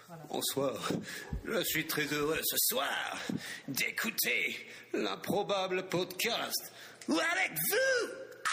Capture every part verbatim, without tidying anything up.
Bonsoir. Je suis très heureux ce soir d'écouter l'improbable podcast avec vous.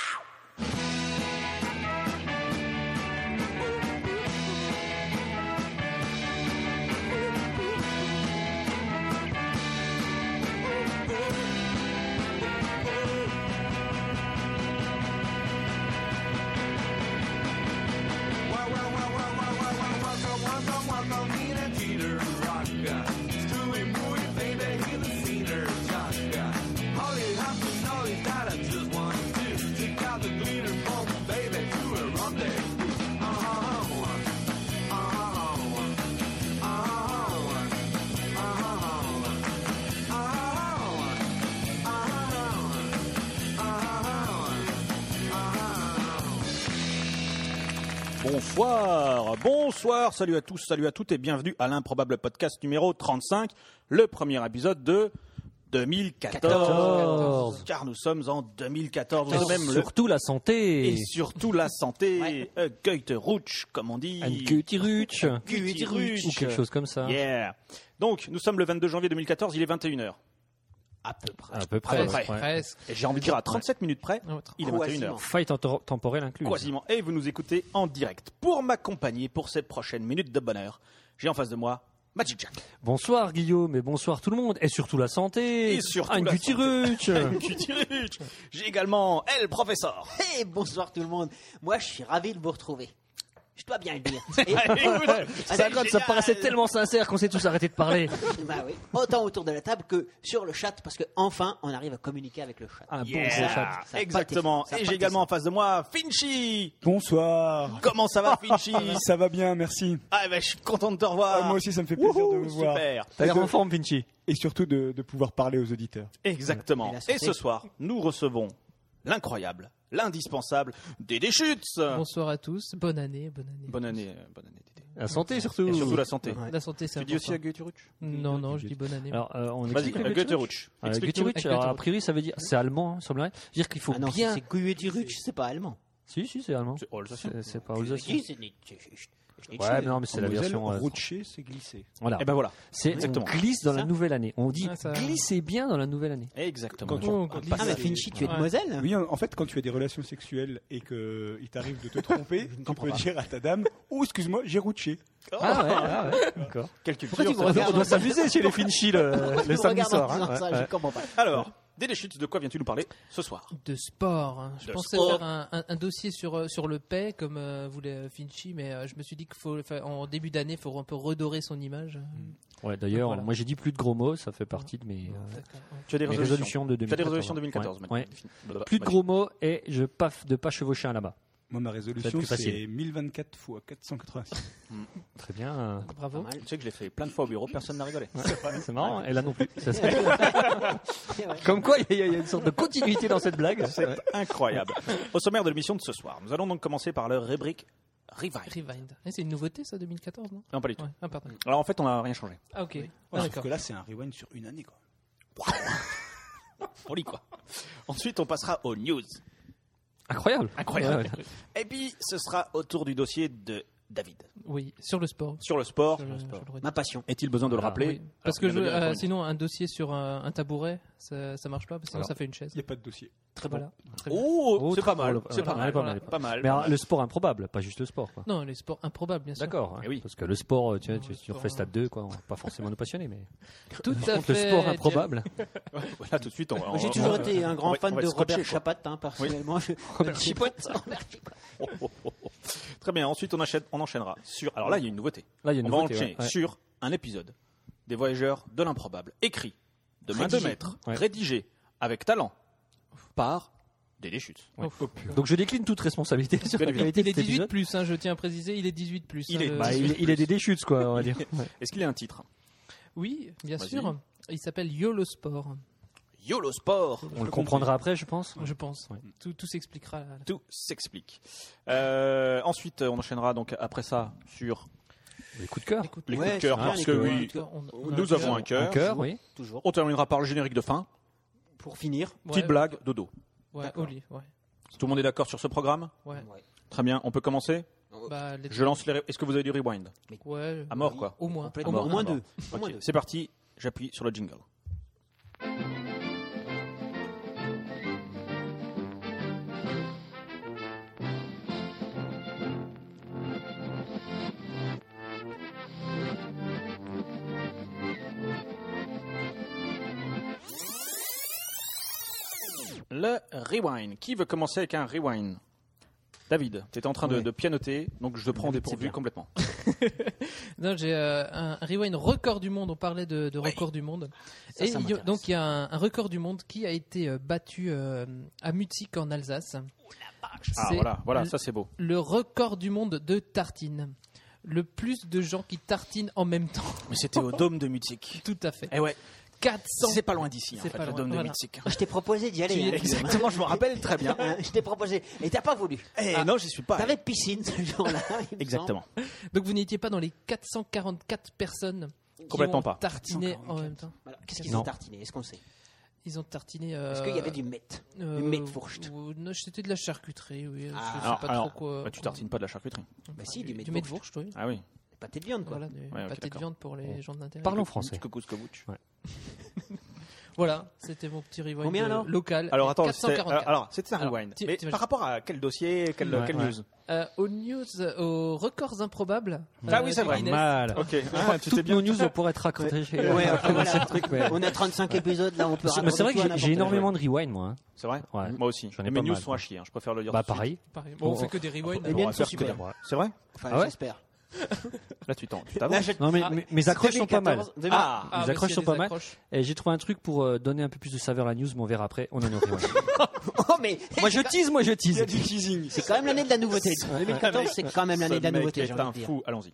Bonsoir, bonsoir, salut à tous, salut à toutes et bienvenue à l'improbable podcast numéro trente-cinq, le premier épisode de deux mille quatorze. Car nous sommes en deux mille quatorze. Et même surtout le... la santé. Et surtout la santé. Ouais. Uh, Geuterutsch, comme on dit. Un Geuterutsch. Un Geuterutsch. Ou quelque chose comme ça. Yeah. Donc, nous sommes le vingt-deux janvier deux mille quatorze, il est vingt et une heures. À peu près. À peu près. À peu près. Ouais. Et j'ai envie de dire à trente-sept minutes près, il est vingt et une heures. Faille temporelle incluse. Quasiment. Et vous nous écoutez en direct. Pour m'accompagner pour ces prochaines minutes de bonheur, j'ai en face de moi Magic Jack. Bonsoir Guillaume et bonsoir tout le monde. Et surtout la santé. Et surtout un la Geuterutsch. Un Geuterutsch. J'ai également elle, professeur. Hey, bonsoir tout le monde. Moi, je suis ravi de vous retrouver. Je dois bien le dire. Et... ça, ça, ça paraissait tellement sincère qu'on s'est tous arrêtés de parler. Bah oui. Autant autour de la table que sur le chat, parce que enfin, on arrive à communiquer avec le chat. Un yeah. bon chat. Ça exactement. Et j'ai également en face de moi Finchy. Bonsoir. Comment ça va, Finchy? Ça va bien, merci. Ah ben, je suis content de te revoir. Ah, moi aussi, ça me fait plaisir Wouhou, de vous voir. Super. T'as l'air en forme, Finchy. Et surtout de, de pouvoir parler aux auditeurs. Exactement. Et, et ce soir, nous recevons l'incroyable, l'indispensable Dédé Schütz. Bonsoir à tous, bonne année, bonne année. Bonne année, bonne année Dédé. La santé surtout. Et surtout la santé. Ouais. La santé, c'est tu important. dis aussi à Geuterutsch? Non, non, je dis bonne année. Alors, euh, on Vas-y, Geuterutsch. Euh, Geuterutsch, alors a priori ça veut dire, c'est allemand, hein, semblerait. Dire qu'il faut ah non, bien. C'est Geuterutsch, c'est pas allemand. Si, si, c'est allemand. C'est alsacien. C'est pas alsacien. Ouais, mais non, mais c'est la version. Euh, Rutscher, c'est glisser. Voilà. Et ben voilà. C'est exactement. On glisse dans ça la nouvelle année. On dit ah, glissez bien dans la nouvelle année. Exactement. Quand on, ah, mais Finchy, tu es de Moselle? Oui, en fait, quand tu as des relations sexuelles et qu'il t'arrive de te tromper, tu peux pas. dire à ta dame, oh, excuse-moi, j'ai Rutscher. Oh. Ah ouais, ah ouais, d'accord. Quelle culture. On doit s'amuser chez les Finchy le, le samedi soir. Hein. Ça, ouais. Je comprends pas. Alors. Dédé Schütz, de quoi viens-tu nous parler ce soir? De sport. Hein. Je de pensais sport. faire un, un, un dossier sur, sur le paix, comme euh, voulait Finchy, mais euh, je me suis dit qu'en début d'année, il faut un peu redorer son image. Mm. Ouais, d'ailleurs, voilà. Moi j'ai dit plus de gros mots, ça fait partie de mes, euh, tu as des mes résolutions. résolutions de deux mille quatorze. Tu as des résolutions de deux mille quatorze. Ouais. Ouais. Plus de gros mots et je paf de pas chevaucher un là-bas. Moi, ma résolution, c'est mille vingt-quatre fois quatre cent quatre-vingt-six. Mmh. Très bien. Bravo. Tu sais que je l'ai fait plein de fois au bureau, personne n'a rigolé. Ouais. C'est marrant, et là non plus. Ça, comme quoi, il y, y a une sorte de continuité dans cette blague. C'est ouais. incroyable. Au sommaire de l'émission de ce soir, nous allons donc commencer par le rubrique Rewind. Rewind. Et c'est une nouveauté, ça, deux mille quatorze, non? Non, pas du tout. Ouais. Ah, pardon. Alors en fait, on n'a rien changé. Ah, ok. Oui. Ah, Sauf que là, c'est un rewind sur une année, quoi. On lit quoi. Ensuite, on passera aux news. Incroyable. Incroyable. Ouais, ouais. Et puis, ce sera autour du dossier de David. Oui, sur le sport. Sur le sport. Sur le, sport. sur le Ma passion. Est-il besoin de le ah, rappeler? Oui. Parce que je, euh, sinon, un dossier sur un, un tabouret, ça, ça marche pas, parce que sinon alors, ça fait une chaise. Il n'y a pas de dossier. Très voilà. bon. Très oh, oh, c'est pas mal. C'est pas mal. Pas mal. Pas mal. Mais alors, le sport improbable, pas juste le sport, quoi. Non, les sports improbables, bien sûr. D'accord. Eh oui. Parce que le sport, tu vois, tu, tu refais stade deux, quoi. On va pas forcément nous passionner, mais. Tout à fait. Le sport improbable. Voilà, tout de suite, on va. J'ai toujours été un grand fan de Robert Chapat, hein, personnellement. Robert Chapat. Très bien. Ensuite, on, achète, on enchaînera sur. Alors là, il y a une nouveauté. Là, il y a une on nouveauté, va enchaîner ouais. sur un épisode des Voyageurs de l'improbable, écrit de main de maître, ouais. rédigé avec talent par Dédé Schütz. Ouais. Oh, donc je décline toute responsabilité sur la qualité Il est de cet dix-huit épisode. plus, hein, je tiens à préciser, il est dix-huit plus. Il hein, est, le... bah, il, est, il est Dédé Schütz, quoi, on va dire. Ouais. Est-ce qu'il y a un titre? Oui, bien Vas-y. sûr. Il s'appelle YOLO Sport. YOLO Sport. On le comprendra après, je pense. Je pense. Ouais. Tout, tout s'expliquera. Là. Tout s'explique. Euh, ensuite, on enchaînera donc après ça sur les coups de cœur. Écoute, les ouais, coups de cœur, bien, parce les que coups de oui, cœur. On- on a nous un avons un Un cœur. cœur, oui. Toujours. On terminera par le générique de fin. Pour finir. Ouais, Petite blague, dodo. Ouais, au lit, ouais. Tout le monde est d'accord sur ce programme? Ouais. Ouais. Très bien, on peut commencer? Bah, les- Je lance les. Re- Est-ce que vous avez du rewind? Ouais. À mort, quoi. Au moins. Complètement. Au moins. Au moins À mort. deux. Au Ok, moins deux. c'est parti. J'appuie sur le jingle. Le rewind. Qui veut commencer avec un rewind? David, tu étais en train de, Ouais. de pianoter, donc je te prends au David, c'est dépourvu bien. complètement. Non, j'ai euh, un rewind record du monde. On parlait de, de record du monde. Ça, Et ça il y a- m'intéresse. donc il y a un, un record du monde qui a été euh, battu euh, à Mutzig en Alsace. Ah C'est voilà, voilà, le- ça c'est beau. Le record du monde de tartines. Le plus de gens qui tartinent en même temps. Mais c'était au dôme de Mutzig. Tout à fait. Eh ouais, quatre cents. c'est pas loin d'ici, en C'est fait, pas le loin, dôme de voilà. Mutzig. Je t'ai proposé d'y aller. Tu y hein, es- Guillaume. Exactement, je me rappelle très bien. Hein, je t'ai proposé. Et t'as pas voulu. Eh Ah. non, j'y suis pas. T'avais piscine ce jour-là. il me Exactement. Donc vous n'étiez pas dans les quatre cent quarante-quatre personnes qui Complètement ont pas. tartiné quatre cent quarante-quatre. en même temps. semble. Alors, qu'est-ce qu'ils Non. ont tartiné? Est-ce qu'on sait? Ils ont tartiné. euh, Est-ce qu'il y avait du mett? euh, du Mettwurst? ou- non, c'était de la charcuterie, oui. Ah. je sais Alors, pas alors, trop quoi. bah, tu tartines pas de la charcuterie. Bah si, du Du Mettwurst. Mettwurst, oui. Ah oui. Pâté de viande, quoi. Voilà, du Ouais, ok, pâté de d'accord. viande pour les gens de l'intérieur. Parlons français. Coucou, scobouch. Voilà, c'était mon petit rewind Combien, euh, alors local. Alors attends, quatre cent c'était quarante-quatre. alors, alors, c'était un Alors, rewind. tu- Mais t'imagines- par rapport à quel dossier, quelle, Ouais, quelle ouais. news? Euh, aux news, euh, aux records improbables. Ah euh, oui, c'est de vrai. Guinness. Mal. Ok, ah, tu t'es Toutes bien. nos news vont pouvoir être racontées. Ouais, enfin, voilà. C'est le truc, mais- On a trente-cinq épisodes, là, on peut Mais c'est vrai que raconter tout à j'ai- n'importe j'ai quel énormément de rewind, moi. hein. C'est vrai? Ouais. Moi aussi. J'en ai Et pas mes news mal, sont quoi. à chier, hein, je préfère le dire. Bah tout de suite. pareil. Pareil. Bon, on Bon, fait que des rewinds. Les On miennes va sont faire que super. des- C'est vrai? Enfin, Ah ouais j'espère. Là, tu t'en- tu Là, t'avances. je- Non, mais Ah, mes- mes accroches sont pas mal. deux mille quatorze, Ah, Ah, les bah, accroches s'il y a sont des pas mal. accroches. Et j'ai trouvé un truc pour euh, donner un peu plus de saveur à la news, mais on verra après. On en est au rewind. Oh, mais Moi je tease, moi je tease. du teasing. c'est quand même l'année de la nouveauté. deux mille quatorze, c'est quand même l'année de la Ce mec nouveauté, est j'ai envie un de dire. fou. Allons-y.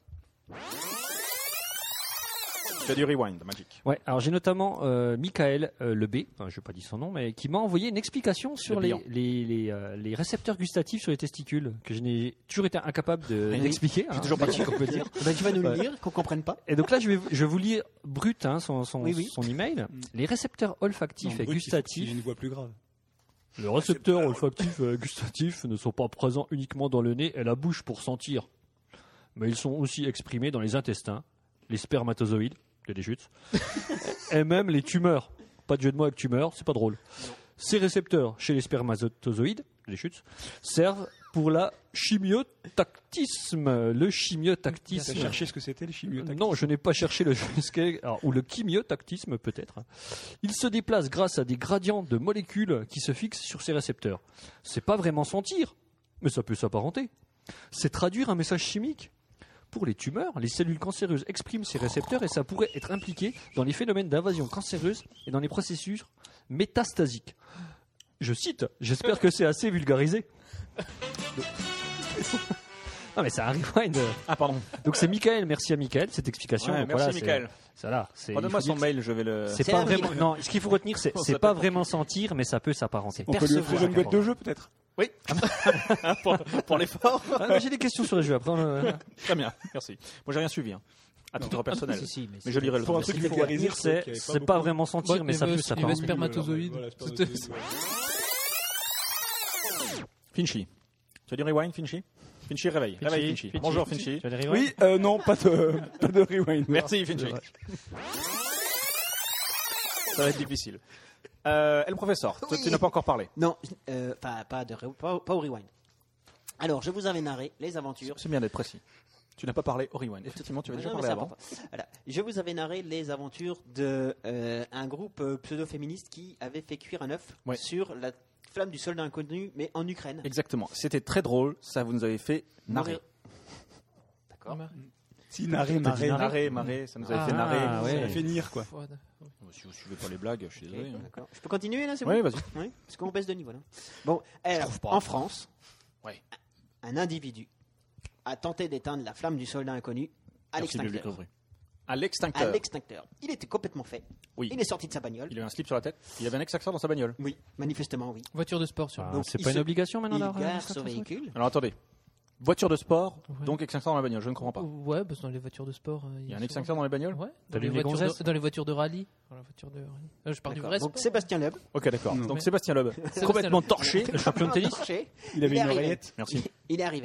Tu as du rewind, Magic. Ouais, alors j'ai notamment euh, Michael euh, Le B, enfin, je vais pas dire son nom, mais qui m'a envoyé une explication sur Le les, bilan. les, les, euh, les récepteurs gustatifs sur les testicules, que je n'ai toujours été incapable de- Oui. d'expliquer. hein, toujours pas on peut dire. Bah, tu vas nous le Ouais. dire, qu'on comprenne pas. Et donc là, je vais, je vais vous lire brut hein, son, son, Oui, oui. son email. Les récepteurs olfactifs et J'ai gustatifs. une voix plus grave. Les récepteurs olfactifs et gustatifs ne sont pas présents uniquement dans le nez et la bouche pour sentir, mais ils sont aussi exprimés dans les intestins, les spermatozoïdes, il y a des chutes, et même les tumeurs. Pas de jeu de mots avec tumeurs, c'est pas drôle. Ces récepteurs chez les spermatozoïdes, les chutes, servent pour la chimiotactisme. Le T'as chimiotactisme. cherché ce que c'était le chimiotactisme? Non, je n'ai pas cherché le alors, ou le chimiotactisme peut-être. Il se déplace grâce à des gradients de molécules qui se fixent sur ces récepteurs. C'est pas vraiment sentir, mais ça peut s'apparenter. C'est traduire un message chimique. Pour les tumeurs, les cellules cancéreuses expriment ces récepteurs et ça pourrait être impliqué dans les phénomènes d'invasion cancéreuse et dans les processus métastasiques. Je cite, j'espère que c'est assez vulgarisé. Non mais c'est un rewind. Ah, pardon. Donc c'est Michael, merci à Michael, cette explication. Ouais, Donc merci, voilà, c'est- Michael. Ça là, c'est. Redonne-moi il faut son dire que mail, je vais le. C'est C'est pas un vraiment. rewind. Non, ce qu'il faut retenir, c'est On c'est s'appelle pas pour vraiment sentir, mais ça peut s'apparenter. On peut lui offrir une boîte de jeu, peut-être? Oui. pour pour l'effort. Ah, moi, j'ai des questions sur les jeux. Après, on, euh, Très bien, merci. Moi, j'ai rien suivi, hein, à titre personnel. Si, si, mais Mais je lirai le Pour un truc. truc ce qu'il faut vulgarisé, retenir, je crois c'est qu'il y avait c'est beaucoup pas de- vraiment sentir, Bon, mais il ça veut- peut il veut s'apparenter. spermatozoïde. Voilà, C'était- spermatozoïde, ouais. Finchy. Tu as du rewind, Finchy? Finchy, réveille. Réveille, Finchy. Finchy. Bonjour, Finchy. Tu as des rewind Oui, euh, non, pas de, pas de rewind. Merci, Finchy. Ça va être difficile. Euh, et le professeur, toi, tu n'as pas encore parlé. Non, euh, pas, pas, de, re- pas, pas au rewind. Alors, je vous avais narré les aventures. C'est bien d'être précis. Tu n'as pas parlé au rewind. Effectivement, tu avais déjà Non, mais parlé c'est avant. important. Voilà. Je vous avais narré les aventures de euh, un groupe euh, pseudo-féministe qui avait fait cuire un œuf Ouais. sur la flamme du soldat inconnu, mais en Ukraine. Exactement. C'était très drôle. Ça vous nous avait fait narrer. D'accord. Si, narré, marré. Narrer, marrer. Ça nous avait Ah, fait narrer. ah, ouais. Ça fait nier, quoi. Ouais, Si vous suivez pas les blagues, je suis désolé. hein. D'accord. Je peux continuer là, c'est Oui, bon vas-y. Oui, parce qu'on baisse de niveau là. Bon, alors, trouve pas. en France, Ouais. un individu a tenté d'éteindre la flamme du soldat inconnu à Merci, Bibliothèque l'extincteur. Revue. À À l'extincteur. l'extincteur. Il était complètement fait. Oui. Il est sorti de sa bagnole. Il avait un slip sur la tête. Il avait un extincteur dans sa bagnole. Oui, manifestement, oui. Voiture de sport sur. Ah, Donc, c'est il pas se- une obligation maintenant Il d'avoir un gare extincteur son sur la voiture véhicule. Alors attendez. Voiture de sport, Ouais. donc extincteur dans la bagnole. Je ne comprends pas. Ouais, parce que dans les voitures de sport. euh, Il y a un souvent- extincteur dans les bagnoles? Ouais. Dans T'allumes les, les voitures gonzesses de, dans les voitures de rallye. Dans la voiture de rallye. Euh, je parle du D'accord. vrai Donc sport. Sébastien Loeb, Ok, d'accord. Donc Ouais. Sébastien Loeb, complètement torché. Le champion de tennis. torché, Il avait est une arrivé. oreillette. Merci. Il est arrivé.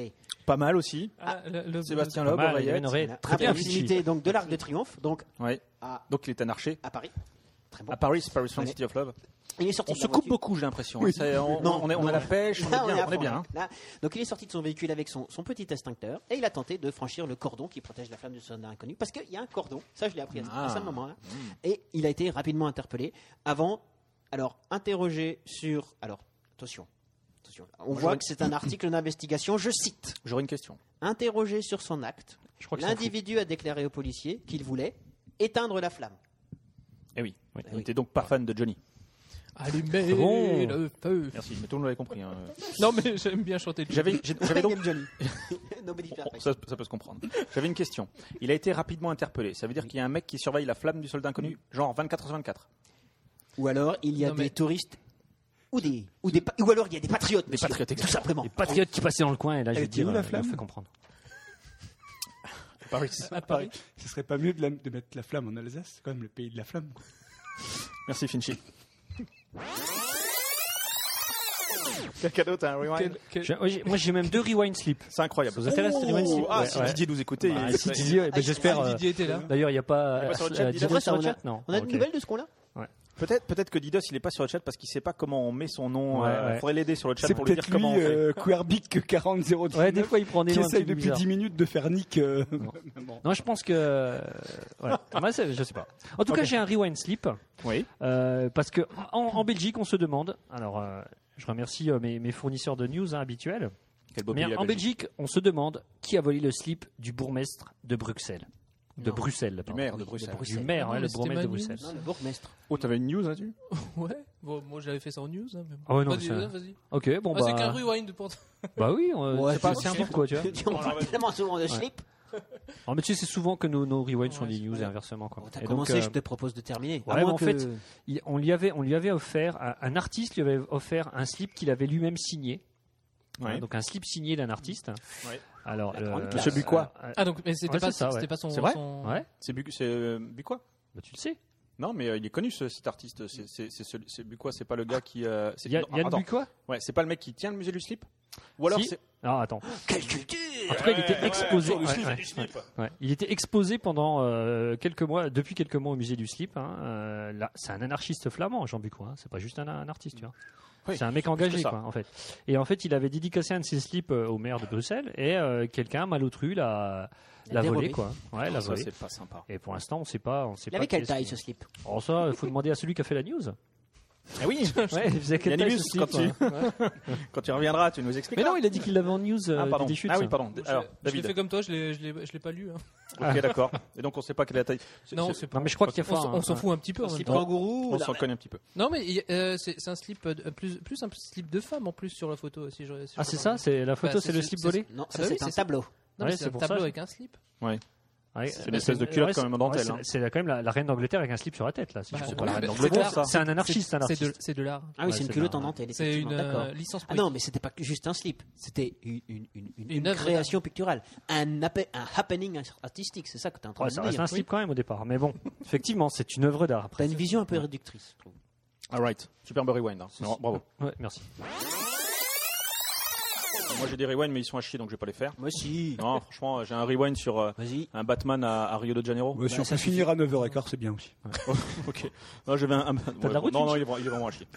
Pas mal aussi. Ah, le- le- Sébastien Pas Loeb, mal, il y avait oreillette. une oreillette À très bien proximité donc de l'Arc de Triomphe, donc Ouais. à, Donc il est un archer. à Paris. Très bon. À Paris, Paris Front Ouais. City of Love. Il est sorti On de se la coupe voiture. beaucoup, j'ai l'impression. Oui. C'est- On, Non, on est, on non. a la pêche, on Là, est bien. à On est fond, bien là. hein. Là, donc il est sorti de son véhicule avec son, son petit extincteur et il a tenté de franchir le cordon qui protège la flamme du soldat inconnu. Parce qu'il y a un cordon, ça je l'ai appris à, Ah. à ce moment-là. Et il a été rapidement interpellé avant, alors interrogé sur... Alors, attention, attention. On Moi, voit j'aurais- que c'est un article d'investigation, je cite. J'aurais une question. Interrogé sur son acte, Je crois que c'est un fou. l'individu a déclaré aux policiers qu'il voulait éteindre la flamme. Eh oui. Oui. Il n'était donc pas fan de Johnny. Allumez Bon. le feu. Merci, mais tout le monde l'avait compris. hein. Non, mais j'aime bien chanter. Johnny. J'avais j'ai- j'avais donc. Johnny. Nobody Oh, perfect. ça, ça peut se comprendre. J'avais une question. Il a été rapidement interpellé. Ça veut dire qu'il y a un mec qui surveille la flamme du soldat inconnu, genre vingt-quatre sur vingt-quatre. Ou alors il y a Non, des mais- touristes ou des ou des pa- ou alors il y a des patriotes, Des monsieur, patriotes, tout exactement. simplement. Les patriotes qui passaient dans le coin, et là, je Elle vais était dire, où, la euh, il flamme me fait comprendre. Paris. À Paris. Ce serait pas mieux de, la- de mettre la flamme en Alsace, c'est quand même le pays de la flamme. quoi. Merci Finchy. Quelqu'un d'autre a un rewind Quel- quel- J'ai- ouais, j'ai- Moi, j'ai même deux rewind slip. C'est incroyable. Ça vous intéresse, les rewind slip Ah, Ouais, si ouais. Didier nous écoutait, Bah, il- si Didier, ouais, bah, j'espère. Ah, euh, Didier était là. D'ailleurs, il n'y a pas. Il est pas sur le euh, chat, euh, Didier. Didier Après, sur ça, le on a- chat Non. On a Ok. des nouvelles de ce qu'on-là Peut-être, peut-être que Didos il est pas sur le chat parce qu'il sait pas comment on met son nom. Ouais, euh, ouais. Faudrait l'aider sur le chat C'est pour lui peut-être dire lui, comment on fait. euh, Querbic quarante zéro dix-neuf, Ouais, des fois, il prend des qui noms un essaye petit peu depuis bizarres. dix minutes de faire Nick. euh, bon. Non, je pense que. euh, Voilà. Moi, c'est- je sais pas. En tout cas, j'ai un rewind slip. Oui. Euh, parce que en, en Belgique, on se demande. Alors, euh, je remercie euh, mes, mes fournisseurs de news hein, habituels. Quel beau Mais pays, la en Belgique. Belgique, on se demande qui a volé le slip du bourgmestre de Bruxelles. De Non. Bruxelles, Du pardon. maire de Oui, Bruxelles. Du maire, Ah non, ouais, mais le c'était bourgmestre de Manu. Bruxelles. Non, le bourgmestre. Oh, t'avais une news là-dessus Ouais. Bon, moi j'avais fait ça en news. Hein, mais bon. Ah ouais, non, Vas-y, c'est- vas-y, vas-y. Ok, bon Ah, c'est bah. qu'un rewind pour. Bah oui, on- Ouais, c'est pas c'est assez important quoi, tu vois. On parle tellement souvent de slip. Alors, mais tu sais, c'est souvent que nos, nos rewinds sont Ouais, des c'est news vrai. et inversement quoi. Bon, T'as Et donc, commencé, euh, je te propose de terminer. ouais, À mais moins en que- fait, il- on lui avait, on lui avait offert, un, un artiste lui avait offert un slip qu'il avait lui-même signé. Ouais. Hein, donc un slip signé d'un artiste. Ouais. Alors, La grande euh, classe. Monsieur Bucois. euh, Ah, donc, mais c'était Ouais, pas, c'est ça, c'était ouais. pas son. C'est vrai son- ouais, C'est Bu- c'est, euh, Bucois bah, tu le sais. Non, mais euh, il est connu ce, cet artiste. C'est c'est- c'est celui- c'est Bucois, c'est pas le gars qui. euh, c'est- Ya- non, Yann attends. Bucois Ouais, c'est pas le mec qui tient le musée du slip. Ou alors Si. c'est. Alors attends. Quelle culture En tout cas, il était exposé. autour du ouais, slip, ouais, du slip. ouais. Ouais. Il était exposé pendant euh, quelques mois, depuis quelques mois au musée du slip. Hein. Euh, là, c'est un anarchiste flamand, Jean Bucois. Hein. C'est pas juste un, un artiste, tu vois. Oui, c'est un mec c'est plus que engagé, ça. quoi, en fait. Et en fait, il avait dédicacé un de ses slips euh, au maire de Bruxelles et euh, quelqu'un malotru l'a, l'a volé, dérobé. quoi. Ouais, l'a Ça, volé. c'est pas sympa. Et pour l'instant, on sait pas, on sait Il pas. avait quelle qui est-ce taille qui- ce slip Oh ça, il faut demander à celui qui a fait la news. Ah oui Ouais, il faisait quelle taille Yannimus, ce slip, quand tu, ouais. quand tu reviendras, tu nous expliques. Mais non, il a dit qu'il l'avait en news. euh, Ah, pardon. des chutes, Ah oui, ça. pardon. Je- Alors, je l'ai David. fait comme toi, je l'ai, je l'ai, je l'ai pas lu. Hein. Ok, d'accord. Et donc, on sait pas quelle est la taille. C'est- Non, c'est- c'est pas. Non, mais je crois qu'il y a On, pas s'en- un- on s'en un- fout un petit peu. en même Slip temps. kangourou on là- s'en connaît un petit peu. Non, mais il- euh, c'est, c'est un slip de- plus, plus un slip de femme en plus sur la photo. Si je, si Ah, je c'est regarde. ça, c'est la photo, Bah, c'est c'est- le c'est- slip c'est- volé. Non, Ah ça bah oui, c'est un c'est ça. tableau. Non, Ouais, mais c'est c'est un pour tableau ça, avec un slip. Ouais, C'est une espèce de culotte quand même en dentelle, c'est- hein. C'est quand même la, la reine d'Angleterre avec un slip sur la tête là. si Bah, je C'est me pas la trompe. reine c'est d'Angleterre, de l'art. ça. C'est un anarchiste, un C'est de, artiste. c'est de l'art. Ah oui, Ouais, c'est une c'est culotte un- en dentelle. C'est effectivement, une d'accord. euh, licence Ah poétique. non, mais c'était pas que juste un slip, c'était une, une, une, une- Une une œuvre création picturale, un, appe- un happening artistique, c'est ça que tu es en train Ouais, de ça me reste dire. un slip quand même au départ, mais bon, effectivement, c'est une œuvre d'art Tu as après. une vision un peu réductrice, je trouve. Alright. Superbe rewind. hein. Non, bravo. Ouais, merci. Moi, j'ai des rewinds, mais ils sont à chier, donc je vais pas les faire. Moi aussi. Non, franchement, j'ai un rewind sur euh, Vas-y. un Batman à, à Rio de Janeiro. Ouais, si Bah, on ça peut suffit. finir à neuf heures quinze, c'est bien aussi. Ok. Non, j'avais un. un- T'as de la route, non, non, Finch il est, vra- il est vraiment à chier.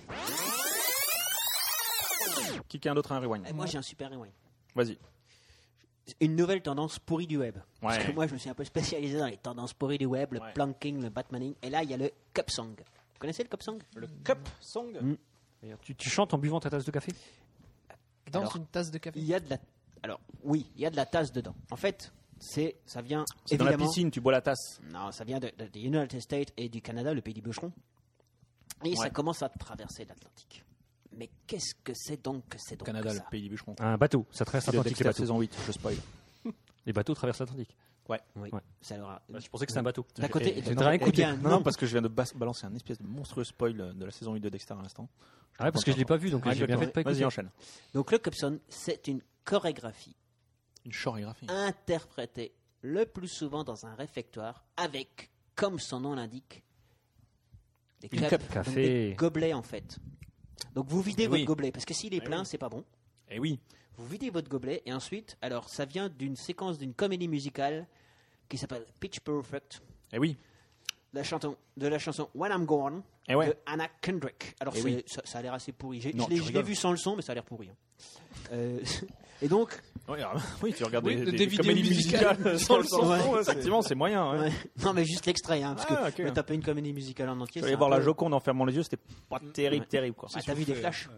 Qui qui a un autre un rewind Et moi j'ai un super rewind. Vas-y. Une nouvelle tendance pourrie du web. Parce Ouais. que moi je me suis un peu spécialisé dans les tendances pourries du web, le Ouais. planking, le batmaning. Et là il y a le cup song. Vous connaissez le cup song Le Cup Song. Mm. D'ailleurs, Tu, tu chantes en buvant ta tasse de café? Dans Alors, une tasse de café. Il y a de la. Alors oui, il y a de la tasse dedans. En fait, c'est ça vient C'est dans la évidemment. piscine, tu bois la tasse. Non, ça vient de, de- des United States et du Canada, le pays du bûcheron. Et ça Ouais. commence à traverser l'Atlantique. Mais qu'est-ce que c'est donc que c'est donc Canada, que le ça pays du bûcheron. Un bateau, ça traverse C'est le l'Atlantique, les Dexter bateaux. saison huit, je spoil. Les bateaux traversent l'Atlantique. Oui, Ouais. ça leur a- Bah, je pensais que c'était un bateau. D'un côté J'ai et de j'ai l'autre. rien Eh écouté. bien, Non, non. non, parce que je viens de bas- balancer un espèce de monstrueux spoil euh, de la saison huit de Dexter à l'instant. Ah ouais, parce que je l'ai pas vu, donc Ouais, j'ai bien fait de pas Vas-y, écouter. enchaîne. Donc le Cupson, c'est une chorégraphie Une chorégraphie. interprétée le plus souvent dans un réfectoire avec, comme son nom l'indique, des Une cups, cup. donc Café. des gobelets en fait. Donc vous videz Eh votre oui. gobelet parce que s'il est Eh plein, oui. c'est pas bon. Eh oui. vous videz votre gobelet et ensuite, alors ça vient d'une séquence d'une comédie musicale qui s'appelle Pitch Perfect, Eh oui. la chanson, de la chanson When I'm Gone Eh ouais. de Anna Kendrick. Alors Eh c'est- oui. ça, ça a l'air assez pourri. J'ai- Non, je l'ai tu je l'ai rigoles. vu sans le son, mais ça a l'air pourri. hein. Euh, et donc, Oui, alors, oui, tu regardes Oui, des, des des vidéos comédies musicales musicales sans le sans son. le son, effectivement, c'est moyen. Ouais. ouais. non mais juste l'extrait, hein, parce Ah, que ok. me taper une comédie musicale en entier. Je c'est vais un voir la peu- Joconde en fermant les yeux, c'était pas terrible, Ouais. terrible quoi. Ah, t'as vu des flashs?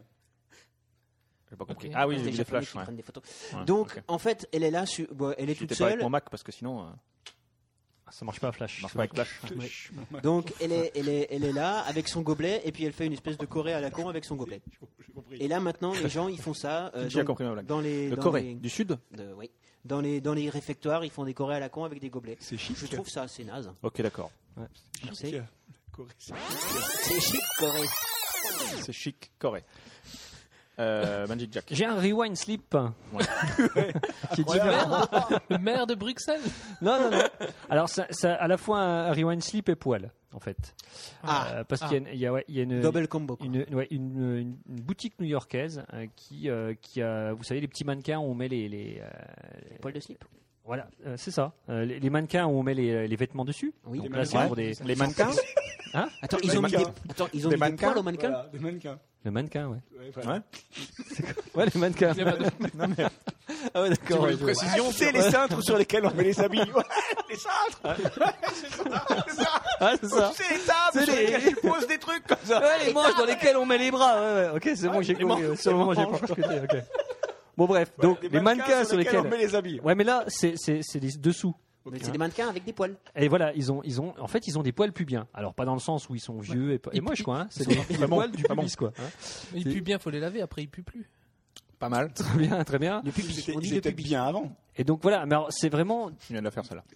J'ai pas compris. Ok. Ah oui, Des j'ai vu des Japonais flashs. qui ouais. prennent des photos. Ouais, Donc, ok. en fait, elle est là, su- bon, elle est toute J'étais pas avec seule. mon Mac parce que sinon, euh, Ça marche pas à Flash. ça marche pas avec Flash. Donc, elle est, elle, est, elle est là avec son gobelet et puis elle fait une espèce de choré à la con avec son gobelet. J'ai compris. Et là, maintenant, les gens, ils font ça. euh, Qui a dans- compris ma blague. dans les, Le dans Corée, les- du Sud. de- oui. Dans les, dans les réfectoires, ils font des chorés à la con avec des gobelets. C'est chic. Je trouve ça assez naze. Ok, d'accord. C'est Chic. Corée, c'est- c'est chic, Corée. C'est chic, Corée. Euh, Magic Jack. J'ai un rewind slip. Qui est différent. Merde, le maire de Bruxelles. Non, non, non. Alors, ça, ça à la fois un rewind slip et poil, en fait. Ah, Euh, parce Ah. qu'il y a, une- il y a, ouais, il y a une, double combo. quoi. une, ouais, une, une- une boutique new-yorkaise euh, qui, euh, qui a, vous savez, les petits mannequins où on met les, les, euh, Poil de slip. voilà, euh, c'est ça, Euh, les, les mannequins où on met les, les vêtements dessus. Oui. Donc là, c'est mannequins. pour des, Les mannequins. Attends, Des ils ont mis des, mannequins. attends, ils ont Des mis des mannequins. poils aux mannequins. Voilà, des mannequins. le mannequin, ouais. Ouais, voilà. Ouais. Ouais, les mannequins. Il y a pas de- Ah ouais, d'accord. ouais, je vois. Ah, c'est les cintres sur lesquels on met les habits. Ouais, les cintres. Ah, c'est ça. C'est les tables C'est sur les- lesquelles tu poses des trucs comme ça. Ouais, les manches dans lesquelles on met les bras. Ouais, ouais. Ok, c'est bon, j'ai compris. manches, Sur le moment, j'ai manches. compris ce que t'es, ok. Bon, bref, donc les mannequins sur lesquels. on met les habits. Ouais, mais là, c'est c'est c'est les dessous. Mais c'est des mannequins avec des poils. Et voilà, ils ont, ils ont, en fait, ils ont des poils pubiens. Alors pas dans le sens où ils sont vieux et, pas- et Ils moches puent. quoi. Hein. C'est des, des Pas bon, poils du pas bon. pubis quoi. Hein. Il pue bien, faut les laver, après il pue plus. Pas mal. Très bien, très bien. Le pubis. C'était On dit ils le étaient pubis. bien avant. Et donc voilà, mais alors c'est vraiment Tu viens de la faire celle-là.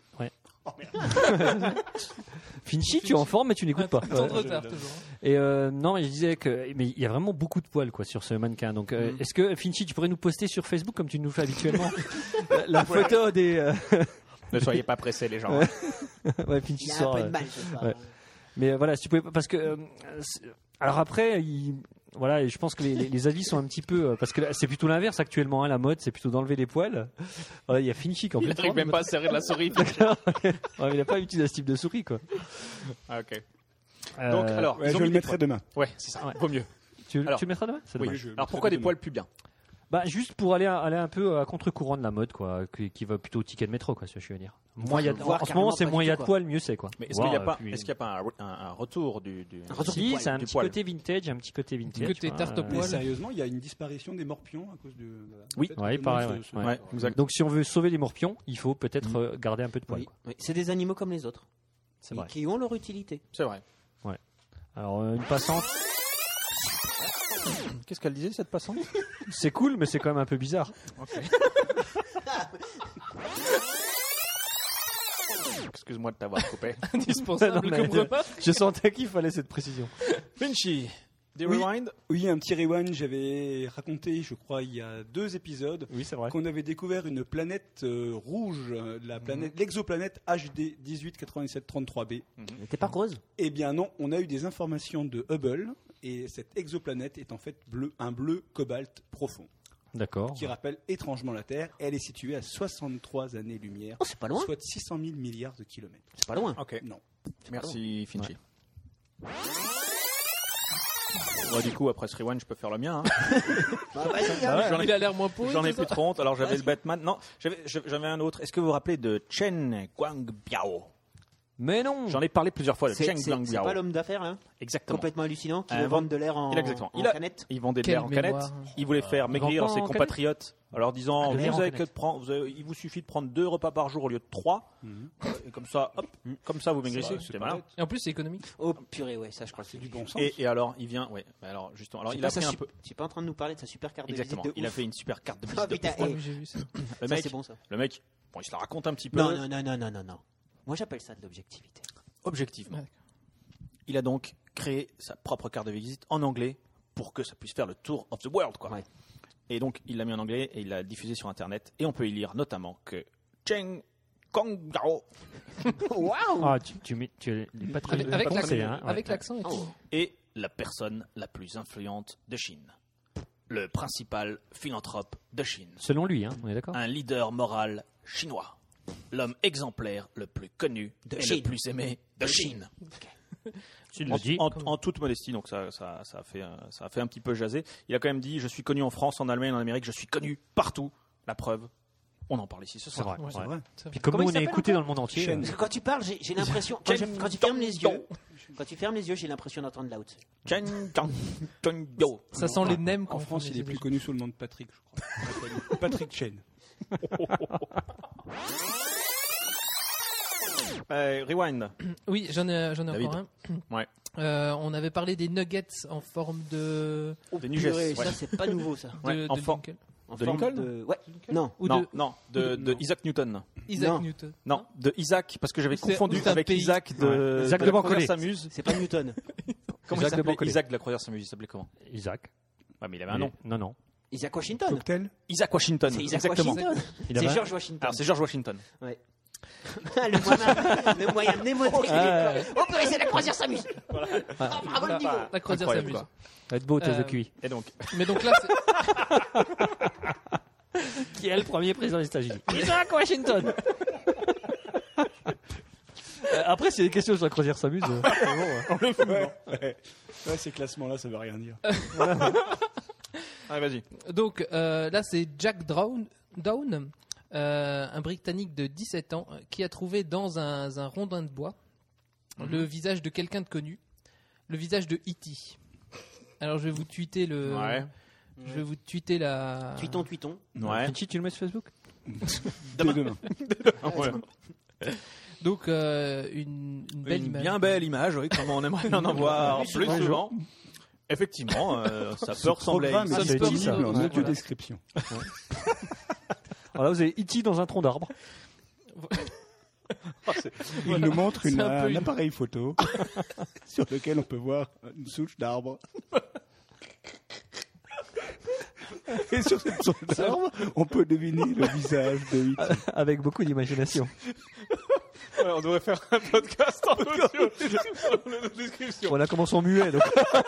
Finchy, tu es en forme mais tu n'écoutes pas. Temps de Ouais. retard, toujours. hein. Et euh, non, mais je disais que, mais il y a vraiment beaucoup de poils quoi sur ce mannequin. Donc, euh, Mm. est-ce que Finchy, tu pourrais nous poster sur Facebook comme tu nous fais habituellement la, la photo des. euh, Ne soyez pas pressés, les gens. Ouais. ouais, Finchy Il a un sort. peu euh, de mal ce soir. ouais. Mais euh, voilà, si tu pouvais, parce que euh, c'est- alors après, il, voilà, et je pense que les, les- les avis sont un petit peu euh, parce que là, c'est plutôt l'inverse actuellement. Hein, la mode, c'est plutôt d'enlever les poils. Voilà, il y a Finchy qui en Il pleine n'arrive forme, même pas à serrer de la souris. ouais, mais il n'a pas utilisé ce type de souris quoi. Ah, ok. Euh, Donc, alors, Ouais, ils je ont le mis des mettrai demain. Ouais, c'est ça. Ouais. Vaut mieux. tu, alors, tu le mettras demain C'est Oui. dommage. je le Alors mettrai pourquoi des demain. poils pubiens? Bah juste pour aller aller un peu à contre-courant de la mode quoi, qui, qui va plutôt au ticket de métro quoi, c'est ce que je veux dire. Moins il y a de- Voire en ce moment carrément c'est pas moins il du y a tout, de quoi. poils, mieux c'est quoi. Mais est-ce qu'il n'y a Voire, pas, euh, plus- est-ce qu'il y a pas un, un- un retour du, du Un retour du Si, poil, c'est un du petit poil. côté vintage, un petit côté vintage. Côté quoi, tarte au euh, Mais poil. sérieusement, il y a une disparition des morpions à cause de. de la- Oui. peut-être Ouais, de pareil, mode ouais. de ce- Ouais. Ouais, exact. Donc si on veut sauver les morpions, il faut peut-être Mhm. euh, garder un peu de poil. Oui. quoi. Oui. C'est des animaux comme les autres. C'est Et vrai. qui ont leur utilité. C'est vrai. Alors euh, une passante, Qu'est-ce qu'elle disait, cette passante? c'est cool, mais c'est quand même un peu bizarre. Excuse-moi de t'avoir coupé. Indispensable Non, mais- comme repas. Je sentais qu'il fallait cette précision. Vinci, des Oui. rewind? Oui, un petit rewind. J'avais raconté, je crois, il y a deux épisodes, Oui, c'est vrai. qu'on avait découvert une planète euh, rouge, euh, la planète, l'exoplanète H D dix-huit quatre-vingt-dix-sept trente-trois B. Elle n'était pas creuse. Eh bien non, on a eu des informations de Hubble et cette exoplanète est en fait bleu, un bleu cobalt profond D'accord. qui rappelle étrangement la Terre. Elle est située à soixante-trois années-lumière, Oh, c'est pas loin. soit six cent mille milliards de kilomètres. C'est pas loin. Ok. Non. Merci, Finchi. Bon, du coup, après ce rewind, je peux faire le mien. hein. Bah, vas-y, hein. J'en ai- Il a l'air moins pauvre. J'en ai plus trop honte. Alors, j'avais le Batman. Non, j'avais j'avais un autre. Est-ce que vous vous rappelez de Chen Guangbiao? Mais non. J'en ai parlé plusieurs fois de C'est Chen c'est- c'est Guangbiao. pas l'homme d'affaires, hein, Exactement. complètement hallucinant, qui Euh, veut vendre de l'air en, il a exactement. en Il a- canette. Il vendait de Quelle l'air en canette. mémoire. Il voulait faire Il maigrir vend pas ses en compatriotes en leur disant Ah, de l'air vous en avez que canette. de prendre, vous avez- il vous suffit de prendre deux repas par jour au lieu de trois. Et comme ça, hop, comme ça vous maigrissez. vrai, c'est C'était pas malin. bête. Et en plus, c'est économique. Oh purée, ouais, ça je crois que C'est c'est du bon sens. Et, et alors, il vient, ouais. bah Alors justement, alors C'est il pas a sa pris un sup- peu. Tu es pas en train de nous parler de sa super carte Exactement. de visite de Il a ouf. fait une super carte de visite. Oh de putain, ouf. eh, Oui, j'ai vu ça. Le ça mec, c'est bon ça. le mec, bon, il se la raconte un petit peu. Non, non, non, non, non, non, non. Moi j'appelle ça de l'objectivité. Objectivement. Ouais. Il a donc créé sa propre carte de visite en anglais pour que ça puisse faire le tour of the world, quoi. Ouais. Et donc, il l'a mis en anglais et il l'a diffusé sur Internet. Et on peut y lire notamment que Chen Guangbiao Waouh. Ah, tu, tu, mets- tu es pas très Avec, pas avec très l'accent, bien, hein, ouais. avec l'accent et tout. Oh. est la personne la plus influente de Chine. le principal philanthrope de Chine. Selon lui, hein, on est d'accord. Un leader moral chinois. L'homme exemplaire le plus connu De et Chine. le plus aimé de Chine. Tu En, le dis. en- en toute modestie, donc ça, ça, ça, a fait, euh, ça a fait un petit peu jaser. Il a quand même dit, je suis connu en France, en Allemagne, en Amérique, je suis connu partout. La preuve, on en parle ici ce C'est soir. vrai. Ouais. ouais. vrai. Puis comme Comment nous, il on est s'appelle écouté encore dans le monde entier. Chen. euh, Parce que quand tu parles, j'ai j'ai l'impression. Quand, je- quand tu fermes les yeux, quand tu fermes les yeux, j'ai l'impression d'entendre l'out. Chen Tang Tong Yo. Ça sent les nems En qu'on France, fait il est les plus émissions. connu sous le nom de Patrick, je crois. Patrick Chen. Euh, rewind. Oui, j'en ai, j'en ai David. encore un. Ouais. Euh, on avait parlé des nuggets en forme de. Des Nuges. Purée, Ouais. Ça, c'est pas nouveau, ça. de, Ouais, de en for- Lincoln. En De forme Lincoln de- Ouais. Non. Ou non, de non, de, de Isaac Newton. Isaac Non. Newton. Non, de Isaac, parce que j'avais C'est- confondu c'est un avec pays. Isaac de, Ouais. Isaac de de la Bancolé. Croisière s'amuse. C'est pas Newton. Comment Isaac il de s'appelait Bancolé. Isaac de la Croisière s'amuse, il s'appelait comment? Isaac. Ouais, mais il avait un nom. Non, non. Isaac Washington. Cocktail. Isaac Washington. C'est Isaac Exactement. Washington. Il C'est avait un- George Washington. Alors c'est George Washington. Ouais. le moyen, le moyen mnémotechnique. Ah, Oh purée, c'est la croisière s'amuse. Oh, bravo le niveau. La croisière Incroyable, s'amuse. quoi. Ça va être beau, test de Euh, Q I. Et donc, Mais donc là, c'est- Qui est le premier président des États-Unis? Isaac Washington. Euh, Après, s'il y a des questions sur la croisière s'amuse. euh, c'est bon, ouais. Ouais, ouais. Ouais, ces classements-là, ça veut rien dire. allez, vas-y. donc euh, là, c'est Jack Down, Down euh, un Britannique de dix-sept ans, euh, qui a trouvé dans un, un rondin de bois le visage de quelqu'un de connu, le visage de E T Alors, je vais vous tweeter le. Ouais. Je vais vous tweeter la. Tuiton, tuiton. Ouais. Finchi, tu le mets sur Facebook? Demain. demain. Ouais. Donc, euh, une, une belle Une image. bien belle image, oui, comme on aimerait en avoir Plus plus souvent. souvent. Effectivement, euh, ça Ce peut ressembler à programme ça. est Ça peut disponible en ressembler. audio Voilà. description. Alors là, vous avez E T dans un tronc d'arbre. Il nous montre C'est une- un peu un une- appareil photo sur lequel on peut voir une souche d'arbre. Et sur cette souche d'arbre, on peut deviner le visage de Hitler. Avec beaucoup d'imagination. Ouais, on devrait faire un podcast en audio sur la description. Voilà comment sont muets. Donc.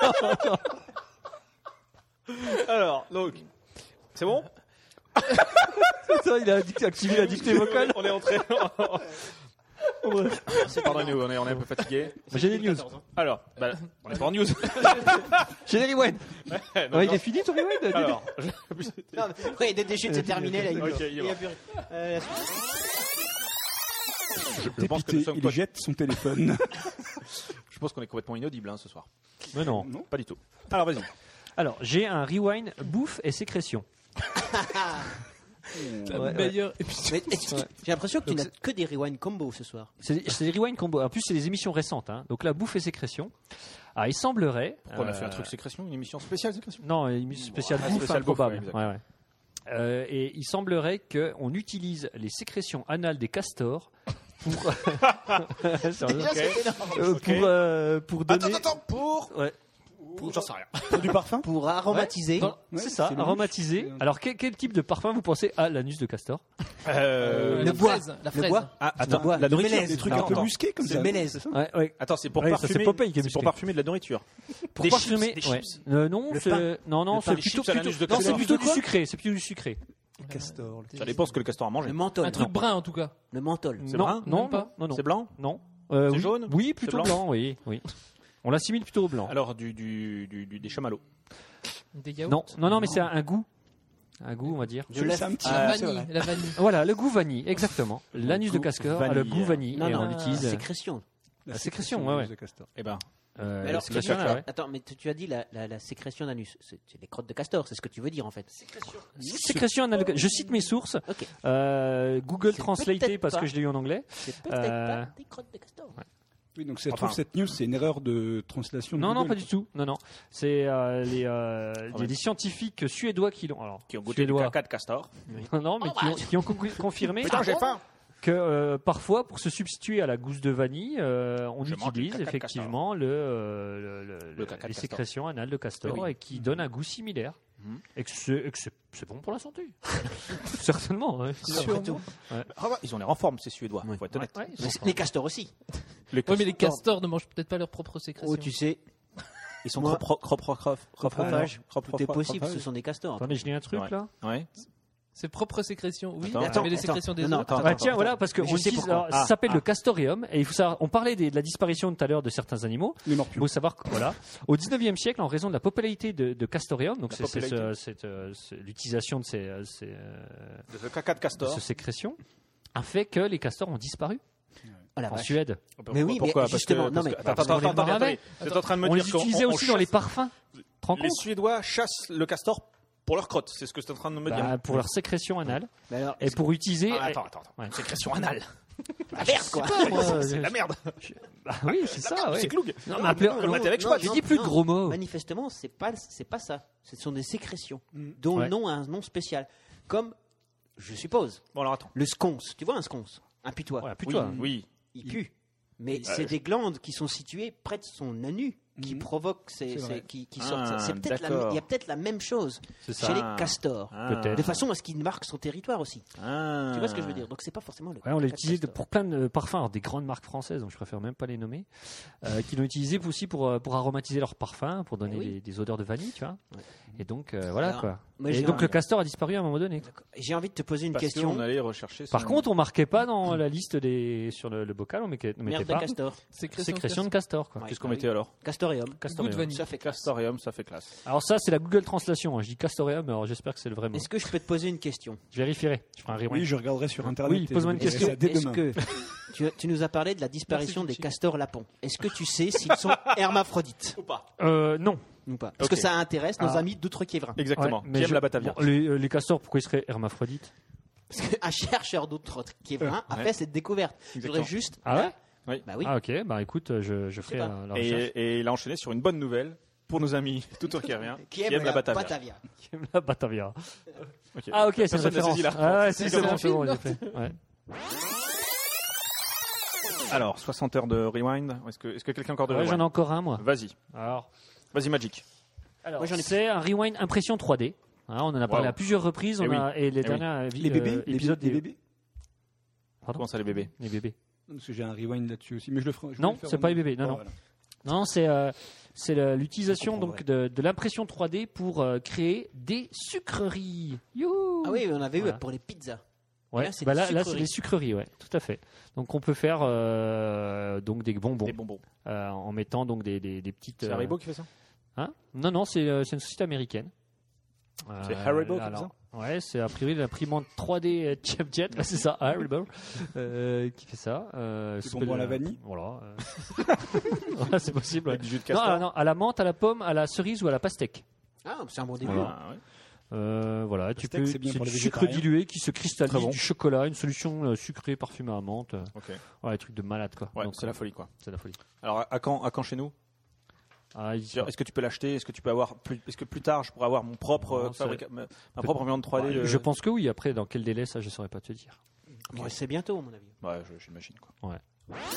Alors, donc, c'est bon? Ça, il a dic- activé la dictée vocale. On est entré. Pardonnez-nous, on est, on est un peu fatigué. J'ai des news. Alors, bah, on est pas en news. J'ai des rewind. Non, Ouais, non. il est fini ton rewind Dédé? Alors, je- Non, mais- Ouais, des déchets, c'est terminé là. il- Ok, il il y va. a plus rien. Euh, je pense que nous Dépité, sommes il pas- jette son téléphone. je pense qu'on est complètement inaudible hein, ce soir. Mais non. Pas du tout. Alors, vas-y. Alors, j'ai un rewind bouffe et sécrétion. La Ouais, meilleure émission. mais est-ce que- J'ai l'impression que tu n'as que des rewind combo ce soir. C'est c'est des rewind combo. En plus, c'est des émissions récentes. Hein. Donc là, bouffe et sécrétion. Ah, il semblerait. Pourquoi on a fait un euh, truc sécrétion, une émission spéciale sécrétion? Non, une émission spéciale Ah, bouffe spéciale bouffe, improbable. ouais, exact. Ouais, ouais. Euh, et il semblerait qu'on utilise les sécrétions anales des castors pour, Sérieux Déjà, c'est énorme. Euh, pour, euh, pour donner. Attends, attends, pour. Ouais. pour J'en sais rien. Pour du parfum. Pour aromatiser. Non, Ouais, c'est ça, c'est logique. aromatisé. Alors, quel, quel type de parfum vous pensez à l'anus de castor? Euh, Le la bois. fraise, la Le fraise. bois. Ah, attends, Le bois. la Le nourriture, mélèze. Des trucs Non, un peu attends. musqués comme C'est ça. le mélèze. Ouais, ouais. Attends, c'est pour Ouais, ça, parfumer. c'est Popeye qui est c'est pour musqué. parfumer de la nourriture. Pour Des parfumer, chips, des ouais. chips. Euh, non, Le c'est pain. non, non, Le pain, c'est des plutôt, chips à plutôt- l'anus de non, c'est castor. plutôt De du quoi sucré. C'est plutôt du sucré. Castor. Ça dépend ce que le castor a mangé. Le menthol. Un truc brun en tout cas. Le menthol. C'est non, brun non, Même pas non, non, C'est blanc? non. Euh, C'est oui. jaune? Oui, C'est plutôt blanc blanc. Oui, oui. On l'assimile plutôt au blanc. Alors, du, du, du, du- des chamallows. Des yaourts. Non, non, non, mais c'est un, un goût, un goût, on va dire. De la- C'est un petit La Ah, c'est vanille. vrai. La vanille. Voilà, le goût vanille, exactement. L'anus de goût castor a le vanille. goût vanille Non, et non, on l'utilise. sécrétion. La sécrétion, ouais, ouais. de castor. Eh ben, Euh, Mais alors, la sécrétion, tu- là, ouais. Attends, mais tu tu as dit la, la, la sécrétion d'anus. C'est c'est les crottes de castor, c'est ce que tu veux dire en fait. Sécrétion anale. Je cite mes sources. Ok. Euh, Google C'est Translated peut-être parce pas. que je l'ai eu en anglais. C'est peut-être Euh, pas des crottes de castor. Oui, donc ça Enfin- trouve cette news, c'est une erreur de translation. de Non, non, Google. pas du tout. Non, non. C'est euh, les, euh, il y a même. des scientifiques suédois qui l'ont. Alors, qui ont goûté du suédois. caca de castor. Non, mais qui ont, qui ont con- confirmé Putain, j'ai faim! que euh, parfois, pour se substituer à la gousse de vanille, euh, on Je mange du utilise caca de effectivement le, euh, le- le- Le caca de les castor. sécrétions anales de castor Oui. et qui donnent un goût similaire. Mhm. Et que c'est et que c'est- c'est bon pour la santé. Certainement. Ouais. Après tout. Ah bah, ils ont l'air en forme, ces Suédois. Ouais. Faut être honnête. Ouais, ils Mais sont c'est- Les castors aussi. Les Oui, mais les castors- castors ne mangent peut-être pas leur propre sécrétion. Oh, tu sais. Ils sont Moi- crop- crop- crop- crop- Chronophage, crop- tout est crop- possible, chronophage. ce sont des castors. Attendez, je lis un truc Ouais. là. Ouais. Ses propres sécrétions, oui, Attends, mais attends, les attends. sécrétions des Non, non, autres. attends, Bah attends, tiens, attends. voilà, parce que Mais on je sais utilise- pourquoi. alors, ça Ah, s'appelle ah. le castorium, et il faut savoir, on parlait des- de la disparition tout à l'heure de certains animaux. Les Il morpions. faut savoir que, voilà, au dix-neuvième siècle, en raison de la popularité de, de castorium, donc La c'est c'est ce- popularité. c'est, euh, c'est l'utilisation de ces, euh, ces, euh, De ce caca de de castor. ces sécrétions, a fait que les castors ont disparu Oh la en vache. Suède. Mais oui, Pourquoi mais Parce justement, que- non, parce mais- que- parce attends, qu'on les attends, attends, barbait. attends. T'es en train de me On les dire qu'on- utilisait on aussi dans chasse- les parfums. Tu te rends Les compte Suédois chassent le castor pour leur crotte. C'est ce que tu es en train de me Bah, dire. pour leur sécrétion anale Mais alors, et pour utiliser. Ah, attends, attends, attends. Ouais. Sécrétion anale. la merde, quoi. Moi, C'est je- la merde. Bah oui, c'est ça. Ouais. C'est cloug. Non, mais appelez- non, non, mais t'es avec non, Schwab. tu non, dis plus de non. gros mots. Manifestement, c'est pas, c'est pas ça. Ce sont des sécrétions Mm. dont Ouais. le nom a un nom spécial. Comme, je suppose, Bon, alors attends. le sconce. Tu vois un sconce, un putois. Ouais, Oui, putain. oui. Il pue. Mais Ouais. c'est des glandes qui sont situées près de son anus qui Mhm. provoquent ces, C'est ces- vrai. qui, qui Ah, sortent ça. C'est peut-être la- d'accord. il y a peut-être la même chose C'est ça. chez les Ah. castors. Ah. Peut-être. De façon à ce qu'il marque son territoire aussi. Ah. Tu vois ce que je veux dire? Donc c'est pas forcément le. Ouais, on l'a caca utilisé castor. pour plein de parfums, alors des grandes marques françaises, donc je préfère même pas les nommer, euh, qui l'ont utilisé aussi pour, euh, pour aromatiser leurs parfums, pour donner Eh oui. des, des odeurs de vanille, tu vois. Ouais. Et donc, euh, voilà Alors, quoi. moi, Et j'ai donc un- le castor a disparu à un moment donné. J'ai envie de te poser une Parce question. qu'on allait rechercher. Par son- contre, on marquait pas dans la liste des sur le, le bocal, on mettait, on mettait Merde de pas castor. Sécrétion, sécrétion de castor. Quoi. Ouais. Qu'est-ce qu'on Ah mettait oui. alors? Castorium. Castorium. Goût de vanille. Ça fait classe. Castorium, ça fait classe. Alors ça, c'est la Google Translation. hein. Je dis castorium, mais alors j'espère que c'est le vrai mot. Est-ce que je peux te poser une question? Je vérifierai. Je ferai un rewind. Oui, je regarderai sur internet. Oui, et pose-moi je une vous dirai question. ça dès Est-ce demain. que tu, tu nous as parlé de la disparition Merci, des Fucci. castors lapons. Est-ce que tu sais s'ils sont hermaphrodites Ou pas? Euh, non. ou pas? Parce Ok. que ça intéresse nos Ah. amis d'outre-Quiévrain. Exactement. Ouais, Qui mais aime je- la Batavia. bon, les, euh, les castors, pourquoi ils seraient hermaphrodites? Parce qu'un chercheur d'outre-Quiévrain a Ouais. fait cette découverte. Je voudrais Exactement. juste. Ah ouais Oui. Bah oui. Ah ok, bah écoute, euh, je, je ferai pas. la, la recherche. Et, et il a enchaîné sur une bonne nouvelle pour nos amis tout turquiens Qui aime, la Batavia. La Batavia. Ok. Ah ok, c'est une Personne n'a référence. saisi la Ah ouais, si, C'est c'est comme bon, un c'est bon, film, j'ai fait. Ouais. Alors, soixante heures de rewind. Est-ce que, est-ce que quelqu'un a encore de Ouais, j'en ai rewind? encore un moi. Vas-y. Alors, Vas-y, Magic. alors Moi, j'en ai c'est un rewind impression trois D. Hein, on en a parlé Wow. à plusieurs reprises. Eh On oui. a, et les Eh derniers Les bébés, les épisodes bé- les des bébés. Pardon Comment ça, les bébés? Les bébés. Parce que j'ai un rewind là-dessus aussi, mais je le ferai. je vais Non, le faire c'est en- pas les bébés, non, Oh, non. voilà. Non, c'est euh, c'est le- l'utilisation Je donc comprendrai. de, de l'impression trois D pour euh, créer des sucreries. Youhou Ah oui, on avait Voilà. eu pour les pizzas. Ouais, là, c'est bah des là, là, c'est sucreries. des sucreries, ouais, tout à fait. Donc on peut faire euh, donc des bonbons Des bonbons. euh, en mettant donc des, des, des petites. C'est euh, Haribo qui fait ça? hein non, non, c'est euh, c'est une société américaine. C'est Euh, Haribo qui fait alors, ça? Ouais, c'est a priori l'imprimante trois D euh, Chipjet, ouais, c'est ça, Haribo, euh, qui fait ça. Euh, Des ça bonbons s'appelle, à la euh, vanille. Voilà. euh. Ouais, c'est possible. ouais. Avec du jus de Non, castor? ah, non, à la menthe, à la pomme, à la cerise ou à la pastèque. Ah, c'est un bon début. Voilà. Ah, ouais. Euh, voilà, tu Pastèque, peux. c'est bien pour les du sucre végétariens. dilué qui se cristallise, Très bon. du chocolat, une solution euh, sucrée parfumée à menthe. euh, Ok. Ouais, des trucs de malade quoi. Ouais, Donc, c'est euh, la folie, quoi. C'est la folie. Alors, à quand, à quand chez nous? Ah, il- Est-ce que tu peux l'acheter? Est-ce que tu peux avoir plus, est-ce que plus tard je pourrais avoir mon propre Non, euh, c'est- fabrica- ma, ma propre imprimante trois D? Ouais, euh, Je pense que oui. Après, dans quel délai ça, je saurais pas te dire. Ouais, c'est bientôt, à mon avis. Ouais, je- j'imagine quoi. Ouais.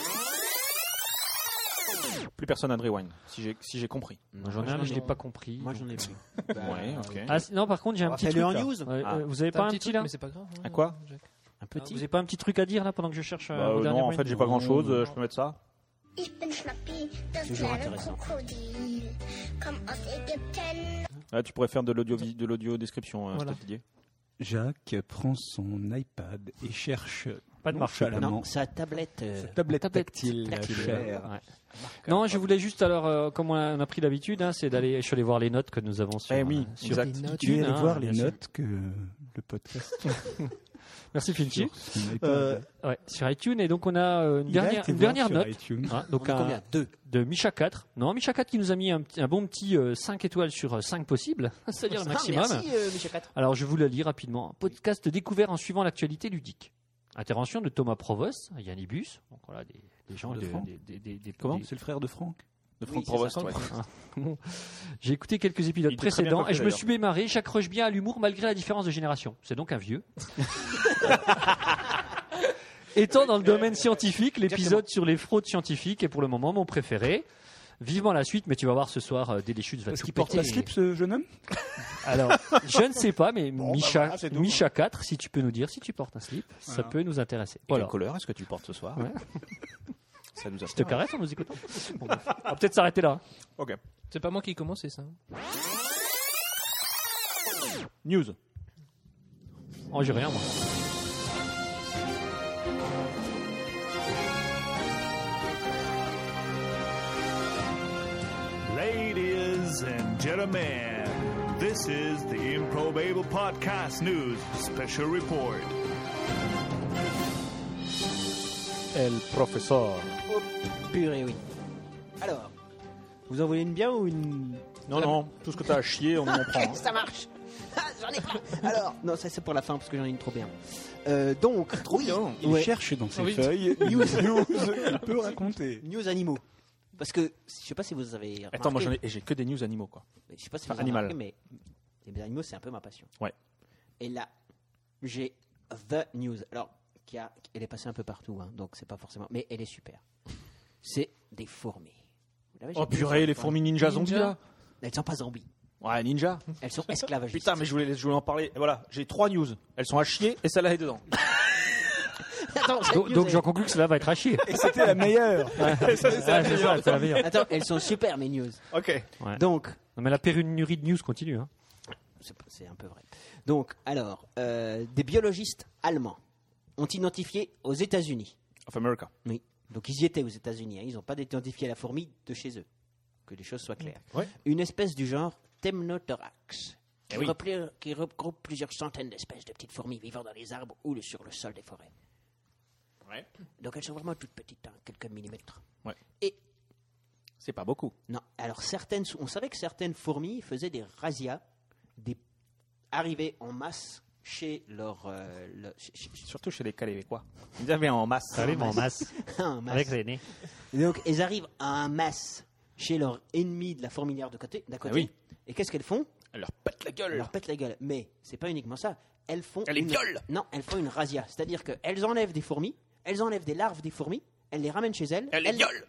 Plus personne n'a de rewind, si j'ai si j'ai compris. Moi, J'en ai Moi, un, mais j'en je ai- l'ai pas compris. Moi, donc, j'en ai euh, plus. Bah, Ouais, ok. Ah, c- non, par contre, j'ai On un va petit faire truc. le là. news. Ouais, Ah. euh, vous avez T'as pas un petit truc, là mais c'est pas grave. hein, À quoi Jack. Un Ah, petit. Vous avez pas un petit truc à dire là pendant que je cherche euh, Bah, mon euh, dernier non, en rewind fait, j'ai pas grand chose. Je peux mettre ça. Ich bin Schnappi, das Toujours kleine intéressant. Krokodil. Komm aus Ägypten. Là, tu pourrais faire de l'audio de l'audio description, euh, Voilà. Didier. Jacques prend son iPad et cherche Pas de marche. nonchalamment Non, sa tablette. euh, sa tablette Tablette tactile, tactile. chère. Ouais. Non, je voulais juste alors, euh, comme on a, on a pris l'habitude, hein, c'est d'aller, je suis allé voir les notes que nous avons sur, Eh oui, euh, sur exact. Les notes. Tu es allé hein, voir les bien sûr. notes que le podcast Merci Finchi. sur son iPad. Euh, ouais, sur iTunes et donc on a euh, une Il a dernière, été une voir dernière sur note. iTunes. Hein, On donc a un- combien? Deux. de Micha quatre. Non, Micha quatre qui nous a mis un, petit- un bon petit euh, cinq étoiles sur euh, cinq possibles, c'est-à-dire le Ah, maximum. merci, euh, Michel quatre. Alors je vous le lis rapidement. Podcast découvert en suivant l'actualité ludique. Intervention de Thomas Provost, Yannibus, donc voilà des, des gens De de, Franck. des, des, des- des- Comment des- C'est le frère de Franck De Oui, Franck c'est Provost, ça. ouais. Bon. J'ai écouté quelques épisodes Il était très bien précédents coiffé, et je me d'ailleurs. suis démarré. Jacques Roche bien à l'humour malgré la différence de génération. C'est donc un vieux. Étant dans le domaine scientifique, l'épisode sur les fraudes scientifiques est pour le moment mon préféré. Vivement la suite, mais tu vas voir ce soir, euh, Dédé Chutes va Parce tout qu'il porte pas péter. slip, ce jeune homme Alors, je ne sais pas, mais Bon, Micha, bah voilà, c'est tout. Micha quatre, si tu peux nous dire si tu portes un slip, ça Voilà. peut nous intéresser. Quelle Voilà. couleur est-ce que tu portes ce soir? Ouais. Ça nous a Je te caresse en nous écoutant. Bon, bref. On va peut-être s'arrêter là. Ok. C'est pas moi qui ai commencé ça. News. Oh, j'ai rien, moi. Ladies and gentlemen, this is the Improbable Podcast News Special Report. El professeur. Oh, purée, oui. Alors, vous en voulez une bien ou une... Non, non, tout ce que t'as à chier, on en prend. hein. Ça marche. Ah, j'en ai pas. Alors, non, ça c'est pour la fin parce que j'en ai une trop bien. Euh, donc, trop bien. Il cherche dans ses feuilles. News, news, il peut raconter. News animaux. Parce que, je sais pas si vous avez remarqué. Attends, moi j'en ai, et j'ai que des news animaux, quoi. Je sais pas si Enfin, vous avez animal. remarqué, mais les animaux, c'est un peu ma passion. Ouais. Et là, j'ai The News. Alors, qui a, elle est passée un peu partout, hein, donc c'est pas forcément... Mais elle est super. C'est des fourmis. Vous l'avez Oh jamais vu, purée, ça, les quoi. fourmis ninja zombies, là. Elles sont pas zombies. Ouais, ninja. Elles sont esclavagistes. Putain, mais je voulais, je voulais en parler. Et voilà, j'ai trois news. Elles sont à chier et celle-là est dedans. Attends, cette Donc, news donc est- j'en conclus que cela va être à chier. Et c'était la meilleure. Ouais, c'est ça, c'est la meilleure. Attends, elles sont super, mes news. Ok. Ouais. Donc, Non, mais la pénurie de news continue. Hein. c'est pas- c'est un peu vrai. Donc, alors, euh, des biologistes allemands ont identifié aux États-Unis. Of America. Oui. Donc, ils y étaient aux États-Unis. Hein, ils n'ont pas identifié la fourmi de chez eux. Que les choses soient claires. Ouais. Une espèce du genre Temnothorax. Qui, Eh oui. replie- qui regroupe plusieurs centaines d'espèces de petites fourmis vivant dans les arbres ou le- sur le sol des forêts. Ouais. Donc, elles sont vraiment toutes petites, hein, quelques millimètres. Ouais. Et C'est pas beaucoup. non, alors certaines, on savait que certaines fourmis faisaient des razzias, des arrivaient en masse chez leur, euh, le- chez- chez- Surtout chez les Québécois. Ils avaient en masse. Ça arrive en masse. en masse. Avec les nez. Et donc, elles arrivent en masse chez leur ennemi de la fourmilière de côté, d'à côté. Ah oui. Et qu'est-ce qu'elles font? Elle leur pète la Elles gueule. leur pètent la gueule. Mais c'est pas uniquement ça. Elles font Elles les une... violent. Non, elles font une razzia. C'est-à-dire qu'elles enlèvent des fourmis, elles enlèvent des larves des fourmis, elles les ramènent chez elles, Elle les viole.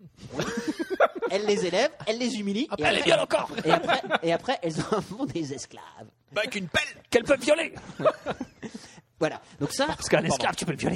elles les élèvent, elles les humilient, et, Elle les après, viole encore. et, après, et après, elles en font des esclaves. Bah, avec une pelle. Qu'elle peut violer. Voilà. Donc ça, Parce qu'un esclave, tu peux le violer.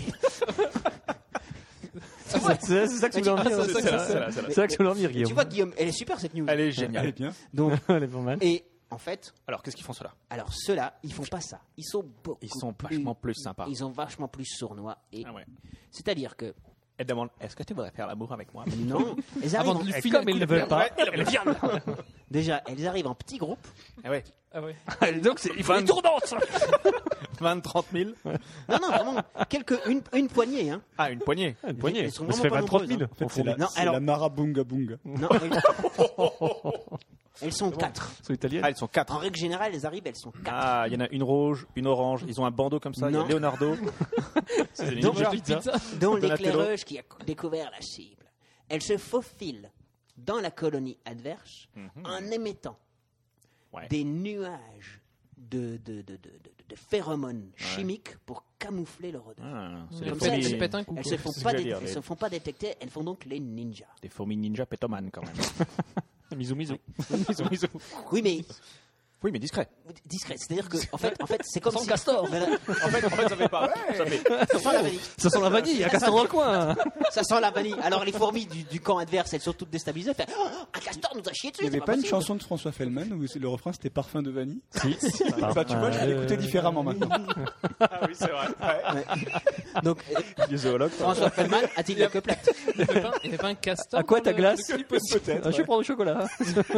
C'est ça, c'est ça que tu voulais en dire. C'est ça, c'est ça, c'est ça. C'est ça que tu voulais en dire, tu Guillaume. vois, Guillaume, elle est super cette news. Elle est Elle est géniale. bien. Donc, Elle est pas mal. et en fait, Alors, qu'est-ce qu'ils font ceux-là? alors ceux-là, ils font pas ça. Ils sont beaucoup Ils sont plus- vachement plus sympas. Ils sont vachement plus sournois. Et Ah ouais. c'est-à-dire que Elle demande, est-ce que tu voudrais faire l'amour avec moi? non, elles arrivent Avant en- de lui Et filer comme un ils coup ne de veulent pied. pas, elle le viole. déjà, elles arrivent en petits groupes. Ah ouais. Ah ouais. Donc c'est- il faut des tournantes. vingt, trente mille. Non, non, vraiment quelques, une, une poignée. Hein. Ah, une poignée. Une poignée. Elles sont On se vraiment fait pas vingt trente nombreuses, mille. hein. au C'est la, Non, c'est alors- la marabunga bunga. Non, elles, elles sont quatre. C'est italien. Ah, ils sont quatre. En règle générale, elles arrivent, elles sont quatre. Ah, il y en a une rouge, une orange. Ils ont un bandeau comme ça. Il y a Non. Leonardo. C'est des Donc, ninjas. Pizza. dont Donatello. l'éclaireuse qui a découvert la cible. Elle se faufile dans la colonie adverse en émettant Ouais. des nuages de, de, de, de, de- de phéromones chimiques pour camoufler leur odeur. Ah, c'est Comme les ça, fourmis, elles se pètent un coup. Elles quoi. se font c'est ce pas que dé- j'allais dire, elles les- se font pas détecter, elles font donc les ninjas. des fourmis ninja pétomanes quand même. Misou, misou. Ils ont- ils ont- Oui, mais Oui, mais discret. discret. C'est-à-dire que, en fait, en fait, c'est comme Sans si castor. Voilà. En fait, en fait, ça fait pas. Ça fait. Ça sent la vanille. Ça sent la vanille, il y a un castor dans le coin. Ça sent la vanille. Alors les fourmis du, du camp adverse, elles sont toutes déstabilisées. Elles font, oh, un castor nous a chié dessus. Il n'y avait c'est pas une possible. chanson de François Fellman où c'est- le refrain c'était Parfum de vanille? Si. Bah, tu vois, je vais l'écouter différemment maintenant. Ah oui, c'est vrai. Donc, euh, Les zoologues. François Feldman a-t-il la queue plate? Il fait pas- il fait pas un castor. À quoi dans ta le- glace le clip aussi Peut-être. Ah, je vais prendre le chocolat.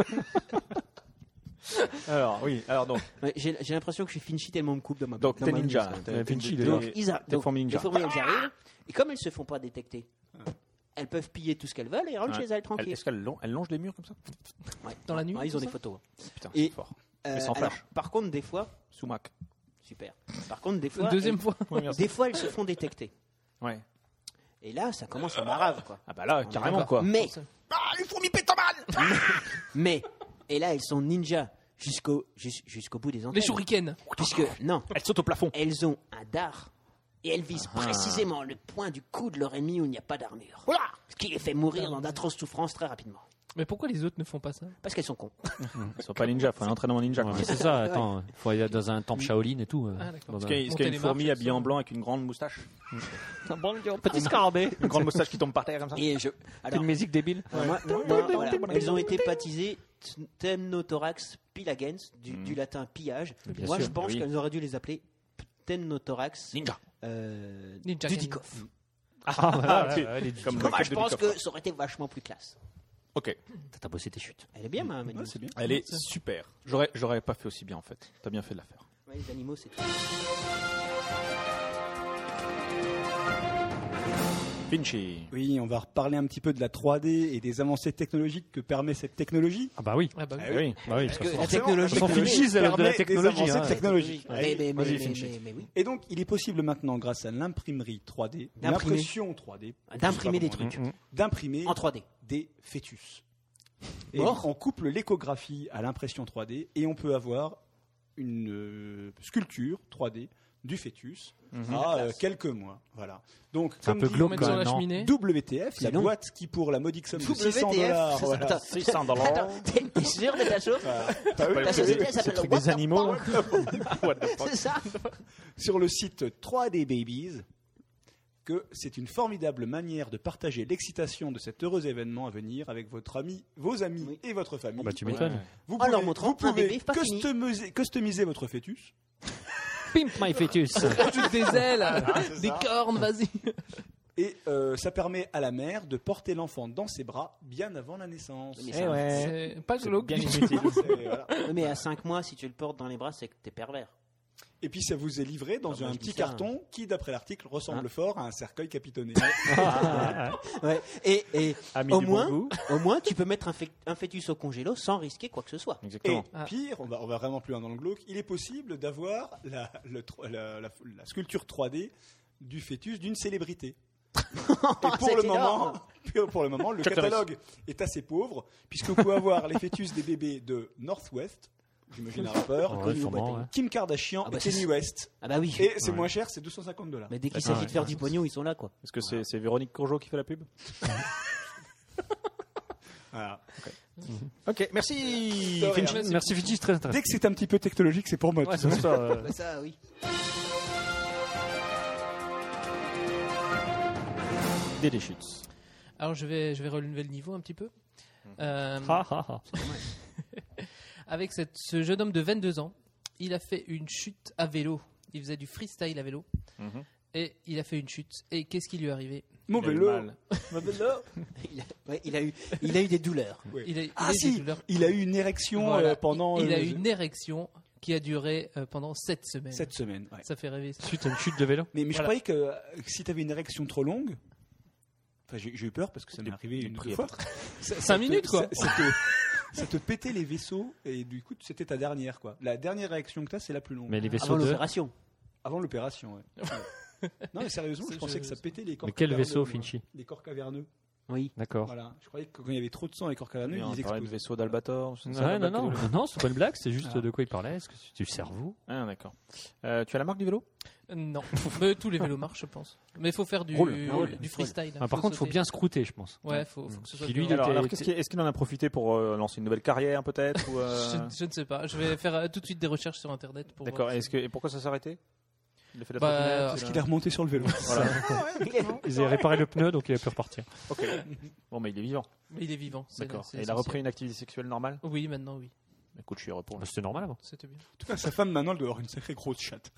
Alors, oui. Alors, donc. Ouais, J'ai j'ai l'impression que je suis Finchy tellement on me coupe dans ma Donc, dans t'es ma ninja. news, quand T'es- même. t'es Finchy, t'es- Donc, t'es- ils a- t'es donc, fourmi ninja. les fourmis, elles arrivent. Et comme elles se font pas détecter, elles peuvent piller tout ce qu'elles veulent et rentrent Ouais. chez elles tranquilles. Est-ce qu'elles longent, elles longent les murs comme ça? Ouais. Dans la nuit, Ouais, ils ont tout des ça photos. hein. Putain, Et- c'est fort. Euh, Mais sans alors, flash. par contre, des fois, Sumac. super. Par contre, des fois, Deuxième elles- fois. Ouais, merci. des fois, elles se font détecter. Ouais. Et là, ça commence à marave, quoi. Ah bah là, On est carrément, d'accord. quoi. Mais, Ah, les fourmis pétomanes! mais, et là, elles sont ninjas jusqu'au jus- jusqu'au bout des Les antennes. shurikens. Puisque, non, Elles sautent au plafond. elles ont un dard et elles visent précisément le point du cou de leur ennemi où il n'y a pas d'armure. Ce qui les fait mourir dans d'atroces souffrances très rapidement. Mais pourquoi les autres ne font pas ça? Parce qu'elles sont cons. Ils sont pas ninja, faut un entraînement ninja. Ouais, quoi. mais c'est ça, attends, il faut aller dans un temple Shaolin et tout. euh. Ah, d'accord. Bon, Est-ce bah, qu'il y a, est-ce qu'il y a Monter une les fourmi marches, habillée en ça. blanc avec une grande moustache? Petit scarabée. Une grande moustache qui tombe par terre comme ça? Et je. Alors, Une musique débile. alors, moi, moi, voilà, elles ont été baptisées Ptenothorax pilagens, du, du latin pillage. Bien Moi, sûr, je pense oui. qu'elles auraient dû les appeler Ptenothorax Ninja. euh, Ninja Dudikoff. Ah, voilà, ok. ouais, ouais, les- Comme Moi, le je de pense Dudikoff. que ça aurait été vachement plus classe. Ok, T'as bossé tes chutes. Elle est bien, ma Manu. Ouais, c'est bien. elle est super. J'aurais, j'aurais pas fait aussi bien en fait. T'as bien fait de la faire. Ouais, les animaux, c'est tout. Finchy. Oui, on va reparler un petit peu de la trois D et des avancées technologiques que permet cette technologie. Ah bah oui. Ah bah oui. Eh oui. Bah oui, Parce que parce la que- technologie. Son technologie Finchy, c'est de permet la des technologie. avancées hein. technologiques. Mais, Allez, mais, mais, vas-y, mais, Finchy. mais, mais oui. Et donc, il est possible maintenant, grâce à l'imprimerie trois D, D'imprimer. l'impression trois D, D'imprimer je sais des pas comment trucs. on dit, d'imprimer En trois D. des fœtus. Et Or. on couple l'échographie à l'impression trois D et on peut avoir une euh, sculpture trois D du fœtus à euh, quelques mois. Voilà. Donc, C'est un comme peu dit glauque, Mettre sur la non. cheminée. W T F, C'est la long. boîte qui, pour la modique somme de W six cents T F, dollars, c'est ça. voilà. Attends, six cents dollars. Attends, t'es t'es sûr de ta chose T'as vu, La t'as société, vu elle s'appelle truc What des the animaux. fuck C'est ça sur le site trois D Babies que c'est une formidable manière de partager l'excitation de cet heureux événement à venir avec votre ami, vos amis Oui. et votre famille. Ah bah tu m'étonnes. Vous En pouvez, leur montrant vous un pouvez bébé pas fini. customiser, customiser votre fœtus Pimp my fœtus. Rajoute des ailes, des cornes, vas-y. et euh, ça permet à la mère de porter l'enfant dans ses bras bien avant la naissance. Mais Eh ça- ouais. C'est pas glauque. Bien du tout. inutile. Et, voilà. Oui, mais à cinq mois, si tu le portes dans les bras, c'est que t'es pervers. Et puis ça vous est livré dans Ah, moi, un je petit dis ça. carton qui, d'après l'article, ressemble Hein fort à un cercueil capitonné. Ouais. Et, et Ami au, du bon moins, goût. au moins, tu peux mettre un, fé- un fœtus au congélo sans risquer quoi que ce soit. Et Exactement. Ah. pire, on va, on va vraiment plus loin dans le glauque, il est possible d'avoir la, le tro- la- la- la sculpture trois D du fœtus d'une célébrité. Et pour C'est le, énorme. moment, puis pour le moment, le Chuck Norris. catalogue est assez pauvre, puisque vous pouvez avoir les fœtus des bébés de Northwest, j'imagine un rappeur, Ouais, connu au sûrement, bataillon. ouais. Kim Kardashian Ah bah, et c'est Kanye ça. West. Ah bah oui. Et c'est Ouais. moins cher, c'est deux cent cinquante dollars. Mais dès qu'il Ah, s'agit ouais. de faire du pognon, ils sont là, quoi. Est-ce que c'est, c'est Véronique Courgeot qui fait la pub? Voilà. Ok, merci. De rien. Finchy. Merci Finchy, c'est très Dès intéressant. que c'est un petit peu technologique, c'est pour moi. Ouais, tout ça. c'est ça. euh, Bah ça, oui. Des déchutes. Alors je vais, je vais relever le niveau un petit peu. Euh, ha, ha, ha. avec cette- ce jeune homme de vingt-deux ans, il a fait une chute à vélo. Il faisait du freestyle à vélo. Mhm. Et il a fait une chute. Et qu'est-ce qui lui est arrivé? Mon Il a eu vélo. mal. Mon vélo. Il a, ouais, il a eu, il a eu des douleurs. Il a, il Ah a eu des si, douleurs. il a eu une érection Voilà. euh, pendant Il, il a euh, eu une érection qui a duré euh, pendant sept semaines. cette semaine. ouais. Ça fait rêver. ça. Suite à une chute de vélo. Mais, mais je Voilà. croyais que, euh, que si tu avais une érection trop longue, enfin j'ai j'ai eu peur parce que ça m'est arrivé une ou deux fois. Ça- ça Cinq te- minutes, quoi. Ça, ça te, ça te pétait les vaisseaux et du coup c'était ta dernière quoi. La dernière réaction que tu as c'est la plus longue. Mais les vaisseaux Avant de. l'opération. Avant l'opération, ouais. Ouais. Non mais sérieusement, Ça, je pensais je- que ça pétait les corps Mais quel caverneux, vaisseau, moi. Finchy? Les corps caverneux. Oui. D'accord. Voilà. Je croyais que quand il y avait trop de sang les corps caverneux, Oui, on ils parlait de explosent. vaisseau d'Albator. c'est ça, Ouais, la non, blague non, que tu voulais non, c'est pas une blague, c'est juste Ah. de quoi il parlait. Est-ce que c'est du cerveau? Ah, d'accord. Euh, tu as la marque du vélo? Euh, Non. Mais tous les vélos marchent, je pense. Mais il faut faire du, Roule. du, du freestyle. Ah, par contre, il faut sauter. bien scrouter, je pense. Ouais, faut, faut que ce soit Puis lui, bien. il Alors, était- alors, qu'est-ce qu'il- est-ce qu'il en a profité pour euh, lancer une nouvelle carrière peut-être ou, euh, je, je ne sais pas. Je vais faire euh, tout de suite des recherches sur Internet pour. D'accord. voir. Est-ce que, et pourquoi ça s'est arrêté? Il a fait la Bah, trottinette, parce il a- Qu'il est remonté sur le vélo. Voilà. Ils avaient réparé le pneu, donc il a pu repartir. Ok. Bon, mais il est vivant. Mais il est vivant. c'est- D'accord. c'est Et il a essentiel. repris une activité sexuelle normale? Oui, maintenant, oui. Écoute, je suis heureux pour lui. Bah, C'était normal avant. C'était bien. En tout cas, sa femme maintenant elle doit avoir une sacrée grosse chatte.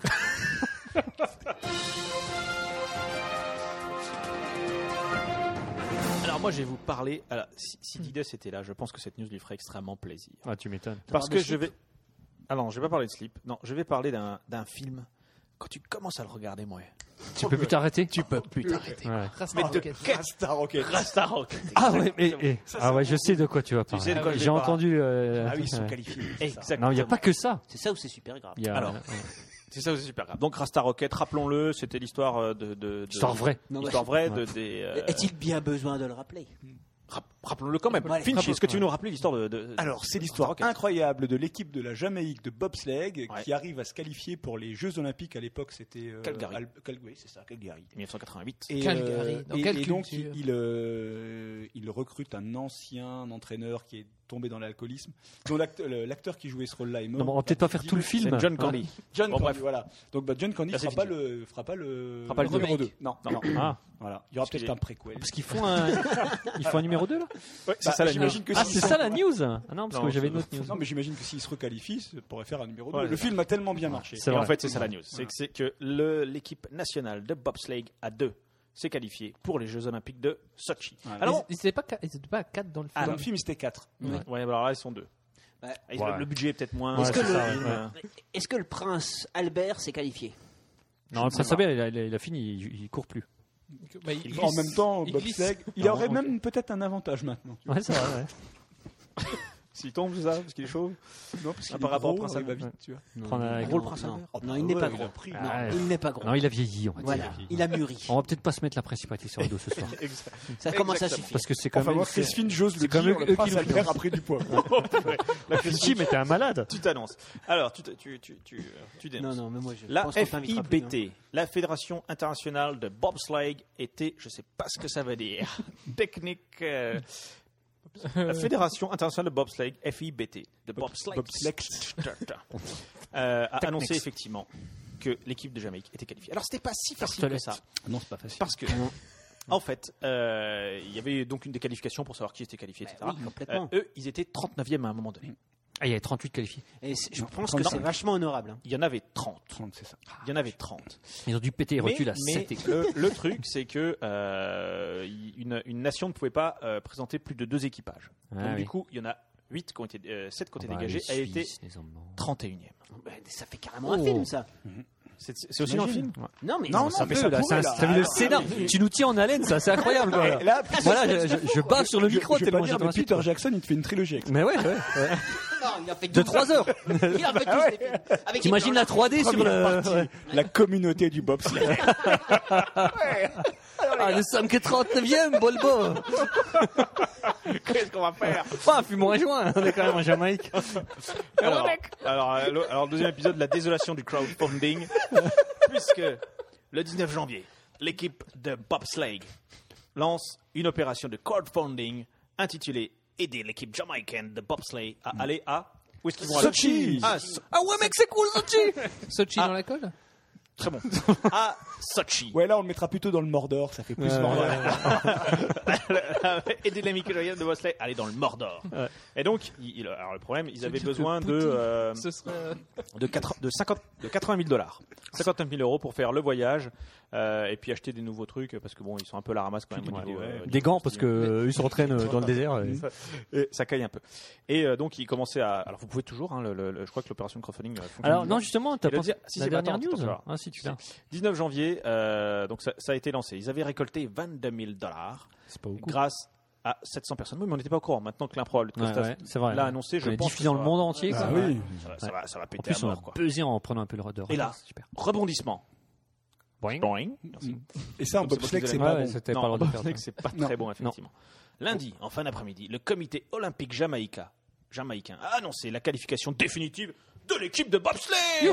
Alors moi, je vais vous parler. Alors, si, si Didas était là, je pense que cette news lui ferait extrêmement plaisir. Ah, tu m'étonnes. Parce parles que de je vais. Ah non, je vais pas parler de slip. Non, je vais parler d'un d'un film. Quand tu commences à le regarder, moi, Tu peux plus t'arrêter? tu peux plus t'arrêter. Ouais. Rasta Rocket. Star Rocket. Rasta Rocket. Ah ouais, mais, eh, ah ouais, je sais de quoi tu vas parler. sais de quoi je vais J'ai parler. entendu. euh, Ah oui, ils sont ouais. qualifiés. Exactement. Non, il n'y a pas que ça. C'est ça ou c'est super grave. Il y a- Alors, ouais. C'est ça aussi super grave. Donc Rasta Rocket, rappelons-le, c'était l'histoire euh, de, de, de- Histoire vraie. Non, Histoire vraie ouais. de des. euh, Est-il bien besoin de le rappeler? Rap- Rappelons-le quand même. Allez, Finch, est-ce que tu veux rappelons- nous rappeler l'histoire de, de- Alors, c'est de l'histoire Rocket incroyable de l'équipe de la Jamaïque de bobsleigh Ouais. qui arrive à se qualifier pour les Jeux Olympiques. À l'époque, c'était euh, Calgary. Al- Cal- oui, c'est ça, Calgary. dix-neuf cent quatre-vingt-huit. Et, Calgary. euh, Dans et- quelle et donc, culture il, il, euh, il recrute un ancien entraîneur qui est tombé dans l'alcoolisme, dont l'act- le- l'acteur qui jouait ce rôle-là est mort. Non, mais on va peut-être pas faire tout le film. C'est John Hein. Candy. John Bon, Candy, bref. voilà. Donc bah, John Candy Là, c'est fera pas, fini. le, fera pas le, Fera pas le numéro remake. deux. Non, Non. non. Ah, Voilà. Il y aura Parce que peut-être j'ai- un préquel. parce qu'ils font un, ils font un numéro deux là. Ouais, c'est Bah, ça la news. j'imagine que Ah, s'ils c'est sont- ça la news. Ah non, parce Non, que j'avais c'est- une autre news. Non, mais j'imagine que s'il se requalifie, ça pourrait faire un numéro deux. Ouais, Le c'est film a tellement bien marché. C'est Et vrai. en fait, c'est ça la news. C'est que, c'est que le- l'équipe nationale de bobsleigh à deux s'est qualifiée pour les Jeux Olympiques de Sochi. Voilà. Alors, Ils n'étaient pas, ca- ils étaient pas à quatre dans le film. Dans le film, c'était quatre. ouais, alors là, ils sont deux. Ouais. Et Ouais. Le budget est peut-être moins. Ouais, Est-ce que c'est le- ça, film, ouais. euh, Est-ce que le prince Albert s'est qualifié? Non, ça s'appelle, il, a- il a- il a fini, il, il court plus. Bah, il En glisse- même temps, il bobsleigh, glisse. il Non, aurait ok. même peut-être un avantage maintenant. Ouais, c'est vrai. Ouais. S'il tombe, c'est ça Parce qu'il est chauve Non, parce Ah, qu'il par est rapport au gros, Prince il va Albert. vite, tu vois. Non, Prendre un non, gros non, Prince non. Albert. Non, il n'est pas Ouais, il gros. a pris. Non, Ah, il n'est pas gros. Non, il a vieilli, on va dire. Voilà, il a mûri. On va peut-être pas se mettre la principalité sur le dos ce soir. Ça commence à Exactement. suffire. Parce que c'est quand Enfin, même. moi, Chris Finn, j'ose le c'est quand dire, même le eux prince qui l'ont Albert fait. a pris du poids. Finchi, mais t'es un malade. Tu t'annonces. Alors, tu, te- tu, tu, tu, euh, tu dénonces. Non, non, mais moi je La pense qu'on t'invitera plus, hein. F I B T, la Fédération internationale de bobsleigh, était, je sais pas ce que ça veut dire, technique. euh, la Fédération internationale de bobsleigh, F I B T, de bobsleigh, Bobsleigh. euh, a annoncé effectivement que l'équipe de Jamaïque était qualifiée. Alors, c'était pas si facile que ça, Non, c'est pas facile. parce que. En fait, euh, il y avait donc une déqualification pour savoir qui était qualifié, et cetera. Bah oui, complètement. Euh, eux, ils étaient trente-neuvième à un moment donné. Ah, il y avait trente-huit qualifiés. Et c'est- je Non, pense non, que non. c'est vachement honorable. hein. Il y en avait trente. trente, c'est ça. Il y en avait trente. Ils ont dû péter les Mais, rotules à mais sept équipes. le, le truc, c'est que euh, une, une nation ne pouvait pas euh, présenter plus de deux équipages. Ah Donc oui. du coup, il y en a huit qui ont été, euh, sept qui ont été Bah, dégagés. les Elle était Suisses, les Allemands. trente et unième. Ben, ça fait carrément un film, ça. C'est c'est aussi dans le film. Non, mais Non, Ça non, fait mais ça, ça là, pourrait, c'est un- là. t'as vu le Ah, scénar. mais- Tu nous tiens en haleine, ça, c'est incroyable. Quoi, là. Et là, Voilà, je, je, je bave sur le je, micro je vais tellement pas dire, j'attends mais la suite. Peter Jackson, il te fait une trilogie avec ça. Mais ouais, ouais. ouais. non, il a fait De douze trois heures. Il a fait tous les films. Avec des T'imagines la plans trois D sur Première le. partie, ouais. la communauté du bobsleigh. Ah, nous sommes que trente-neuvième, Bolbo. Qu'est-ce qu'on va faire Enfin, fumons un joint. On est quand même en Jamaïque. alors, alors, euh, le, alors, deuxième épisode, la désolation du crowdfunding. Puisque le dix-neuf janvier, l'équipe de bobsleigh lance une opération de crowdfunding intitulée Aider l'équipe jamaïcaine de bobsleigh à aller à... Où est-ce qu'ils vont aller Sochi. Ah, So- Ah ouais, mec, c'est cool, Sochi. Sochi Ah. dans la colle. Très bon. À Sochi. Ouais, là, on le mettra plutôt dans le Mordor, ça fait plus Ouais, Mordor. Aider l'équipe jamaïcaine de bobsleigh à aller dans le Mordor. Ouais. Et donc, il- il- alors le problème, ils avaient dire que besoin de, Poutine, euh, Ce serait. euh, de, quatre- de, cinquante, de quatre-vingt mille dollars. cinquante-neuf mille euros pour faire le voyage euh, et puis acheter des nouveaux trucs parce que bon, ils sont un peu à la ramasse quand même. au Ouais, niveau, ouais. euh, Des gants, parce que euh, ils se entraînent euh, dans le désert. et- Et ça caille un peu. Et euh, donc, ils commençaient à. Alors, vous pouvez toujours, hein, le, le- le- je crois que l'opération de crowdfunding euh, fonctionne. Alors, toujours. non, justement, t'as Et le pensé dire- si, la si, bah, dernière attends, news attends, attends. Ah, si, tu l'as. dix-neuf janvier, euh, donc ça, ça a été lancé. Ils avaient récolté vingt-deux mille dollars C'est pas beaucoup. grâce à sept cents personnes. Oui, mais on n'était pas au courant. Maintenant que l'improbable Ouais, ouais, c'est vrai. l'a annoncé, je On est pense diffusé dans que le ça va- monde entier. Ah quoi. oui. Ça va, ça va, ça va En péter plus, à on mort, a quoi. buzzé en prenant un peu le de Et là, retard, c'est super. rebondissement. Boing. Boing. Et ça, en Comme c'est bobsleigh, moi qui c'est vous pas Ouais, bon. c'était Non, pas le droit de Bobsleigh, faire ça. c'est pas Non. très bon, effectivement. Lundi, en fin d'après-midi, le comité olympique jamaïcain, jamaïcain a annoncé la qualification définitive de l'équipe de bobsleigh.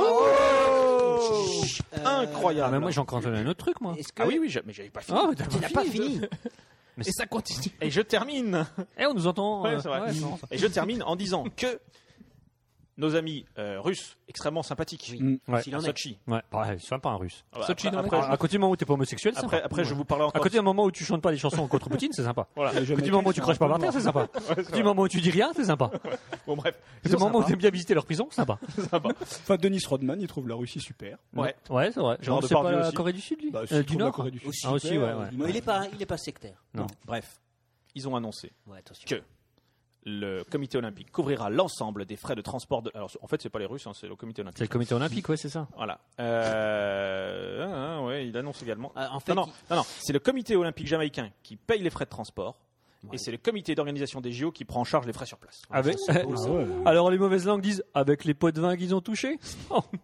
Incroyable. Ah, mais moi, j'ai encore entendu un autre truc, moi. Est-ce que Ah oui, oui, je- mais j'avais pas fini. Ah, mais t'as tu n'as pas fini? Et ça continue. Et je termine. Eh, on nous entend. Ouais, euh, c'est vrai. ouais, c'est marrant, ça. Et je termine en disant que nos amis euh, russes, extrêmement sympathiques, Mm. Ouais. à Sochi. Ouais, ouais, c'est sympa un russe. Ah bah, Sochi après, dans la après, colle. je- À côté du moment où t'es pas homosexuel, c'est après, sympa. après, je vous parlerai À encore. côté du moment où tu chantes pas des chansons contre Poutine, c'est sympa. Voilà. À côté du moment où tu craches pas par terre, c'est sympa. À côté du moment où tu dis rien, c'est sympa. Bon, bref. À côté du moment où t'aimes bien visiter leur prison, c'est sympa. Enfin, Denis Rodman, il trouve la Russie super. Ouais. Ouais, c'est vrai. Gérard Non, c'est pas Depardieu la aussi. Corée du Sud, lui Bah, Euh, s'il Du trouve la Nord Corée du Sud Ah, aussi, super, ouais, ouais. du Non, Nord. il est pas, il est pas sectaire. Non. Bref, ils ont annoncé Ouais, attention. que le comité olympique couvrira l'ensemble des frais de transport. De... Alors, en fait, c'est pas les Russes, hein, c'est le comité olympique. C'est le comité olympique, ouais, c'est ça. Voilà. Euh... ah, ah, ouais, il annonce également. Ah, en fait, non, non, non, non, c'est le comité olympique jamaïcain qui paye les frais de transport. Et c'est le comité d'organisation des J O qui prend en charge les frais sur place. Avec... Ah ouais. Alors les mauvaises langues disent avec les pots de vin qu'ils ont touchés. Oh, oh,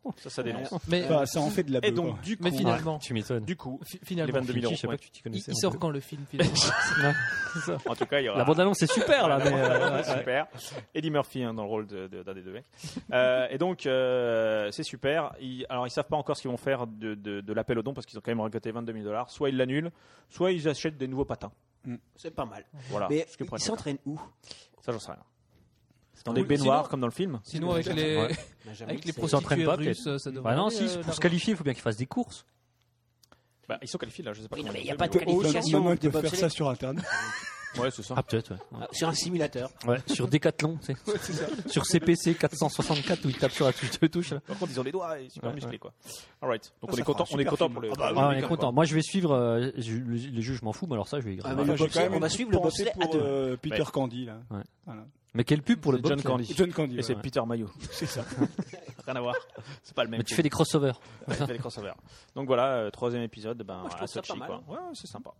Ça, ça dénonce. Mais, Enfin, ça en fait de la Et beuh, donc, quoi. du coup, mais finalement, Tu m'étonnes. du coup, fi- les finalement, vingt-deux mille euros. Je sais pas ouais. que tu t'y il, connaissais. il non sort plus. quand le film finalement? En tout cas, il y aura. La bande-annonce est super là, mais. euh, ouais, ouais. super. Eddie Murphy hein, dans le rôle de- de- d'un des deux mecs. Euh, et donc, euh, c'est super. Ils, alors, ils savent pas encore ce qu'ils vont faire de, de, de l'appel au don parce qu'ils ont quand même récolté vingt-deux mille dollars. Soit ils l'annulent, soit ils achètent des nouveaux patins. C'est pas mal. Voilà. Mais ce que il pourrait être s'entraîne où le cas. Ça, j'en sais rien. Dans Cool. des baignoires Sinon- comme dans le film. Sinon, avec les, Ouais. Bah, j'avoue avec que les c'est- s'entraînent prostituées pas, russes, peut-être. ça devrait Bah non, aller, si, euh, pour la- se qualifier, il faut bien qu'ils fassent des courses. Bah, ils sont qualifiés là, je sais pas. Oui, non, comment mais ils il y a ont pas de fait. qualification. Maintenant, ils de peuvent faire bobsleigh. ça sur Internet. Ouais, c'est ça. Ah, peut-être, ouais. Ah, sur un simulateur. Ouais, sur Decathlon, tu sais. Sur C P C quatre cent soixante-quatre où ils tapent sur la touche de touche. Là. Par contre, ils ont les doigts et super Ouais, musclés ouais. quoi. Alright. Donc Ça, on est ça content, fera un on est super content film. pour les. Ah bah, Ah, on est d'accord, content. Moi, je vais suivre euh, je- le- les jeux, je m'en fous, mais alors ça, je vais y Ah, grave. mais le J'ai bobsleigh, quand même on va une suivre le pensée bobsleigh à pour deux. euh, Peter Ouais. Candy, là. Ouais. Voilà. Mais quelle pub pour le C'est John bobsleigh. Candy. John Candy, Et c'est ouais. Peter Mayo. C'est ça. Rien à voir. C'est pas le même. Mais tu fais des crossovers. Ouais, il fait des crossovers. Donc voilà, euh, troisième épisode, ben, Moi, je à trouve ça Sochi, pas quoi. mal. Ouais, c'est sympa.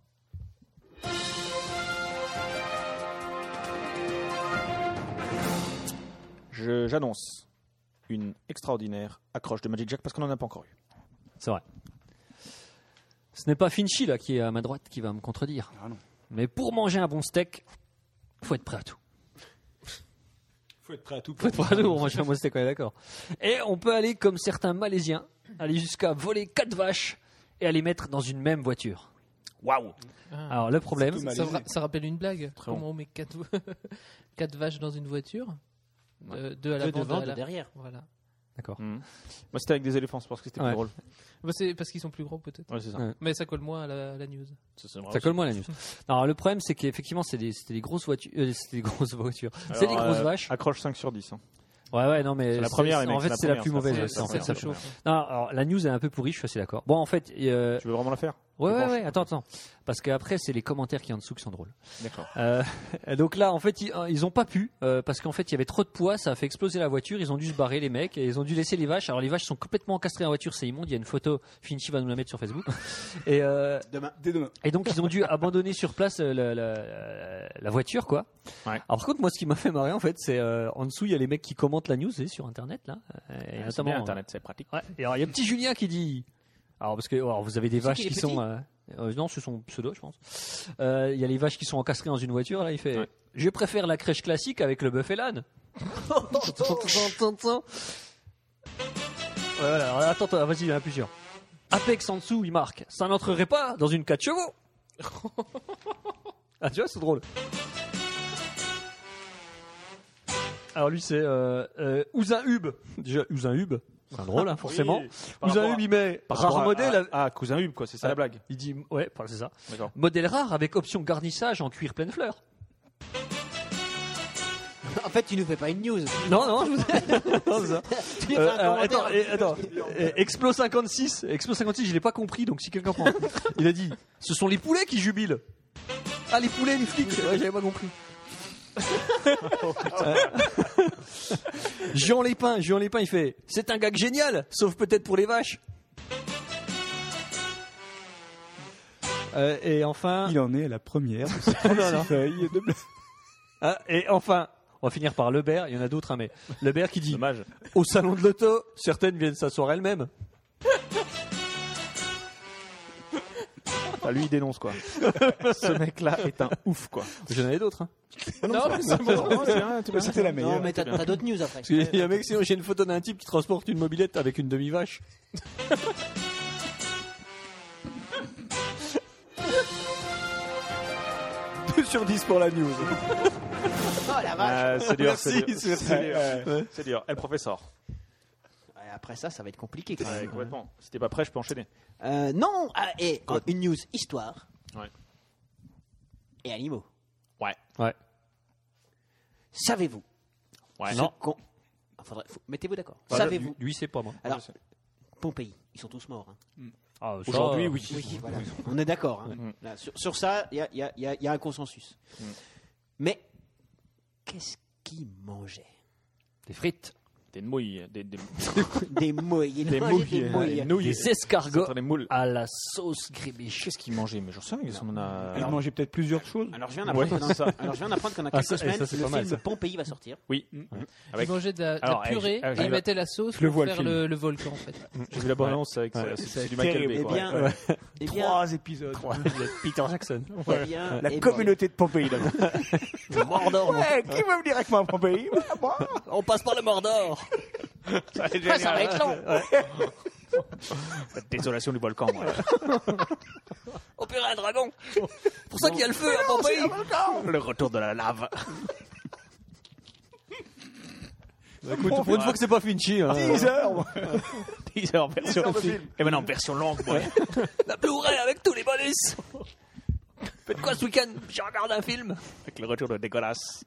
Je- J'annonce une extraordinaire accroche de Magic Jack parce qu'on n'en a pas encore eu. C'est vrai. Ce n'est pas Finchy là qui est à ma droite qui va me contredire. Ah non. Mais pour manger un bon steak, faut être prêt à tout. Faut être prêt à tout. Faut être prêt à tout pour manger un bon steak, on est d'accord. Et on peut aller comme certains Malaisiens, aller jusqu'à voler quatre vaches et aller mettre dans une même voiture. Waouh! Ah. Alors le problème, C'est tout Ça, malaisé. ra- ça rappelle une blague. Très Comment on met quatre, quatre vaches dans une voiture? Euh, deux à Deux l'avant, devant, deux à deux la- derrière. Voilà. d'accord. Mhm. Moi, c'était avec des éléphants, c'est parce que c'était Ouais. plus drôle. Bah, c'est parce qu'ils sont plus gros peut-être. Ouais, c'est ça. Ouais. Mais ça colle moins à la, à la news. Ça, c'est vrai Ça aussi. colle moins la news. Alors le problème, c'est qu'effectivement, c'est des, c'était des grosses voitures, euh, c'était des grosses voitures, c'est des Alors, grosses euh, vaches. Accroche cinq sur dix. hein. Ouais, ouais, non, mais C'est la première, les en mecs, fait, c'est c'est la la plus première, ça, mauvaise. c'est- en c'est fait, la ça première. chauffe. Non, alors la news est un peu pourrie, je suis assez d'accord. Bon, en fait, euh, Tu veux vraiment la faire? ouais, Tu ouais, penses ouais, attends, attends, parce qu'après, c'est les commentaires qui en dessous qui sont drôles. D'accord. Euh, donc là, en fait, ils, ils ont pas pu euh, parce qu'en fait, il y avait trop de poids, ça a fait exploser la voiture. Ils ont dû se barrer, les mecs, et ils ont dû laisser les vaches. Alors les vaches sont complètement encastrées en voiture, c'est immonde. Il y a une photo, Finchy va nous la mettre sur Facebook. Et, euh, Demain. Dès demain. et donc ils ont dû abandonner sur place euh, la, la- la voiture, quoi. Ouais. Alors par contre, moi, ce qui m'a fait marrer, en fait, c'est euh, en dessous, il y a les mecs qui commentent la news, c'est sur Internet là, Euh, et Ouais, c'est bien, notamment. Internet, c'est pratique. Ouais. Et alors il y a petit Julien qui dit. Alors parce que alors, vous avez des vaches qui, qui les sont. euh, euh, non, ce sont pseudo, je pense. Euh, Il y a les vaches qui sont encastrées dans une voiture. Là, il fait. Ouais. Je préfère la crèche classique avec le bœuf et l'âne. Voilà, alors, attends, attends, vas-y, il y en a plusieurs. Apex en dessous, il marque. Ça n'entrerait pas dans une quatre chevaux. Ah, tu vois, c'est drôle. Alors lui, c'est euh, euh, Ousin Hub. Déjà, Ousin Hub, c'est drôle, hein, forcément. Oui, par Ousin rapport Hub, il met Par rare rapport à- modèle. à- Ah, cousin Hub, quoi, c'est ça la blague. Il dit, ouais, c'est ça. D'accord. Modèle rare avec option garnissage en cuir pleine fleur. En fait, tu nous fais pas une news. Non, non, je vous non, c'est ça. Tu fais Euh, un alors, commentaire. attends, et- attends. Euh, Explo cinquante-six, Explo cinquante-six, je l'ai pas compris, donc si quelqu'un prend. Il a dit, ce sont les poulets qui jubilent. Ah, les poulets, les flics. Ouais, j'avais pas compris. Euh, Jean Lépin, Jean Lépin, il fait, c'est un gag génial, sauf peut-être pour les vaches. Euh, et enfin, Il en est à la première de ces Non, non. feuilles de bleu. ah, et enfin, on va finir par Lebert. Il y en a d'autres, hein, mais Lebert qui dit, Dommage. au salon de l'auto, certaines viennent s'asseoir elles-mêmes. Enfin, lui, il dénonce, quoi. Ce mec-là est un ouf, quoi. J'en avais d'autres. Hein. Non, mais c'est bon. C'était la meilleure. Non, mais t'as t'as d'autres news après. Parce qu'il y a un mec, sinon j'ai une photo d'un type qui transporte une mobilette avec une demi-vache. deux sur dix pour la news. Oh la vache. Ah, c'est dur, Merci, c'est dur. c'est C'est dur. Ouais. C'est dur. Et le professeur. Ouais, après ça, ça va être compliqué quand Ouais, même. complètement. Si t'es pas prêt, je peux enchaîner. Euh, non, ah, et euh, une news histoire Ouais. et animaux. Ouais. Ouais. Savez-vous Ouais. Non. qu'on- Ah, faudrait- faut- Mettez-vous d'accord. Voilà, Savez-vous Lui, lui, c'est pas moi. Alors, Pompéi, ils sont tous morts. hein. Ah, ça, Aujourd'hui, euh, oui. Oui, voilà. On est d'accord. hein. Mm. Là, sur, sur ça, il y a, il y a- il y a- il y a un consensus. Mm. Mais qu'est-ce qu'ils mangeaient? Des frites. Des mouilles. Des, des... Des mouilles. Il Des mangeait mouilles, des euh, mouilles. des nouilles. Des escargots Des moules. à la sauce grébiche. Qu'est-ce qu'ils mangeaient? Mais j'en sais rien. Qu'est-ce qu'on a... Il mangeait peut-être plusieurs choses. Alors je viens Ouais, d'apprendre c'est ça. alors, je viens d'apprendre qu'on a Ah, quelques ça- et semaines, ça, c'est le pas mal, film ça. Pompéi va sortir. Oui. Avec... Ils mangeaient de la, de la Alors, purée ah, et j'ai- ils mettaient la sauce Je le pour vois, le faire film. le, le volcan en fait. J'ai vu la bande-annonce avec ça. Ouais, C'est c'est c'est du Michael terrible. Bay. Eh quoi. bien, Ouais. eh bien, Trois épisodes. Peter Jackson. eh bien, La eh communauté de Pompéi. là. Le Mordor. Ouais, qui veut venir avec moi à Pompéi? Moi. On passe par le Mordor. Ça va être ben, ça va être long. La désolation du volcan. ouais. Oh purée, un dragon. Pour ça qu'il y a le feu à Pompéi. Le retour de la lave. Écoute, pour une fois que c'est pas Finchy. Hein. dix heures. dix heures en version. heures de film. Et maintenant en version longue. Ouais. La Blu-ray avec tous les bonus. Faites quoi ce week-end? J'ai regardé un film. Avec le retour de dégueulasse.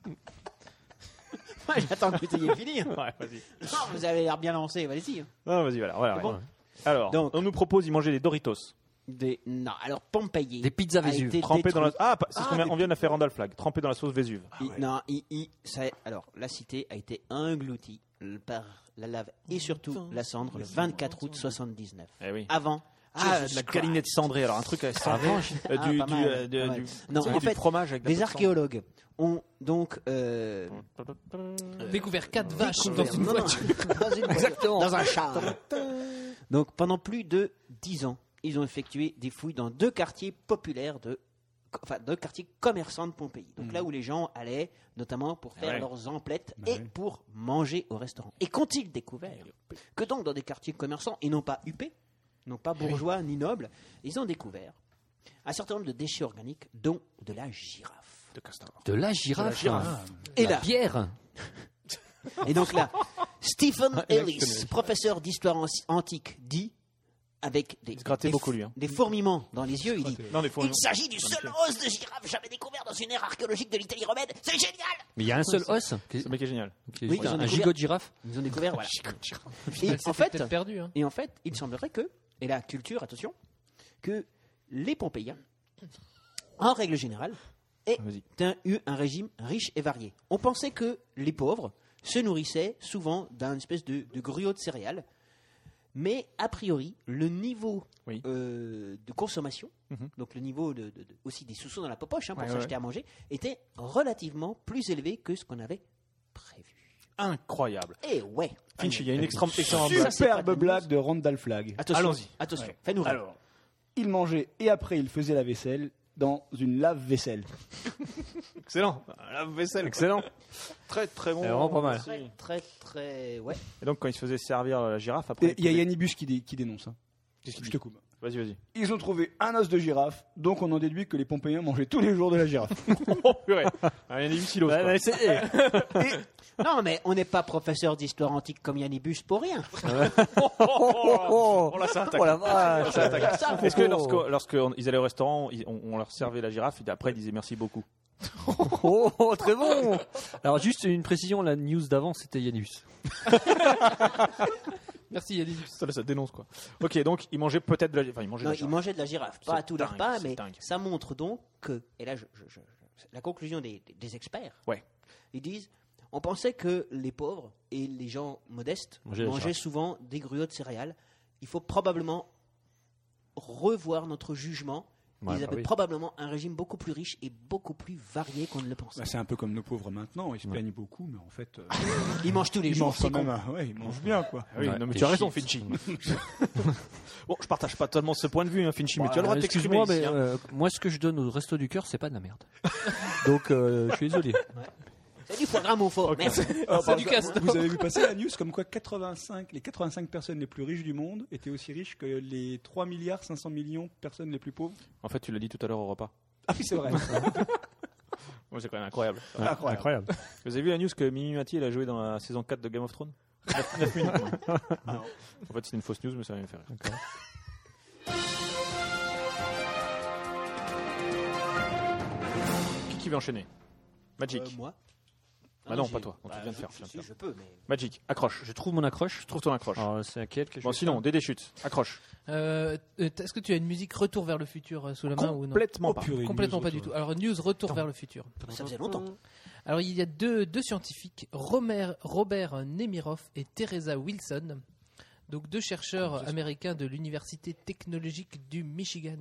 Ouais, j'attends que vous ayez fini. Ouais, vas-y. Non, vous avez l'air bien lancé, allez-y. Ah, vas-y, voilà. voilà, bon ouais. Alors, Donc- on nous propose d'y manger des Doritos. Des... Non, alors Pompéi. Des pizzas a Vésuve. été Trempés dans la. détruit. Ah, pas- c'est ce Ah, qu'on vient, des on vient de la faire Randall Flagg. Trempés dans la sauce Vésuve. Il- Non, il, il- ça, alors la cité a été engloutie par la lave et surtout la cendre le vingt-quatre août soixante-dix-neuf. Eh oui. Avant. Ah, Jesus de la Christ. galinette cendrée. Alors, un truc à cendré. Euh, Ah, du, pas du, mal, euh, de- pas mal. du- Non, tu sais, en du fait, fromage avec de la Les sauce archéologues ont donc euh, Découvert quatre vaches dans découvert- une non, non, voiture. dans une voiture, Exactement. dans un char. Donc pendant plus de dix ans, ils ont effectué des fouilles dans deux quartiers populaires de, enfin deux quartiers commerçants de Pompéi. Donc là où les gens allaient, notamment pour faire Ouais. leurs emplettes Bah et oui. pour manger au restaurant. Et qu'ont-ils découvert? Que donc dans des quartiers commerçants et non pas huppés, non pas bourgeois ni nobles, ils ont découvert un certain nombre de déchets organiques, dont de la girafe. de castor. De la girafe. Et La là, bière. et donc là, Stephen Ah, il a Ellis, connu. professeur d'histoire an- antique, dit, avec des, Il se grattait des, beaucoup, lui, hein. des fourmillements dans les yeux, il dit Non, des fois. il s'agit du seul os de girafe jamais découvert dans une ère archéologique de l'Italie romaine. C'est génial! Mais il y a un seul os. Ce mec est génial. Qui est Oui, juste ils ont un, un découvert- gigot de girafe. Ils ont découvert, voilà. Et Elle en s'était fait, peut-être perdue. Hein. et en fait, il semblerait que, et la culture, attention, que les Pompéiens, en règle générale, aient Vas-y. un- eu un régime riche et varié. On pensait que les pauvres se nourrissaient souvent d'un espèce de, de gruau de céréales, mais a priori, le niveau Oui. euh, de consommation, Mhm. donc le niveau de, de- de- aussi des sous-sous dans la popoche hein, pour Ouais, s'acheter ouais. à manger, était relativement plus élevé que ce qu'on avait prévu. Incroyable. Et ouais. Finch, il y a une extrême, excellente blague. Ça, c'est pas de Superbe la blague news. de Randall Flagg. Attention, Allons-y. attention, fais-nous rire. Alors, il mangeait et après il faisait la vaisselle dans une lave-vaisselle. Excellent. La vaisselle. Excellent. Très, très bon. C'est vraiment pas mal. Très, très, très. Ouais. Et donc, quand il se faisait servir la girafe, après. Et il y a pouvait- Yannibus qui, dé- qui dénonce. hein. Qu'est-ce qu'il Je dit te coupe. Vas-y, vas-y. Ils ont trouvé un os de girafe, donc on en déduit que les Pompéiens mangeaient tous les jours de la girafe. Oh, purée. Ah, Il y en a une silos. Bah, quoi. bah, c'est- eh. Non, mais on n'est pas professeur d'histoire antique comme Yannibus pour rien. Oh, oh, Oh là, ça attaque. oh la vache. Ça attaque. Ça, Est-ce que Oh. lorsque, lorsque on- ils allaient au restaurant, ils- on, on leur servait la girafe et après ils disaient merci beaucoup. Oh, oh, très bon. Alors juste une précision, la news d'avant c'était Yannus. Merci Yannis. Ça, là, ça dénonce quoi. Ok, donc ils mangeaient peut-être de la girafe. Enfin, ils mangeaient Non, de la ils girafe. mangeaient de la girafe, pas C'est à tous leurs dingue, pas, c'est mais dingue. ça montre donc que, et là, je, je- je- je- la conclusion des, des experts, Ouais. ils disent, on pensait que les pauvres et les gens modestes Mangeaient la mangeaient girafe. souvent des gruaux de céréales. Il faut probablement revoir notre jugement. Ouais, Ils bah avaient oui. probablement un régime beaucoup plus riche et beaucoup plus varié qu'on ne le pensait. Bah, c'est un peu comme nos pauvres maintenant, ils se plaignent beaucoup, mais en fait, euh, Ils mangent tous les ils jours. mangent c'est quand même. con. un- Ouais, ils mangent bien, quoi. Ah oui, Ouais, non, mais des tu as raison, chiffres. Finchy. Bon, je partage pas totalement ce point de vue, hein, Finchy, mais tu as le droit de t'exprimer Excuse-moi, mais ici, hein. euh, moi ce que je donne au resto du cœur c'est pas de la merde. Donc euh, je suis désolé. C'est du foie gras, mon faux. Merci. Alors, C'est du par- castor. Vous avez vu passer la news comme quoi quatre-vingt-cinq, les quatre-vingt-cinq personnes les plus riches du monde étaient aussi riches que les trois milliards cinq cents millions de personnes les plus pauvres. En fait, tu l'as dit tout à l'heure au repas. Ah oui, c'est vrai. Ouais, c'est quand même incroyable. Incroyable. Vous avez vu la news que Mimi Mati elle a joué dans la saison quatre de Game of Thrones neuf minutes. quoi. En fait, c'est une fausse news, mais ça vient me faire rire. Qui qui veut enchaîner Magic. Euh, moi. Bah non, pas toi. Donc, tu viens de faire. tu viens de Si, faire. je peux, mais. Magic, accroche. Je trouve mon accroche. Trouve ton accroche. Alors, c'est laquelle que je Bon, vais sinon, faire Dédé chute. Accroche. Euh, euh, Est-ce que tu as une musique Retour vers le futur euh, sous la main ou non Complètement Oh, pas. purée, Complètement news, pas du retour. tout. Alors, news Retour vers le futur. Ça faisait longtemps. Alors, il y a deux, deux scientifiques, Romer- Robert Nemiroff et Teresa Wilson, donc deux chercheurs américains de l'Université technologique du Michigan.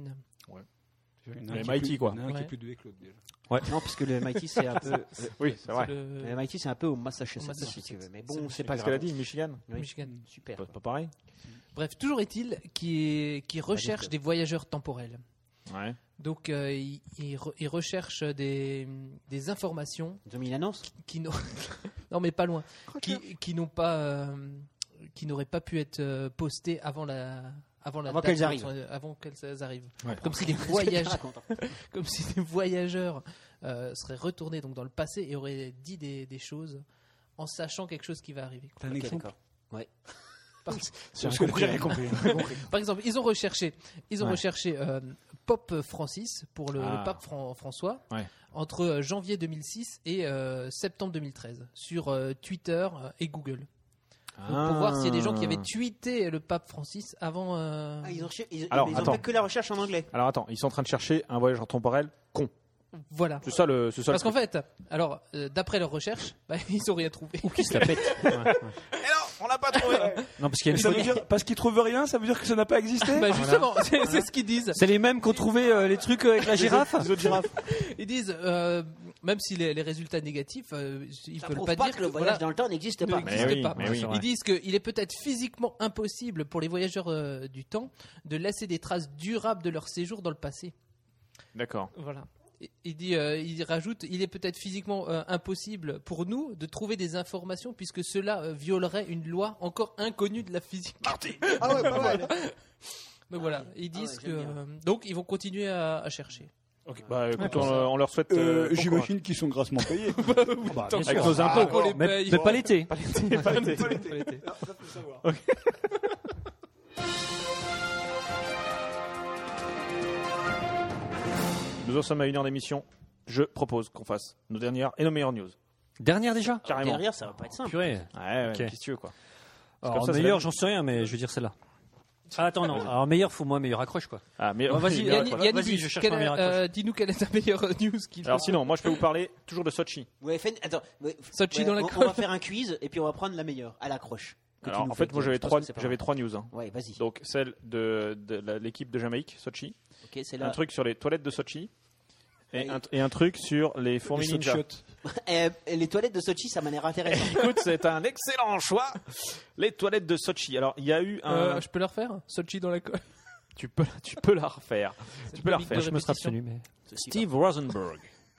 Il y en a un Le qui M I T, est plus- quoi. Il y en a un qui Ouais. est plus doué que l'autre déjà. Non, puisque le M I T, c'est un peu. Oui, c'est vrai. C'est le- Le M I T, c'est un peu au Massachusetts, Au Massachusetts. si tu veux. Mais C'est- bon, c'est pas Qu'est-ce qu'elle a grave. dit, Michigan Oui. Michigan. Super. Pas pas pareil. Bref, toujours est-il qui, qui recherche dire que- des voyageurs temporels. Ouais. Donc, euh, ils il, re- il recherchent des, des informations Ils ont mis une annonce. qui n'ont non mais pas loin, qui, qui n'ont pas, euh, qui n'auraient pas pu être euh, postées avant la, avant la Avant date qu'elles où arrivent. sont- avant qu'elles arrivent. Ouais. Comme si des Qu'est-ce que tu voyageurs, racontes, hein comme si des voyageurs euh, seraient retournés donc dans le passé et auraient dit des, des choses en sachant quelque chose qui va arriver. T'as un Ok, exemple d'accord. Ouais. Par, J'ai compris, j'ai compris. par exemple, ils ont recherché, ils ont Ouais. recherché euh, Pope Francis pour le, Ah. le pape Fran- François Ouais. entre euh, janvier deux mille six et euh, septembre deux mille treize sur euh, Twitter euh, et Google. Donc, pour voir s'il y a des gens qui avaient tweeté le pape Francis avant. euh, Ah, ils ont, recher- ils, Alors, mais ils ont attends. fait que la recherche en anglais. Alors attends, ils sont en train de chercher un voyageur temporel con. Voilà. C'est ça le. C'est ça le Parce qu'en truc. fait, alors, euh, d'après leurs recherches, bah, ils n'ont rien trouvé. Ou qui se la pète. Ouais, ouais. On l'a pas trouvé. Non, parce qu'il y a Mais une ça veut photo- dire, parce qu'ils trouvent rien, ça veut dire que ça n'a pas existé Bah, justement, c'est c'est ce qu'ils disent. C'est les mêmes qui ont trouvé euh, les trucs euh, avec la girafe. Les autres girafes. Ils disent, euh, même si les, les résultats négatifs, euh, ils Ça veulent prouve pas, pas dire que le voyage voilà, dans le temps n'existe ne pas. Mais existe oui, pas. mais oui. C'est vrai. Ils disent qu'il est peut-être physiquement impossible pour les voyageurs euh, du temps de laisser des traces durables de leur séjour dans le passé. D'accord. Voilà. Et- Il dit, euh, il rajoute, il est peut-être physiquement euh, impossible pour nous de trouver des informations puisque cela euh, violerait une loi encore inconnue de la physique. Ah ouais, pas mal. Donc voilà, ils Ah disent ouais, j'aime que bien. euh, donc ils vont continuer à, à chercher. Ok. Bah écoute, on, on leur souhaite. Euh, euh, bon J'imagine qu'ils sont grassement payés. Bah, bien Avec sûr. nos impôts. Ah, qu'on les Mais, paye. mais pas l'été. courage. Pas l'été. Pas l'été. Nous en sommes à une heure d'émission. Je propose qu'on fasse nos dernières et nos meilleures news. Dernière déjà. Carrément. Derrière, ça va pas être simple. Purée. Ouais, ouais, Ok. qu'est-ce que tu veux quoi. Alors, comme ça, c'est meilleur, la- j'en sais rien, mais je veux dire celle-là. Ah, attends, non. Alors, meilleur, faut moi meilleur accroche, quoi. Ah, mais Bon, vas-y, mais- Yannick, voilà. Yannick, vas-y, je cherche quelle ma est- meilleure euh, dis-nous quelle est ta meilleure news qu'il Alors sinon, moi je peux vous parler toujours de Sochi. Ouais, fais- attends, ouais, Sochi ouais, dans la on, croche. on va faire un quiz et puis on va prendre la meilleure à l'accroche. que tu Alors nous en fais fait, moi dire. j'avais Je pense trois, que c'est pas j'avais mal. trois news. hein. Ouais, vas-y. Donc celle de, de la- l'équipe de Jamaïque, Sochi, Ok, c'est un là. truc sur les toilettes de Sochi et, Ouais. un, et un truc sur les fourmis Les ninja. Sochiotes. Eh, les toilettes de Sochi, ça m'a l'air intéressant. Écoute, c'est un excellent choix. Les toilettes de Sochi. Alors il y a eu un. Euh, je peux le refaire Sochi dans la coche. Tu peux, tu peux la refaire. Tu peux la refaire. Je me serais abstenu, mais. Steve Rosenberg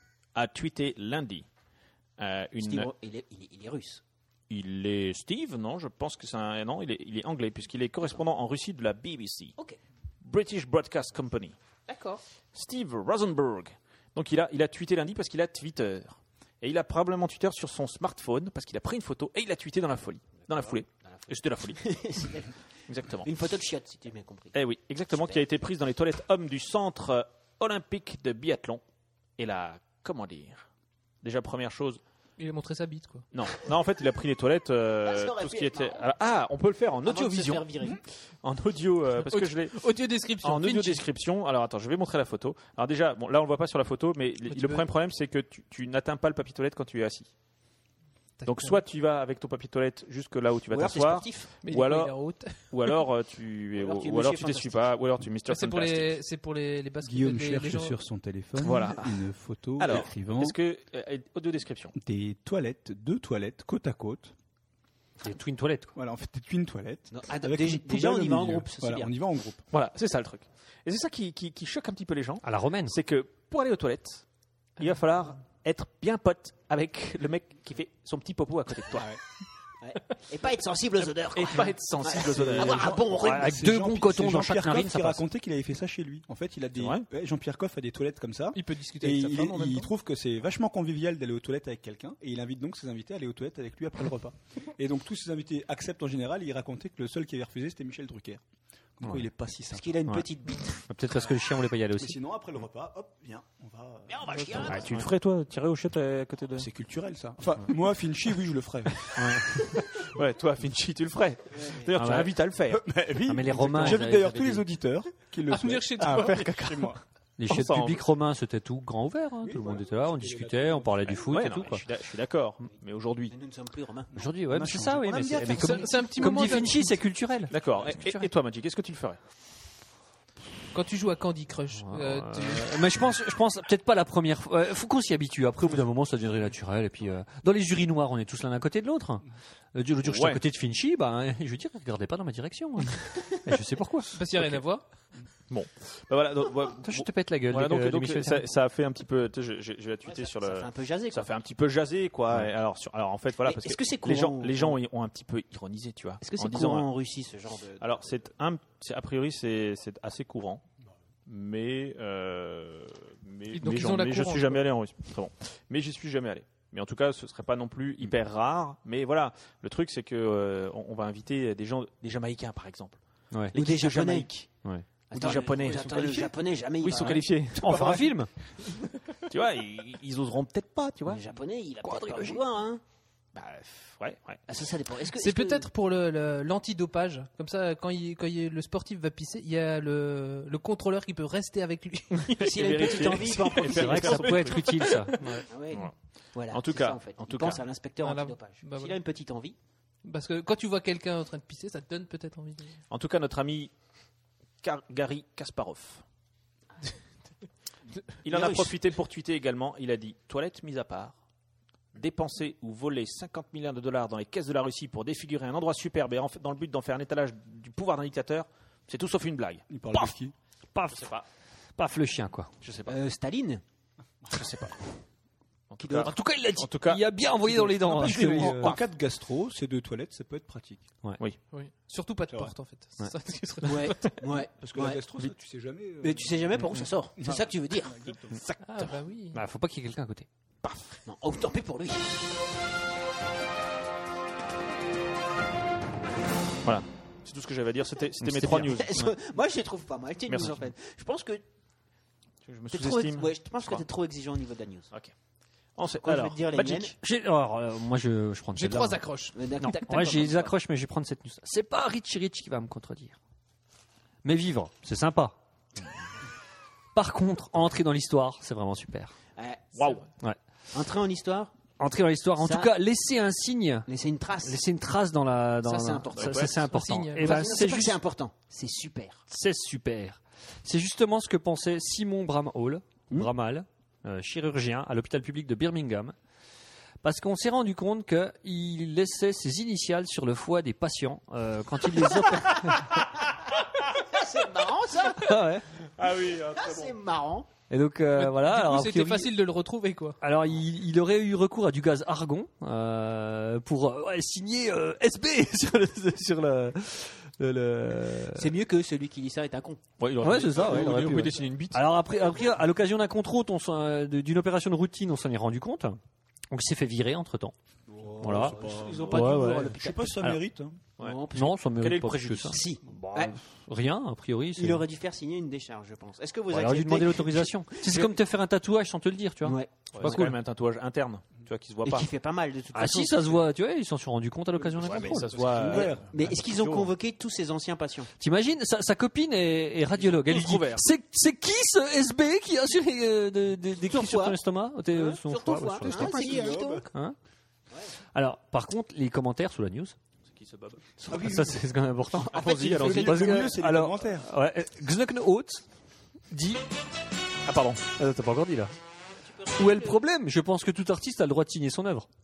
a tweeté lundi euh, une. Steve, il, est, il, est, il est russe. Il est Steve, non Je pense que c'est un non. Il est, il est anglais puisqu'il est correspondant en Russie de la B B C, Ok. British Broadcast Company. D'accord. Steve Rosenberg. Donc il a, il a tweeté lundi parce qu'il a Twitter. Et il a probablement Twitter sur son smartphone parce qu'il a pris une photo et il l'a tweeté dans la folie, dans la foulée. Et c'était la folie. Exactement. Une photo de chiotte, si tu as bien compris. Eh oui, exactement, Super. qui a été prise dans les toilettes hommes du centre euh, olympique de biathlon. Et là, comment dire Déjà, première chose, Il a montré sa bite, quoi. non. Non, en fait, il a pris les toilettes, euh, Ah, ça aurait tout ce pu qui être était... marrant. Alors, ah, on peut le faire en Avant de se audiovision. faire virer. En audio, euh, parce que je l'ai... Audio description. En audio Finchi. description, alors attends, je vais montrer la photo. Alors déjà, bon, là on le voit pas sur la photo, mais le, tu le peux- premier problème c'est que tu, tu n'atteins pas le papier toilette quand tu es assis. Donc D'accord. soit tu vas avec ton papier toilette jusque là où tu vas Ou alors, c'est t'asseoir, sportif. Mais ou du coup, alors- il est en route. ou alors euh, tu, Ou alors tu es ou alors Monsieur tu t'essuies Fantastique. pas, ou alors tu Mister C'est pour Fantastic. les, c'est pour les, les baskets. Guillaume les, cherche les gens- sur son téléphone Voilà. une photo Alors, écrivant Est-ce que euh, audio description des toilettes, deux toilettes côte à côte. C'est twin toilette, quoi. Voilà, on fait une toilette. Non, ah, avec déjà, une déjà, on poubelle y au va en milieu. groupe, ça, c'est Voilà, bien. on y va en groupe. Voilà, c'est ça le truc. Et c'est ça qui, qui, qui choque un petit peu les gens, À la romaine. c'est que pour aller aux toilettes, il va falloir être bien pote avec le mec qui fait son petit popo à côté de toi. Ouais. Et pas être sensible aux odeurs. Et quoi. pas être sensible aux odeurs. Avoir un bon rhume. Avec C'est deux Jean- bons cotons c'est dans Jean-Pierre chaque narine, Coff ça qui passe. racontait qu'il avait fait ça chez lui. En fait, il a des. C'est vrai ouais, Jean-Pierre Coff a des toilettes comme ça. Il peut discuter Et avec sa il, femme en même il temps. trouve que c'est vachement convivial d'aller aux toilettes avec quelqu'un et il invite donc ses invités à aller aux toilettes avec lui après le repas. Et donc tous ses invités acceptent en général et il racontait que le seul qui avait refusé c'était Michel Drucker. Du coup, il est pas si Parce simple. qu'il a une Ouais. petite bite. Peut-être parce que le chien voulait pas y aller Mais aussi. sinon, après le repas, hop, viens, on va. Viens, on va chier. Ah, tu le ferais, toi, tirer au chiottes à côté de. C'est culturel, ça. Enfin, moi, Finchy, oui, je le ferais. Ouais, toi, Finchy, tu le ferais. D'ailleurs, Ah tu ouais. m'invites à le faire. Mais oui. Ah, mais les Romains, ils J'invite avaient- d'ailleurs ils tous les avaient auditeurs qui le À venir souhaitent chez à toi. faire caca chez moi. Les chiottes Ensemble. publics romains, c'était tout grand ouvert. hein. Oui, Tout le monde voilà. était là, on C'était discutait, la- on parlait du foot Ouais, et non, tout. mais Quoi. je suis d'a- je suis d'accord. Mais aujourd'hui. Mais nous ne sommes plus romains. Aujourd'hui, ouais, On a mais c'est changé. ça, oui. On Mais aime bien c'est- faire mais ça. comme, C'est c'est un petit comme moment. dit de- Finchy, c'est culturel. D'accord. Et, et- et toi, Magic, qu'est-ce que tu le ferais? Quand tu joues à Candy Crush, euh, tu- Euh, mais je pense, je pense peut-être pas la première fois. Euh, faut qu'on s'y habitue. Après, au bout d'un moment, ça deviendrait naturel. Et puis, euh, dans les urinoirs, on est tous l'un à côté de l'autre. Euh, L'autre jour, j'étais Ouais. à côté de Finchy, bah, hein, je veux dire, regardez pas dans ma direction. hein. Et je sais pourquoi. parce qu'il n'y a rien à voir. Bah voilà, donc, ouais, Toi, je te pète la gueule. voilà, dès donc, que donc, l'émission est ça, terminée. ça a fait un petit peu. tu sais, Je, je- je vais la tweeter Ouais, sur ça, le. ça fait un peu jaser, quoi. Ça fait un petit peu jaser, quoi. Et alors, sur- alors, en fait, voilà, Mais parce est-ce que, que c'est les gens, courant les gens ont un petit peu ironisé, tu vois. Est-ce que en c'est disant, courant euh, en Russie, ce genre de... Alors, c'est un, c'est a priori, c'est, c'est assez courant, mais, euh, mais, Donc, mais, ils j'en- ont la mais je courante, suis jamais quoi. allé en Russie. Très bon. Mais j'y suis jamais allé. Mais en tout cas, ce serait pas non plus hyper rare. Mais voilà, le truc, c'est que euh, on, on va inviter des gens, des Jamaïcains, par exemple. Ouais. L'équipe Ou des de Japonais. Jamaïque. Ouais. Ou des Japonais. Attends, Ils sont attends, les qualifiés. Japonais, jamais Oui, il ils sont va- qualifiés. On fera un film. Tu vois, ils, ils oseront peut-être pas, tu vois. Les Japonais, il a peut-être pas le vouloir, hein. Bah, ouais, ouais. Ah, ça, ça dépend. Est-ce que C'est est-ce que- peut-être pour le- le- l'antidopage. Comme ça, quand, il, quand il- le sportif va pisser, il y a le, le contrôleur qui peut rester avec lui. s'il a une petite envie, il peut en profiter. C'est vrai que ça peut être utile, ça. Ah ouais. Voilà. Voilà, En tout c'est cas, ça, en fait. en Il tout pense cas. à l'inspecteur Voilà. antidopage. Bah, S'il voilà. a une petite envie, Parce que quand tu vois quelqu'un en train de pisser, ça te donne peut-être envie de... En tout cas, notre ami Kar- Gary Kasparov. Il en Les a Russes. profité pour tweeter également. Il a dit toilettes mises à part, dépenser ou voler cinquante milliards de dollars dans les caisses de la Russie pour défigurer un endroit superbe et en fait- dans le but d'en faire un étalage du pouvoir d'un dictateur, c'est tout sauf une blague. Il parle Paf de qui? Paf, Je sais pas. paf le chien, quoi. Je sais pas. euh, Staline, Je sais pas. En tout Qui cas, En tout cas, il l'a dit. En tout cas- il a bien envoyé dans les dents. hein. Parce que, Celui, en, euh, en cas de gastro, ces deux toilettes, ça peut être pratique. Oui. Surtout pas de C'est vrai. porte, en fait. C'est Ouais. ça qui serait- ouais, ouais. Parce que Ouais. la gastro, ça, tu sais jamais. euh, Mais tu sais jamais par où ça sort. C'est ça que tu veux dire. Ah, bah oui. bah, faut pas qu'il y ait quelqu'un à côté. Non, oh, tant pis pour lui. voilà. C'est tout ce que j'avais à dire. C'était c'était mes C'était trois bien. news. Moi, je les trouve pas mal. Tes Merci. news, en fait. Je pense que Je me t'es trop, ex- sous-estime. ouais, je pense que crois. t'es trop exigeant au niveau de la news. Ok. On sait- Quoi, je alors, vais te dire les Magic. miennes. J'ai- alors, euh, moi, je, je prends J'ai celle-là. trois accroches. Euh, tac, Non, tac, tac, ouais, j'ai commence des pas. accroches, mais je vais prendre cette news. C'est pas Richie Rich qui va me contredire. Mais vivre, c'est sympa. Par contre, entrer dans l'histoire, c'est vraiment super. Ouais. Waouh. Ouais. Entrer en histoire, Entrer dans l'histoire, en Ça- tout cas, laisser un signe, laisser une trace. laisser une trace dans la. Dans Ça, c'est la- important. Ça, Ouais, ça, c'est important. signe. Et Enfin, ben, c'est c'est pas que juste, c'est important. C'est super. c'est super. C'est justement ce que pensait Simon Bramhall, Hmm. Bramhall, euh, chirurgien à l'hôpital public de Birmingham, parce qu'on s'est rendu compte qu'il laissait ses initiales sur le foie des patients euh, quand il les opérait. C'est marrant, ça. Ah ouais. Ah oui. C'est marrant. Et donc euh, voilà. Du alors, coup, a c'était priori- facile de le retrouver, quoi. Alors, il, il aurait eu recours à du gaz argon euh, pour euh, ouais, signer euh, S B sur le. Sur le, le- le- C'est mieux que celui qui dit ça est un con. Ouais, il aurait Ouais, pu- c'est ça, ouais, il il aurait aurait pu, pu ouais. dessiner une bite. Alors, après, après, à l'occasion d'un contrôle, on s'en- euh, de- d'une opération de routine, on s'en est rendu compte. Donc, il s'est fait virer entre temps. Voilà. Ils ont pas Ouais, dû ouais. voir à Je sais l'hôpital. pas si ça Alors- mérite. hein. Ouais. Non, parce Non, ça mérite Quel est le pas plus que préjudice ça. Si. Bah, Ouais. Rien, a priori. c'est- Il aurait dû faire signer une décharge, je pense. Est-ce que vous Ouais, il aurait dû acceptez demander l'autorisation. Tu sais, C'est comme te faire un tatouage sans te le dire, tu vois. Ouais. Ouais, pas c'est quand cool. même un tatouage interne, tu vois, qui se voit Et pas. qui fait pas mal de toute Ah façon. si, ça se voit, tu vois, ils s'en sont rendus compte à l'occasion d'un Ouais, mais contrôle. ça se voit. C'est euh, ouvert. Mais est-ce qu'ils ont Attention. convoqué tous ces anciens patients T'imagines, sa, sa copine est, est radiologue. Elle lui dit, Ouvert. c'est c'est qui ce S B qui a sur, euh, de- de- des Sur cris sur foie. ton estomac T'es, euh, Hein, son sur ton foie, foie, ouais, sur hein, l'estomac. c'est qui, donc Hein Alors, par contre, les commentaires sous la news, C'est qui ce Bob ça c'est ce qui est important. En fait, Allons-y, il allons-y. fait- Parce Le que- mieux, c'est les alors, commentaires. Ouais, euh, Xnoknoot dit. Ah, pardon, Ah, t'as pas encore dit là. Où est le problème Je pense que tout artiste a le droit de signer son œuvre.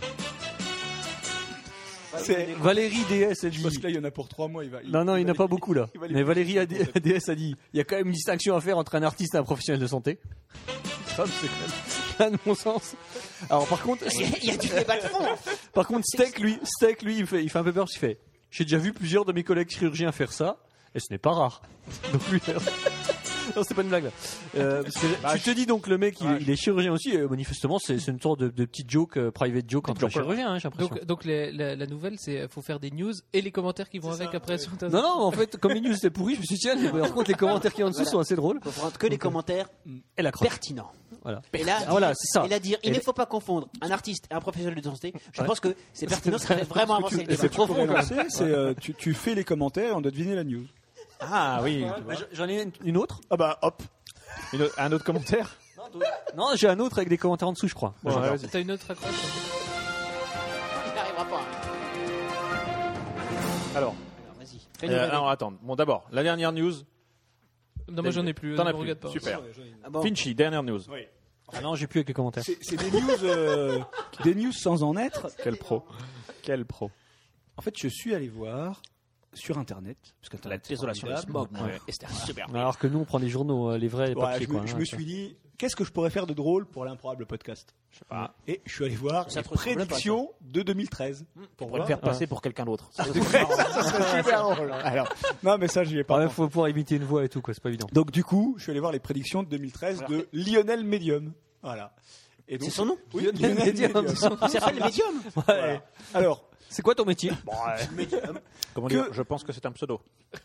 C'est- Valérie D S a dit. Parce que là, il y en a pour trois mois. Il va, Non, non, il n'y en a va pas les- beaucoup là. il va les- Mais Valérie A D S a dit il y a quand même une distinction à faire entre un artiste et un professionnel de santé. Ça, c'est quand même un de mon sens. Alors, par contre, Il y a- il y a du débat de fond. par contre Steak, lui, Steak, lui il, fait, il fait un peu peur parce qu'il fait j'ai déjà vu plusieurs de mes collègues chirurgiens faire ça et ce n'est pas rare. Donc lui, alors, Non, c'est pas une blague. Là. Euh, parce que Bah, tu te dis donc le mec, il, Ouais. il est chirurgien aussi. Et manifestement, c'est, c'est une sorte de, de petite joke, euh, private joke entre joke, chirurgiens, hein, j'ai l'impression. Donc, donc les- la, la nouvelle, c'est faut faire des news et les commentaires qui vont C'est avec ça, après ouais. sur Internet. Non, non, en fait, comme les news étaient pourris, je me suis dit, tiens, mais par contre, les commentaires qui en dessous Voilà. sont assez drôles. Il faut prendre que les commentaires Et la crotte. pertinents. Voilà. Et là, Ah, voilà, c'est ça. Et là, dire, il Et ne les- faut pas confondre un artiste et un professionnel de santé. Je Ouais. pense que c'est pertinent, ça fait vraiment avancer le Et débat. c'est profond, lancer, c'est euh, tu, tu fais les commentaires et on doit deviner la news. Ah oui. Bah, J'en ai une- une autre. Ah bah hop. Une autre- un autre commentaire. Non, j'ai un autre avec des commentaires en dessous, je crois. Bon, J'en ai- ouais, vas-y. T'as une autre accroche? Il n'arrivera pas. Alors, Alors, vas-y. Fais-nous euh, rêver. alors attends. Bon, d'abord, la dernière news. Non, moi j'en ai plus. T'en ne as me plus. regarde pas. Super. Ah bon. Finchy, dernière news. Ah non, j'ai plus avec les commentaires. C'est c'est des news, euh, des news sans en être. Quel pro. Quel pro. En fait, je suis allé voir sur Internet, parce que La désolation du smog. Ouais. Et c'était super. Alors que nous, on prend les journaux, euh, les vrais, les Ouais, papiers, je me, quoi. je hein, me ça. suis dit, qu'est-ce que je pourrais faire de drôle pour l'improbable podcast Je sais pas. Et je suis allé voir Ça les te ressemble pas, prédictions de deux mille treize. Pour le faire passer pour quelqu'un d'autre. Ça serait super drôle. Alors, non, mais ça, j'y ai pas. Ouais, pensé. faut pouvoir imiter une voix et tout, quoi. C'est pas évident. Donc, du coup, je suis allé voir les prédictions de deux mille treize de Lionel Medium. Voilà. Et donc- C'est son nom Oui, Lionel Lionel Medium. Medium. Il s'appelle le médium. Voilà. Alors, C'est quoi ton métier? Comment Que- dire Je pense que c'est un pseudo.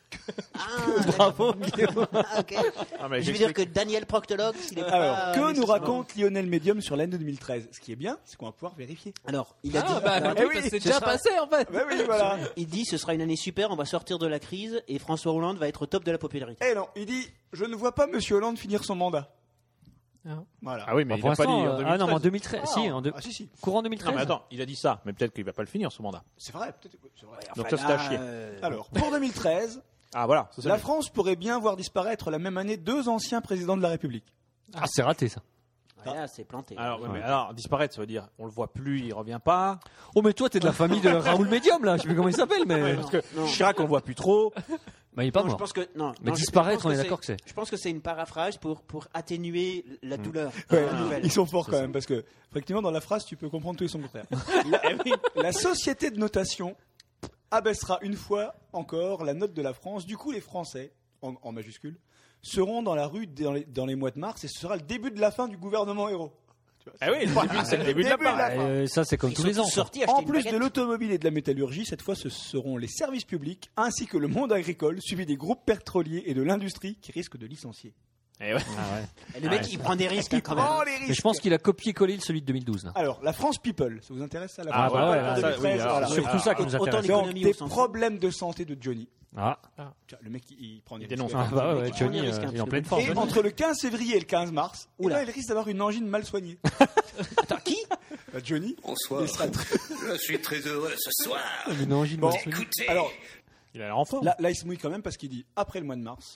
Bravo. Ah, ok. Ah, mais Je veux dire que Daniel Proctologue, s'il est alors pas. que nous nécessairement- raconte Lionel Medium sur l'année deux mille treize? Ce qui est bien, c'est qu'on va pouvoir vérifier. Alors, il a Ah, dit. bah, alors, oui, oui, parce que c'est ce déjà sera- passé en fait. Ben oui, voilà. Il dit ce sera une année super, on va sortir de la crise et François Hollande va être au top de la popularité. Eh non, il dit, je ne vois pas Monsieur Hollande finir son mandat. Ah. Voilà. Ah oui, mais Bah, il pour a pas dit l'instant, en euh, deux mille treize. ah non, mais en deux mille treize. Si, en deux- Ah si, si. courant deux mille Non, treize. mais attends, il a dit ça, mais peut-être qu'il va pas le finir ce mandat. C'est vrai, peut-être. C'est vrai. Donc Enfin, ça, c'était à là, chier. euh, Alors, pour deux mille treize, Ah voilà, ça, c'est la bien. France pourrait bien voir disparaître la même année deux anciens présidents de la République. Ah, c'est raté, ça. ouais, là, c'est planté. Alors, ouais, mais alors, disparaître, ça veut dire on le voit plus, il revient pas. Oh, mais toi, t'es de la famille de Raoul Medium, là. Je sais plus comment il s'appelle, mais. Parce que non. Chirac, on le voit plus trop. Bah, il est pas Non, je mort. pense que non. Mais non, je- disparaître, je pense on est que d'accord c'est- que c'est. Je pense que c'est une paraphrase pour pour atténuer la douleur. Ouais, de la nouvelle. ils sont forts quand même, parce que, effectivement, dans la phrase, tu peux comprendre tout et son contraire. La, la société de notation abaissera une fois encore la note de la France. Du coup, les Français, en, en majuscule, seront dans la rue dans les, dans les mois de mars et ce sera le début de la fin du gouvernement héros. Tu vois, Ah oui, le début, c'est le début de la Début de fin. la Bah, fin. euh, ça, c'est comme Ils tous sont les ans. tous ça. sortis acheter En une plus de baguette. l'automobile et de la métallurgie, cette fois ce seront les services publics ainsi que le monde agricole, suivi des groupes pétroliers et de l'industrie qui risquent de licencier. Eh ouais. Ah ouais. Et le mec, il prend des risques hein, quand même. Oh, les Mais je risques. pense qu'il a copié-collé celui de deux mille douze, là. Alors, la France People, ça vous intéresse ça la Ah, France bah ouais, People là, pour ça, deux mille treize, oui, alors, voilà. c'est Surtout ça qui nous Autant intéresse. les- Donc, L'économie, des on s'en fout. problèmes de santé de Johnny. Ah, Tiens, le mec, il, il prend des Il risques. dénonce. ah bah ouais, mec, il Johnny, prend des risques, euh, hein, il est en parce pleine que- forme. Et Johnny. entre le quinze février et le quinze mars, eh Oula. ben, il risque d'avoir une angine mal soignée. Attends, qui Bah, Johnny, Bonsoir. il sera très- Je suis très heureux ce soir. Une angine Bon. mal soignée. Écoutez, Alors, Il a l'air en forme. là, là, il se mouille quand même parce qu'il dit, après le mois de mars,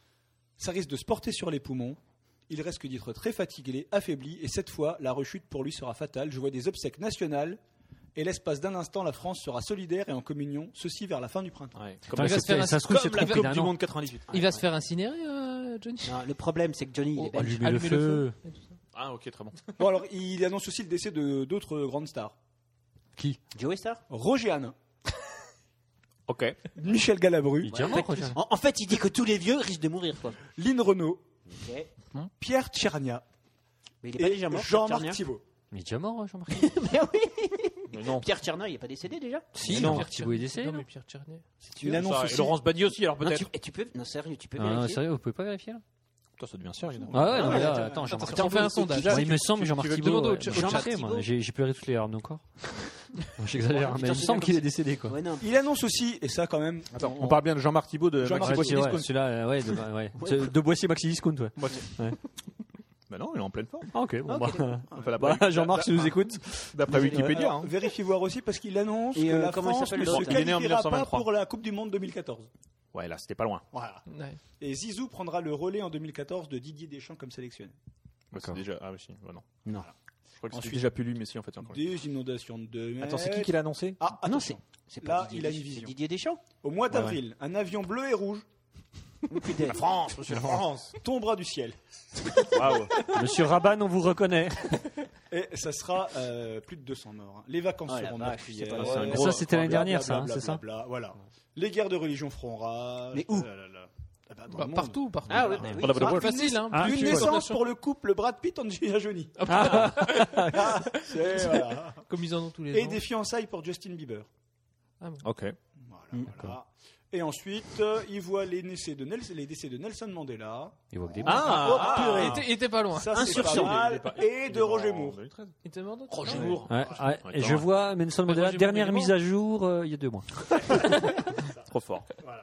ça risque de se porter sur les poumons. Il risque d'être très fatigué, affaibli, et cette fois, la rechute pour lui sera fatale. Je vois des obsèques nationales, et l'espace d'un instant, la France sera solidaire et en communion, ceci vers la fin du printemps. Ouais. Putain, Comme, il va c'est- se faire un- ça se trouve, c'est comme la trompé Coupe d'un du an. Monde quatre-vingt-dix-huit. Il va se faire incinérer, euh, Johnny. Non, le problème, c'est que Johnny, il est Oh, belge. allumer le Allumer le feu. Ah ok, très bon. Bon, alors, il annonce aussi le décès de d'autres grandes stars. Qui? Joey Star Roger Hanin, Ok. Michel Galabru, Il est déjà en, mort, fait, Roger. en- en fait, il dit que tous les vieux risquent de mourir, quoi. Lynn Renault, Ok. Pierre Tchernia Mais il est pas et déjà mort. Jean-Marc Pierre Thibault. Il est déjà mort, Jean-Marc. Mais oui. Mais non. Pierre Tchernin, il est pas décédé déjà Si, non. Jean-Marc Thibault est décédé. Non, non mais Pierre Tchernier. Il annonce Ça, et aussi. Laurence Badi aussi, alors Non, peut-être. tu, et tu peux, non, sérieux, tu peux Ah, vérifier. sérieux, vous pouvez pas vérifier là? Toi, ça devient sérieux. non Ah ouais, non, mais ouais, là, attends, attends, attends, Jean-Marc Attends, on fait un Thibault. sondage. Bon, il me semble, tu Jean-Marc veux Thibault. demander au ouais, chat- j'ai au pas chat fait, moi. Thibault J'ai j'ai pleuré toutes les larmes de mon corps. J'exagère, Oh, mais putain, il me c'est semble bien qu'il est comme- décédé, quoi. Ouais, non. Il annonce aussi, et ça quand même, Attends, on parle bien de Jean-Marc Thibault de Jean-Marc Maxi Thibault, Boissy Ouais, Discount. celui-là, euh, ouais, de, ouais. C'est de Boissier Maxi Discount, ouais. Ouais. Bah non, il est en pleine forme. Ah, ok, bon, Ok, bah. Enfin, la Voilà, Jean-Marc, si nous écoute. D'après Wikipédia. alors, hein. vérifiez voir aussi parce qu'il annonce Et, que euh, la comment il France s'appelle ne le se docteur Il est né en qualifiera pas mille neuf cent vingt-trois. pour la Coupe du Monde deux mille quatorze. Ouais, là, c'était pas loin. Voilà. Ouais. Et Zizou prendra le relais en deux mille quatorze de Didier Deschamps comme sélectionneur. Ouais, c'est déjà. Ah, oui, si. Bah, non. Non. Je crois que c'était Ensuite- déjà plus lui, mais si, en fait, c'est encore lui. Des inondations de mer. Attends, c'est qui qui l'a annoncé Ah, Ah non, attention. c'est c'est Là, pas Didier il a Deschamps, une vision. c'est Didier Deschamps. Au mois d'avril, un avion bleu et rouge Putain. France, monsieur la France. tombera du ciel. Waouh. Monsieur Rabanne, on vous reconnaît. Et ça sera euh, plus de deux cents morts. hein. Les vacances Oh la seront vache, meurtrières. c'est pas drôle. C'est un Euh, gros- Ça, c'était l'année bla, dernière, bla, ça, hein, bla, c'est bla, ça bla, Voilà. Les guerres de religion feront rage. Mais où Là, là, là. bah, dans Bah, le monde. partout, partout. Ah oui, bah oui. C'est pas facile, hein. Ah, Plus Une tu naissance vois. pour le couple Brad Pitt Angelina Jolie. Ah, Ah, c'est- voilà. Comme ils en ont tous les Et ans. des fiançailles pour Justin Bieber. Ok. Voilà, voilà. Et ensuite, euh, il voit les décès de Nelson, les décès de Nelson Mandela. Il voit que des Ah, Oh, ah, purée. Il était, il était pas loin. Ça, Un c'est sur pas cent. mal. Et de Roger Moore. Il était mort d'autre. Roger Ah, Moore. Ouais, ouais. Et je vois Nelson Mais Mandela, Roger dernière Moore, il est mise à jour euh, il y a deux mois. Trop fort.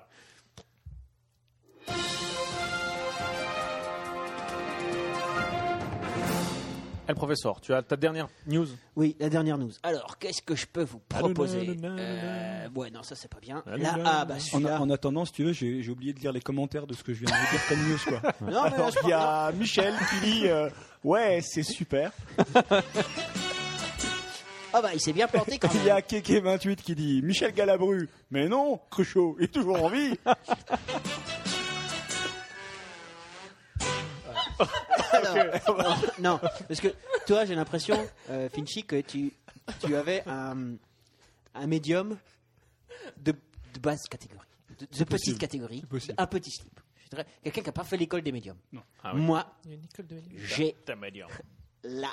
Eh, le professeur, tu as ta dernière news. Oui, la dernière news. Alors, qu'est-ce que je peux vous proposer euh, Ouais, non, ça c'est pas bien. Là, ah, bah En, celui-là. en attendant, si tu veux, j'ai j'ai oublié de lire les commentaires de ce que je viens de vous dire comme news, quoi. Non, mais Alors, c'est il y pas a Michel qui dit euh, ouais, c'est super. Ah bah, il s'est bien planté quand Il y même. a Keke vingt-huit qui dit Michel Galabru. Mais non, Cruchot est toujours en vie. Alors, alors, non, parce que toi, j'ai l'impression, euh, Finchy, que tu, tu avais un, un médium de, de basse catégorie, de, de petite catégorie, un petit slip. Je dirais, quelqu'un qui n'a pas fait l'école des médiums. Ah oui. Moi, Il y a une école de médium. j'ai Ta médium. la,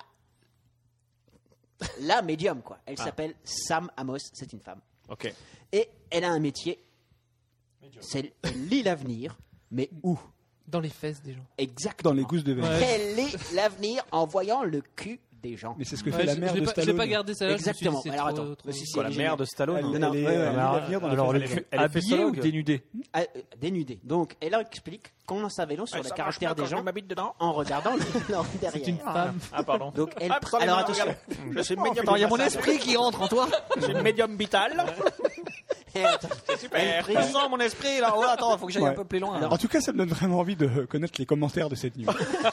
la médium, quoi. Elle s'appelle Sam Amos, c'est une femme. Ok. Et elle a un métier, c'est elle lit l'avenir, mais où Dans les fesses des gens. Exactement. Dans les gousses de verre. Ouais. Elle lit l'avenir en voyant le cul des gens. Mais c'est ce que Ouais, fait la je- mère je l'ai de pas- Je l'ai Stallone. pas gardé celle-là. je me suis dit, Exactement. c'est Alors trop- attends, trop- si, si, Quoi, la elle est mère géniale. de Stallone. Elle, Non, non, elle est, ouais, elle ouais, lit ouais. l'avenir dans la Alors, fête elle de est la Elle est habillée ou fessologue. dénudée Ah, euh, dénudée. Donc, elle explique qu'on en savait long sur le caractère des gens m'habite dedans. en regardant le- leur C'est une derrière. femme. Ah, pardon. Donc, elle. Absolument, Alors attention. regarde. Je suis médium. Attends, il y a mon esprit qui rentre en toi. J'ai le médium vital. Elle, attends, elle Super. prie- Je sens mon esprit là. Ouais, attends, faut que j'aille Ouais. un peu plus loin. En tout cas, ça me donne vraiment envie de connaître les commentaires de cette news.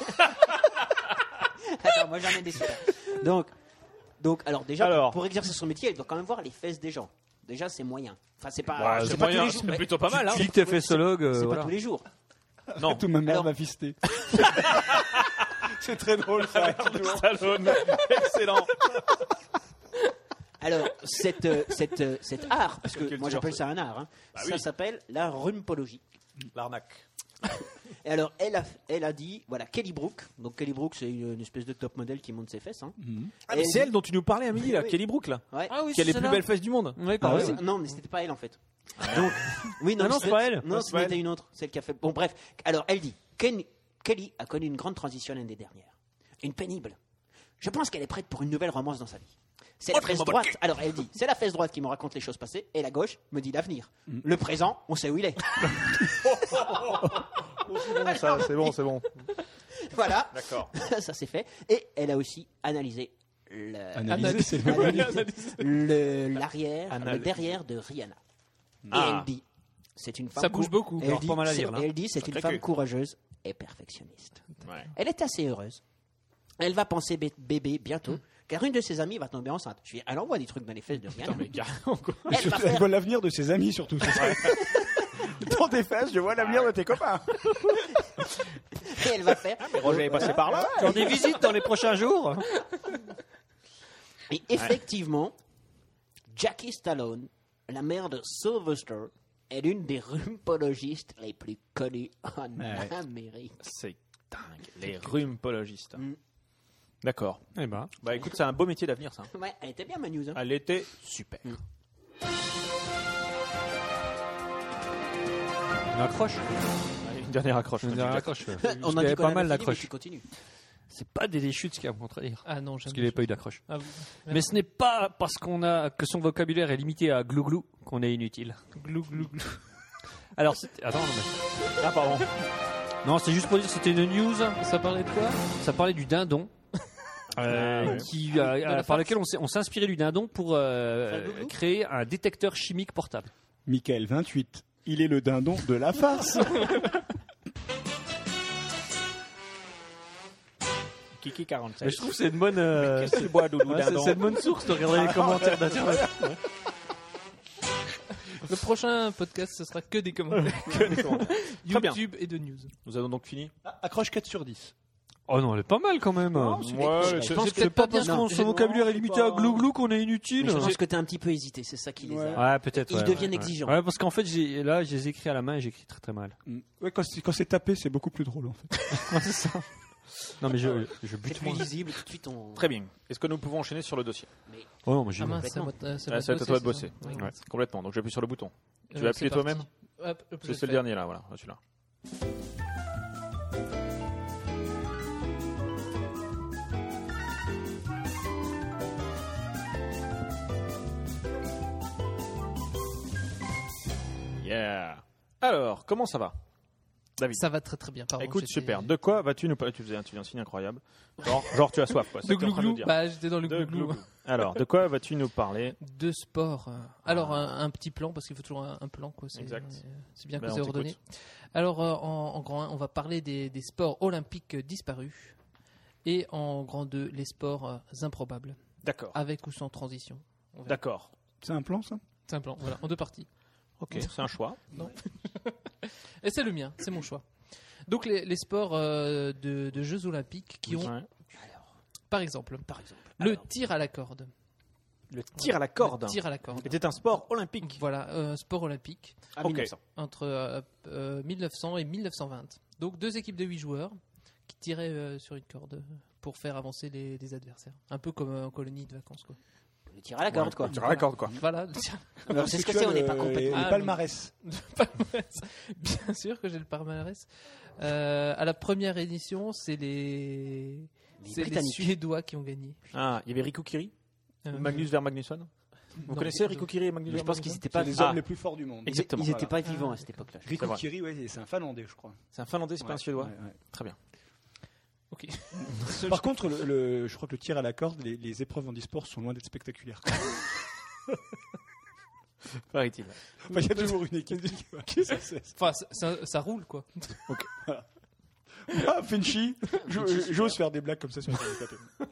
Attends, moi j'en ai des super. Donc, donc, alors déjà, Alors. pour exercer son métier, elle doit quand même voir les fesses des gens. Déjà, c'est moyen. Enfin, c'est pas. Bah, c'est c'est pas moyen, tous les jours. c'est plutôt pas mal, hein. Tu dis que t'es fessologue. euh, C'est voilà. pas tous les jours. Non. Tout ma mère Alors- m'a fisté. C'est très drôle ça. Stallone. Excellent. Alors, cette, euh, cette, euh, cet art, parce que Quelle moi culture, j'appelle ça. ça un art, hein, Bah ça oui. s'appelle la rumpologie. L'arnaque. Et alors, elle a, elle a dit, voilà, Kelly Brook. Donc, Kelly Brook, c'est une, une espèce de top modèle qui monte ses fesses. Hein. Ah, Et mais elle c'est dit- elle dont tu nous parlais à midi, là. Oui. Kelly Brook, là. Ouais. Ah oui, Qui a les c'est plus celle-là. belles fesses du monde. Oui, Ah pareil. ouais. Non, mais c'était pas elle en fait. Donc, oui, non, Ah non, c'était- c'est pas elle. Non, c'est pas c'était elle. une autre, celle qui a fait. Bon, bref. Alors, elle dit, Ken- Kelly a connu une grande transition l'année dernière, une pénible. Je pense qu'elle est prête pour une nouvelle romance dans sa vie. C'est la fesse droite. Alors, elle dit, c'est la fesse droite qui me raconte les choses passées, et la gauche me dit l'avenir. Le présent, on sait où il est. Ça, c'est bon, c'est bon. Voilà, D'accord. ça c'est fait. Et elle a aussi analysé le- Analyser, c'est le analysé le- l'arrière, Anal- le derrière de Rihanna. Et Ah. elle dit, c'est une femme. Ça bouge cou- beaucoup. et Alors, Elle dit, pas mal à c'est- dire, là. et elle dit, c'est une craque. femme courageuse et perfectionniste. Ouais. Elle est assez heureuse. Elle va penser bé- bébé bientôt, Mm. car une de ses amies va tomber enceinte. Je dis, elle envoie des trucs dans les fesses de Rihanna. Putain, mais carrément, quoi. Elle va Elle faire, voit l'avenir de ses amis surtout. c'est ça. Dans tes fesses, je vois l'avenir de tes copains. et elle va faire. Roger est passé par là. J'en ai visite dans les prochains jours. Et effectivement, Jackie Stallone, la mère de Sylvester, est l'une des rumpologistes les plus connues en Ouais. Amérique. C'est dingue. Les rhumpologistes. Mm. D'accord. Eh ben. Bah écoute, c'est un beau métier d'avenir, ça. Ouais, elle était bien ma news. Hein. Elle était super. On accroche. Allez, une dernière accroche. Une dernière accroche. On Parce a qu'il y dit avait qu'on pas avait mal fini, mais d'accroches. tu continues. C'est pas des chutes qui va me contredire. Ah non, Parce jamais. qu'il n'y avait pas eu d'accroche. Ah, vous- Mais ce n'est pas parce qu'on a que son vocabulaire est limité à glou-glou qu'on est inutile. glou glou glou. Alors, c'était- attends, non, mais- Ah, pardon. non, c'est juste pour dire que c'était une news. Ça parlait de quoi? Ça parlait du dindon. euh, Ah, ouais. qui, euh, De la euh, par farce. lequel on s'est, on s'est inspiré du dindon pour euh, Faire glou-glou créer un détecteur chimique portable. Michael, vingt-huit. Il est le dindon de la farce. Kiki quarante-sept. Mais je trouve que c'est une bonne, euh, Qu'est-ce que tu bois, Doudou ouais, c'est, Dindon c'est une bonne source de regarder les commentaires d'internet. Le prochain podcast, ce sera que des commentaires. Très bien. YouTube et de news. Nous avons donc fini. Accroche quatre sur dix. Oh non, elle est pas mal quand même. Non, c'est- Ouais, Je c'est- pense C'est que c'est pas pas bien. parce qu'on Non, son j'ai- vocabulaire non, est limité c'est à pas- glou-glou qu'on est inutile. Mais je pense que t'as un petit peu hésité, c'est ça qui les Ouais. a. Ouais, peut-être. Ils ouais, deviennent ouais. exigeants. Ouais, parce qu'en fait, j'ai, là, je les écris à la main et j'écris très très mal. Mm. Ouais, quand c'est, quand c'est tapé, c'est beaucoup plus drôle en fait. Ouais, c'est ça. Non, mais je, je C'est bute plus moins. lisible, tout de suite on. Très bien. Est-ce que nous pouvons enchaîner sur le dossier? Oh non, moi j'ai Ah mal. mince, ça va être- ça va Ah, être ça va être à toi de bossé, bosser. c'est ça. Ouais, complètement. Donc j'appuie sur le bouton. Tu Euh, vas c'est appuyer toi-même? parti. Hop, hop, je C'est le c'est le fais. dernier là, voilà, celui-là. Yeah. Alors, comment ça va, David? Ça va très très bien. Pardon, Écoute, j'étais- super. De quoi vas-tu nous parler? Tu faisais un, tu faisais un signe incroyable. Genre, genre tu as soif, quoi. c'est De ce que t'es en train de nous glouglou. dire. Bah, j'étais dans le De glouglou. glouglou. Alors, de quoi vas-tu nous parler? De sport. Alors, un, un petit plan, parce qu'il faut toujours un, un plan. Quoi. C'est, Exact. euh, c'est bien Ben, que on c'est t'écoute. ordonné. Alors, euh, en, en grand un, on va parler des, des sports olympiques disparus. Et en grand deux, les sports euh, improbables. D'accord. Avec ou sans transition. On verra. D'accord. C'est un plan ça? C'est un plan, voilà, en deux parties. Ok, c'est un choix. Et c'est le mien, c'est mon choix. Donc, les, les sports euh, de, de Jeux olympiques qui ont, Ouais. par exemple, Par exemple. le Alors, tir à la corde. Le tir à la corde Le tir à la corde. était un sport olympique. Voilà, euh, sport olympique. à Ok. mille neuf cents. Entre euh, euh, mille neuf cents et mille neuf cent vingt. Donc deux équipes de huit joueurs qui tiraient euh, sur une corde pour faire avancer les, les adversaires. Un peu comme euh, en colonie de vacances. Quoi. Le tir à la corde, quoi. Tir à la corde, quoi. Voilà, le tir- Alors, c'est ce que tu c'est, as on n'est le- pas complètement. Les Ah, palmarès. bien sûr que j'ai le palmarès. Euh, à la première édition, c'est les, Les c'est les Britanniques. Suédois qui ont gagné. Ah, il y avait Riku Kiri Euh, ou Magnus vers Magnusson. Vous non, connaissez je- Riku Kiri et Magnus Je vers pense qu'ils Magnusson n'étaient C'est pas. les Ah. hommes les plus forts du monde. Exactement. Ils n'étaient Voilà. pas vivants à cette époque-là. C'est Rico vrai. Kiri, ouais, c'est un Finlandais, je crois. C'est un Finlandais, c'est pas un Suédois. Ouais, ouais. Très bien. Ok. Par contre, le, le- je crois que le tir à la corde, les, les épreuves en e-sport sont loin d'être spectaculaires. Paraît-il. Enfin, il y a toujours une équipe qui ça, c'est- Enfin, ça, ça- ça roule quoi. Ah, Finchy, je- j'ose faire des blagues comme ça sur le canapé.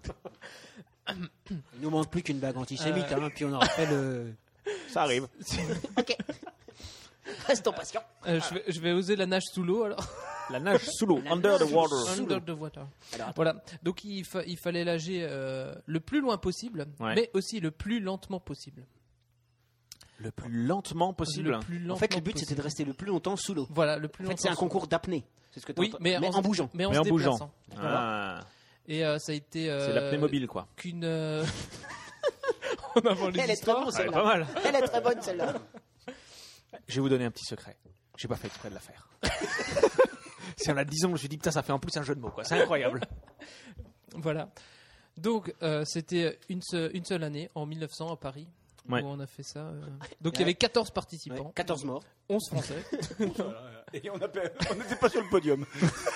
Il nous manque plus qu'une bague antisémite, hein, puis on aura fait le. Ça arrive. Ok. Restons patients. Euh, je, vais, je vais oser la nage sous l'eau alors. La nage sous l'eau, under the water. Under the water. Alors, attends. Voilà. Donc il, fa- il fallait nager euh, le plus loin possible, Ouais. mais aussi le plus lentement possible. Le plus lentement possible. Le plus En fait, le lentement but c'était possible. de rester le plus longtemps sous l'eau. Voilà, le plus En fait, longtemps. c'est un sous- concours d'apnée. C'est ce que tu Oui, mais, en, se- bougeant. Mais en, Mais se en bougeant. déplaçant. Ah, Et euh, ça a été. euh, c'est l'apnée mobile, quoi. Qu'une. euh, en avant les Elle est très histoires. bonne Ouais, pas celle-là. mal. Elle est très bonne celle-là. Je vais vous donner un petit secret. J'ai pas fait exprès de la faire. Si on a dix ans, je me suis dit, putain, ça fait en plus un jeu de mots, quoi. C'est incroyable. Voilà. Donc euh, c'était une, se- une seule année, en mille neuf cents à Paris, Ouais. où on a fait ça. euh. Donc il y avait quatorze Ouais, participants, quatorze morts. onze français. Et on n'était pas sur le podium.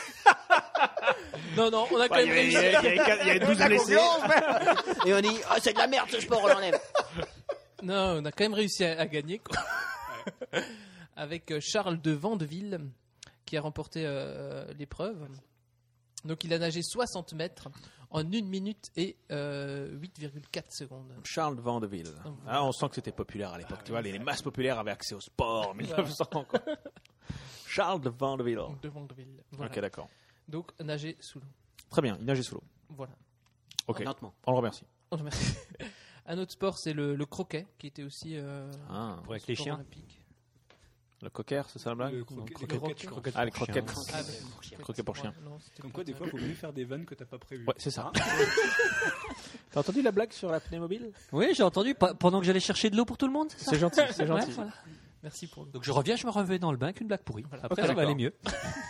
Non, non, on a quand Ouais, il même y avait- réussi. il y avait- il y avait- il y avait douze blessés. Et on dit, ah, c'est de la merde ce sport, on l'enlève. Non, on a quand même réussi à, à gagner. Quoi. Avec euh, Charles de Vandeville, qui a remporté euh, l'épreuve. Donc il a nagé soixante mètres en une minute et euh, huit virgule quatre secondes. Charles de Vandeville. Ah, on sent que c'était populaire à l'époque. Tu vois, les, les masses populaires avaient accès au sport en mille neuf cents. Quoi. Charles de Vandeville. Donc, de Vandeville. Voilà. Ok, d'accord. Donc nager sous l'eau. Très bien, il nageait sous l'eau. Voilà. Ok, Lentement. on le remercie. On le remercie. Un autre sport, c'est le, le croquet, qui était aussi euh, Ah, Pour avec les sport chiens. olympique. le cocker, c'est ça la blague Le Non, croquet- croquet. les croquettes, je crois. Ah, les croquettes. Ah, Croquet pour chien. Ouais, non, c'était Comme pas quoi, des ça. fois, il faut mieux faire des vannes que t'as pas prévues. Ouais, c'est ça. Hein T'as entendu la blague sur l'apnée mobile Oui, j'ai entendu. pa- Pendant que j'allais chercher de l'eau pour tout le monde, c'est ça C'est gentil, c'est Ouais, gentil. voilà. Merci pour le. Donc je reviens, je me remets dans le bain avec une blague pourrie. Voilà. Après, Ok, ça va d'accord. aller mieux.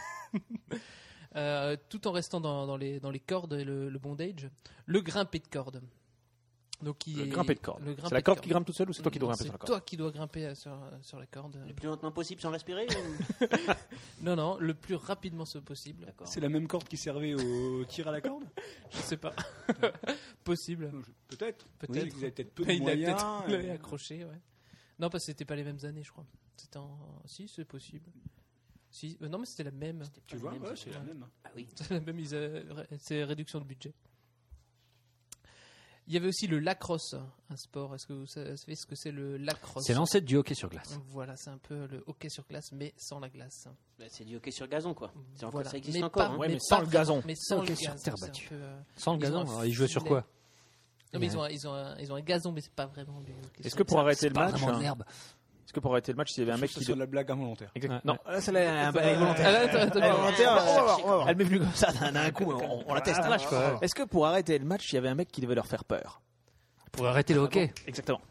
Euh, tout en restant dans, dans les, dans les cordes et le, le bondage, le grimper de corde. Donc, qui Le est- grimper de corde. le C'est grimper la de corde qui grimpe toute seule ou c'est toi qui dois Non, grimper sur la C'est corde toi qui dois grimper euh, sur, euh, sur la corde. Le plus lentement possible sans respirer ou- Non, non, le plus rapidement ce possible. D'accord. C'est la même corde qui servait au tir à la corde Je sais pas. Possible. Non, je- Peut-être. Peut-être. Oui, vous avez peut-être peu de Il a moyens. peut-être et- l'avait accroché, ouais. Non, parce que c'était pas les mêmes années, je crois. C'était en. Si, c'est possible. Si, euh, non, mais c'était la même. Tu vois, même, ouais, c'est c'est la vrai. même. Ah oui. C'est la même, ils, euh, ré- c'est réduction de budget. Il y avait aussi le lacrosse, un sport. Est-ce que vous savez ce que c'est le lacrosse? C'est l'ancêtre du hockey sur glace. Voilà, c'est un peu le hockey sur glace, mais sans la glace. Bah, c'est du hockey sur gazon, quoi. C'est encore- Voilà. Ça existe mais encore. pas, hein. Ouais, mais pas sans le vraiment- gazon. Mais sans Hockey le sur gazon, terre c'est un battue. peu, euh, Sans le Ils gazon, ont un alors, ils jouaient sur filet. quoi? Non, mais ils ont, un- ils, ont un, ils ont un gazon, mais c'est pas vraiment du hockey Est-ce sur que pour glace. arrêter C'est le pas match, vraiment de hein, l'herbe. est-ce que pour arrêter le match, s'il y avait un mec qui sur la blague involontaire. Exact- Ouais, non, ouais. là, c'est la- un- Ah, involontaire. là, attends, attends, attends. Involontaire, on va on va voir, chercher. on va voir. Elle m'est venue comme ça d'un d'un coup, on, on la teste. Ah, hein. ouais. Est-ce que pour arrêter le match, il y avait un mec qui devait leur faire peur? Pour arrêter le hockey. Exactement.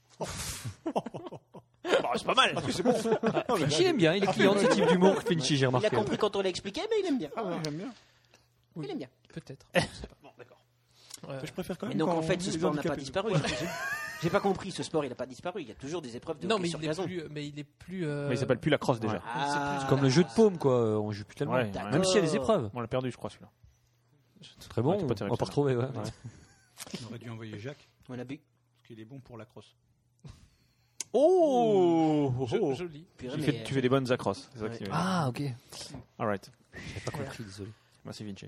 Bon, c'est pas mal. C'est bon. Finchy aime bien, il est client de ce type d'humour. Finchy, j'ai Il a remarqué. compris quand on l'a expliqué, mais il aime bien. J'aime bien. Oui, Il aime bien. peut-être. Bon, d'accord. Euh, Je préfère quand Mais même. donc quand en fait, ce les sport n'a pas handicapés- disparu. J'ai pas compris, ce sport il n'a pas disparu. Il y a toujours des épreuves de non, hockey mais sur il est gazon. plus, mais il est plus. euh, Mais il s'appelle plus la crosse déjà. Ouais. Ah, C'est Comme le jeu de paume, quoi. On joue plus tellement. Ouais, D'accord. Même s'il y a des épreuves. On l'a perdu, je crois, celui-là. C'est très bon. Ouais, t'es pas on terrible, va pas ça. retrouver, ouais. ouais. On aurait dû envoyer Jacques, On a bu. parce qu'il est bon pour la crosse. Oh, jo- Joli. Purée, tu, mais, fais, tu fais des bonnes accrosses. C'est ça Ouais. que tu veux. Ah, ok. All right. J'ai pas compris, désolé. Merci Vinci.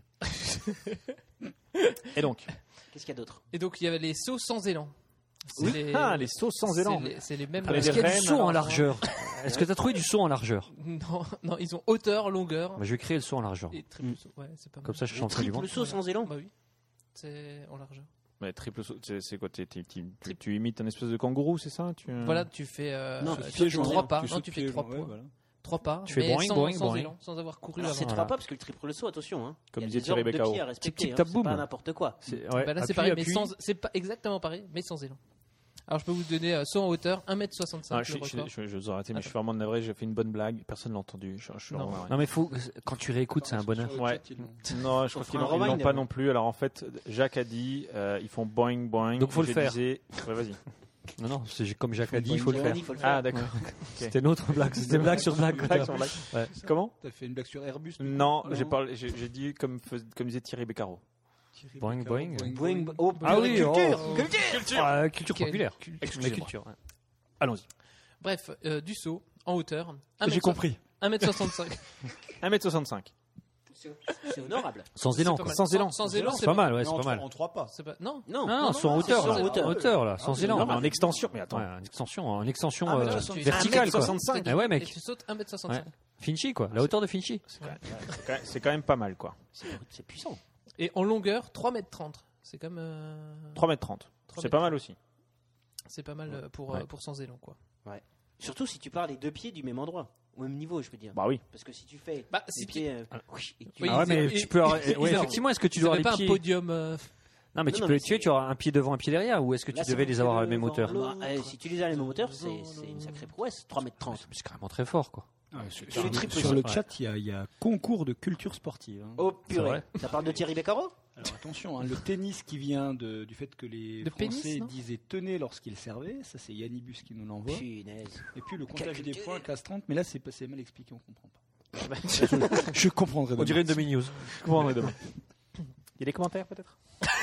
Et donc Qu'est-ce qu'il y a d'autre? Et donc il y avait les sauts sans élan. C'est Oui. les- Ah, les sauts sans élan. C'est les, c'est les mêmes. Fallait Est-ce des qu'il y a du rennes, saut en alors. largeur? Est-ce que tu as trouvé du saut en largeur? Non, non, ils ont hauteur, longueur Bah, je vais créer le saut en largeur. et triple saut. Ouais, c'est pas mal. Comme ça, je Le chanterai du triple vent. saut sans élan. Bah oui. C'est en largeur. Mais triple saut, c'est c'est quoi t'es- t'es- t'es- tu, tu imites un espèce de kangourou, c'est ça tu... Voilà, tu fais. euh, Non, tu tu fais pieds joints. trois pas. Tu Non, sautes tu fais pieds trois joints, pas. ouais, voilà. Trois pas. Tu fais mais boing, sans, boing, sans boing. élan, sans avoir couru Alors, avant. c'est Voilà. trois pas parce que le triple saut, attention. Hein. Comme Il y a disait des Thierry ordres de Beccao. pied à respecter. tic, hein, tac, C'est boum. pas n'importe quoi. C'est- ouais, Bah là, c'est appui, pareil, mais appui. sans. C'est pas exactement pareil, mais sans élan. Alors, je peux vous donner euh, saut en hauteur, un mètre soixante-cinq. Ah, je, le je, record. je, je vous ai arrêté, mais je suis vraiment navré, j'ai fait une bonne blague, personne l'a entendu. Je, je suis Non. vraiment navré. Non, mais faut, quand tu réécoutes, c'est un bonheur. Sur le Ouais. chat, ils l'ont. Non, je On crois fera qu'ils un l'ont- ils l'ont rewind, pas alors. non plus. Alors en fait, Jacques a dit, euh, ils font boing boing. Donc, faut le Je faire. disais- Ouais, vas-y. Non, non, c'est comme Jacques a dit, il faut le Il faire. dit, il faut le faire. Ah, d'accord. C'était une autre blague. C'était blague sur blague. Blague sur blague. Ouais. Comment T'as fait une blague sur Airbus? du coup Non, Non. j'ai parlé, j'ai j'ai dit comme, fais- comme disait Thierry Beccaro. Thierry Boing, Beccaro, boing. Boing, oh, Ah oui, culture, oh. culture. Ah, culture Quelle populaire. culture. Mais Excusez-moi. culture. ouais. Allons-y. Bref, euh, du saut en hauteur. un J'ai mètre so- compris. un mètre soixante-cinq. un mètre soixante-cinq. C'est honorable. Sans élan, C'est pas quoi. mal. Sans élan. Sans élan, C'est pas mal, ouais, Mais c'est en pas trois- mal. En trois pas. C'est pas... Non. Non, Non, non, sans c'est hauteur, sur là. hauteur. Hauteur, là, sans élan. Non, mais en extension. Mais attends. Ouais, en extension, en extension Ah, mais euh, là, tu- verticale, quoi. soixante-cinq. Ah ouais, Et mec. tu sautes un mètre soixante-cinq. Ouais. Finchy, quoi. La hauteur de Finchy. C'est quand même- c'est quand même pas mal, quoi. C'est c'est puissant. Et en longueur, trois mètres trente. C'est comme. euh, trois mètres trente. trois C'est mètres pas mal aussi. C'est pas mal euh, pour, Ouais. euh, pour sans élan, quoi. Surtout si tu pars les deux pieds du même endroit, au même niveau, je veux dire. Bah oui. Parce que si tu fais Bah, les si tu- pieds, euh, oui, et que tu- Oui, Ah ouais, ils- mais ils- tu peux. avoir- ils- ouais, ils- effectivement, est-ce que tu Ils dois avaient avoir pas les un pieds podium. euh, Non, mais Non, tu non, peux mais les tuer, c'est- tu auras un pied devant, un pied derrière, ou est-ce que tu Là, c'est devais pour les que avoir à la le même vent hauteur l'autre. Bah, eh, si tu les as à la même hauteur, c'est c'est une sacrée prouesse. trois mètres trente. C'est carrément très fort, quoi. Sur, le triple sur saut. le Ouais. chat, il y, a- il y a concours de culture sportive. hein. Oh C'est purée. vrai. Ça parle de Thierry Beccaro? Alors attention, hein, le tennis qui vient de, du fait que les De Français pénis, non disaient tenez lorsqu'ils servaient, ça c'est Yannibus qui nous l'envoie. Punaise. Et puis le Quelle comptage des culture. points, classe trente, mais là c'est pas- c'est mal expliqué, on comprend pas. je, je comprendrai. On dirait une demi-news. Je comprendrai demain. Il y a des commentaires peut-être.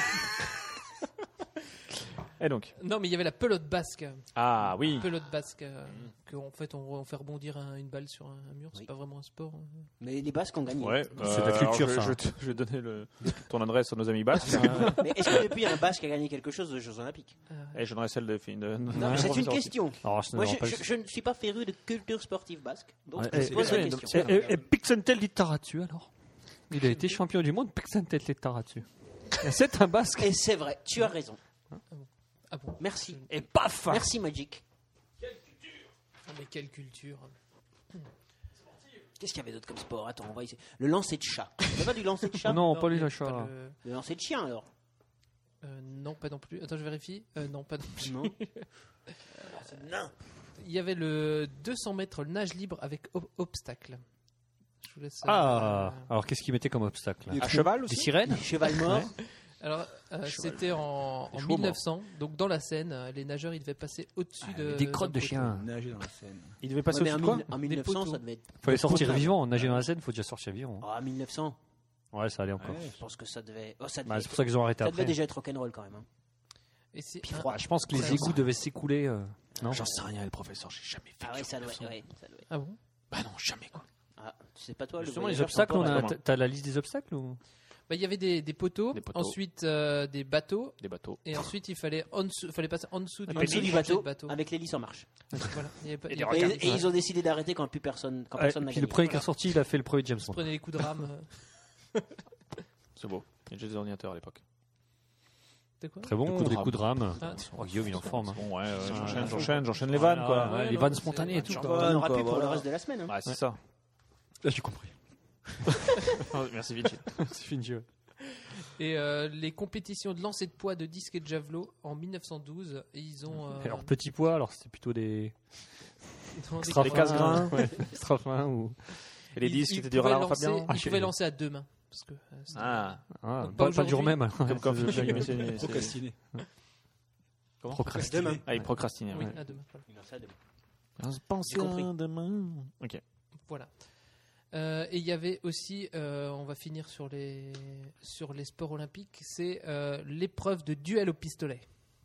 Et donc. Non, mais il y avait la pelote basque. Ah oui. Pelote basque. euh, que, en fait, on, on fait rebondir un- une balle sur un, un mur. C'est Oui. pas vraiment un sport. hein. Mais les Basques ont gagné. Ouais. C'est de la culture, alors, je, ça. Je, te- je vais donner le, ton adresse à nos amis basques. Mais est-ce que depuis un Basque a gagné quelque chose aux Jeux Olympiques? Et je donnerai celle de. de, de- Non, de- mais c'est une professeur aussi. question. Alors, c'est Moi, non, je, pas- je- je ne suis pas féru de culture sportive basque, donc Ouais, je et- pose et- la et- question. Et, et, et Pixentel Litaratsu, alors il a été champion du monde, Pixentel Litaratsu. C'est un basque. Et c'est vrai, tu as raison. Ah bon. Merci. Et paf Merci Magic. Oh, mais quelle culture. Qu'est-ce qu'il y avait d'autre comme sport? Attends, on va essayer. Le lancer de chat. C'est pas du lancer de chat? Non, pas il y les a achats. pas là. le- Le lancer de chien alors? euh, non, pas non plus. Attends, je vérifie. Euh, non, pas non plus. Non. Non. Il y avait le deux cents mètres nage libre avec ob- obstacle. Je vous laisse. Ah, euh, alors qu'est-ce qu'il mettait comme obstacle là À cheval Des aussi. sirènes Cheval mort. Alors, euh, c'était en, en chevaux mille neuf cents. Donc, dans la Seine, euh, les nageurs, ils devaient passer au-dessus de. Des crottes de d'un chiens. Nager dans la Seine. Il devait passer Ouais, mais au-dessus en, de quoi mille- en mille neuf cents, poteaux. ça devait être. Fallait sortir vivant, nager dans la Seine, faut déjà sortir vivant. Ah, mille neuf cents. Ouais, ça allait encore. Je pense que ça devait. Oh, ça devait, Bah, c'est pour ça qu'ils ont arrêté ça devait après. déjà être rock'n'roll quand même. hein. Et c'est Puis un- froid. Ah, je pense que les Ouais, égouts ouais. devaient s'écouler. euh, Non J'en sais rien, le professeur, j'ai jamais fait. Ah ouais, de ça doit. géographie. Ouais, ça doit être. Ah bon. Bah non, jamais quoi. Ah, c'est pas toi le Justement, les voyageur obstacles, sans on port, a. là. T'as la liste des obstacles ou Bah, il y avait des, des poteaux, Des poteaux. ensuite euh, des bateaux, Des bateaux. et ensuite il fallait, en dessous, fallait passer en dessous du, En dessous du bateau, bateau. avec l'hélice en marche. Voilà. Il y avait pas- Et il y des avait- Et, et ils ont décidé d'arrêter quand plus personne, quand Ouais, personne n'a puis le gagné. premier qui est sorti, il a fait le premier James Ils Bond. prenaient les coups de rame. euh. C'est beau. Il y a déjà des ordinateurs à l'époque. C'était quoi Très bon, coups de des rame. coups de rame. Ah. Oh, Guillaume, il est en forme. hein. Bon, ouais, ouais, j'enchaîne, j'enchaîne, j'enchaîne les vannes, quoi. Ouais, Ouais, les non, vannes c'est- spontanées et tout. J'en quoi. On en aura quoi, plus pour voilà. le reste de la semaine. hein. Ouais, c'est ça. Là, j'ai compris. Merci Vinci. C'est fini. ouais. Et euh, les compétitions de lancer de poids de disque et de javelot en mille neuf cent douze, ils ont. euh, Alors, petit poids, alors c'était plutôt des ils ont extra des- Les casse-grains. Ouais, extra fins ou. Et les ils- disques ils qui étaient du pouvaient Roland lancer- Fabien. Ah, Ils je pouvaient sais. lancer à deux mains. Parce que, euh, c'était- Ah, Ah, Donc, pas pas, pas du jour aujourd'hui. même. comme quand Vinci, mais c'est- c'est- Procrastiner. Procrastiner. Demain. Ah, il procrastinait. Oui, ouais. à deux mains. Voilà. Ils ont ça demain. Pensez J'ai compris. à demain. Ok. Voilà. Euh, et il y avait aussi, euh, on va finir sur les, sur les sports olympiques, c'est euh, l'épreuve de duel au pistolet.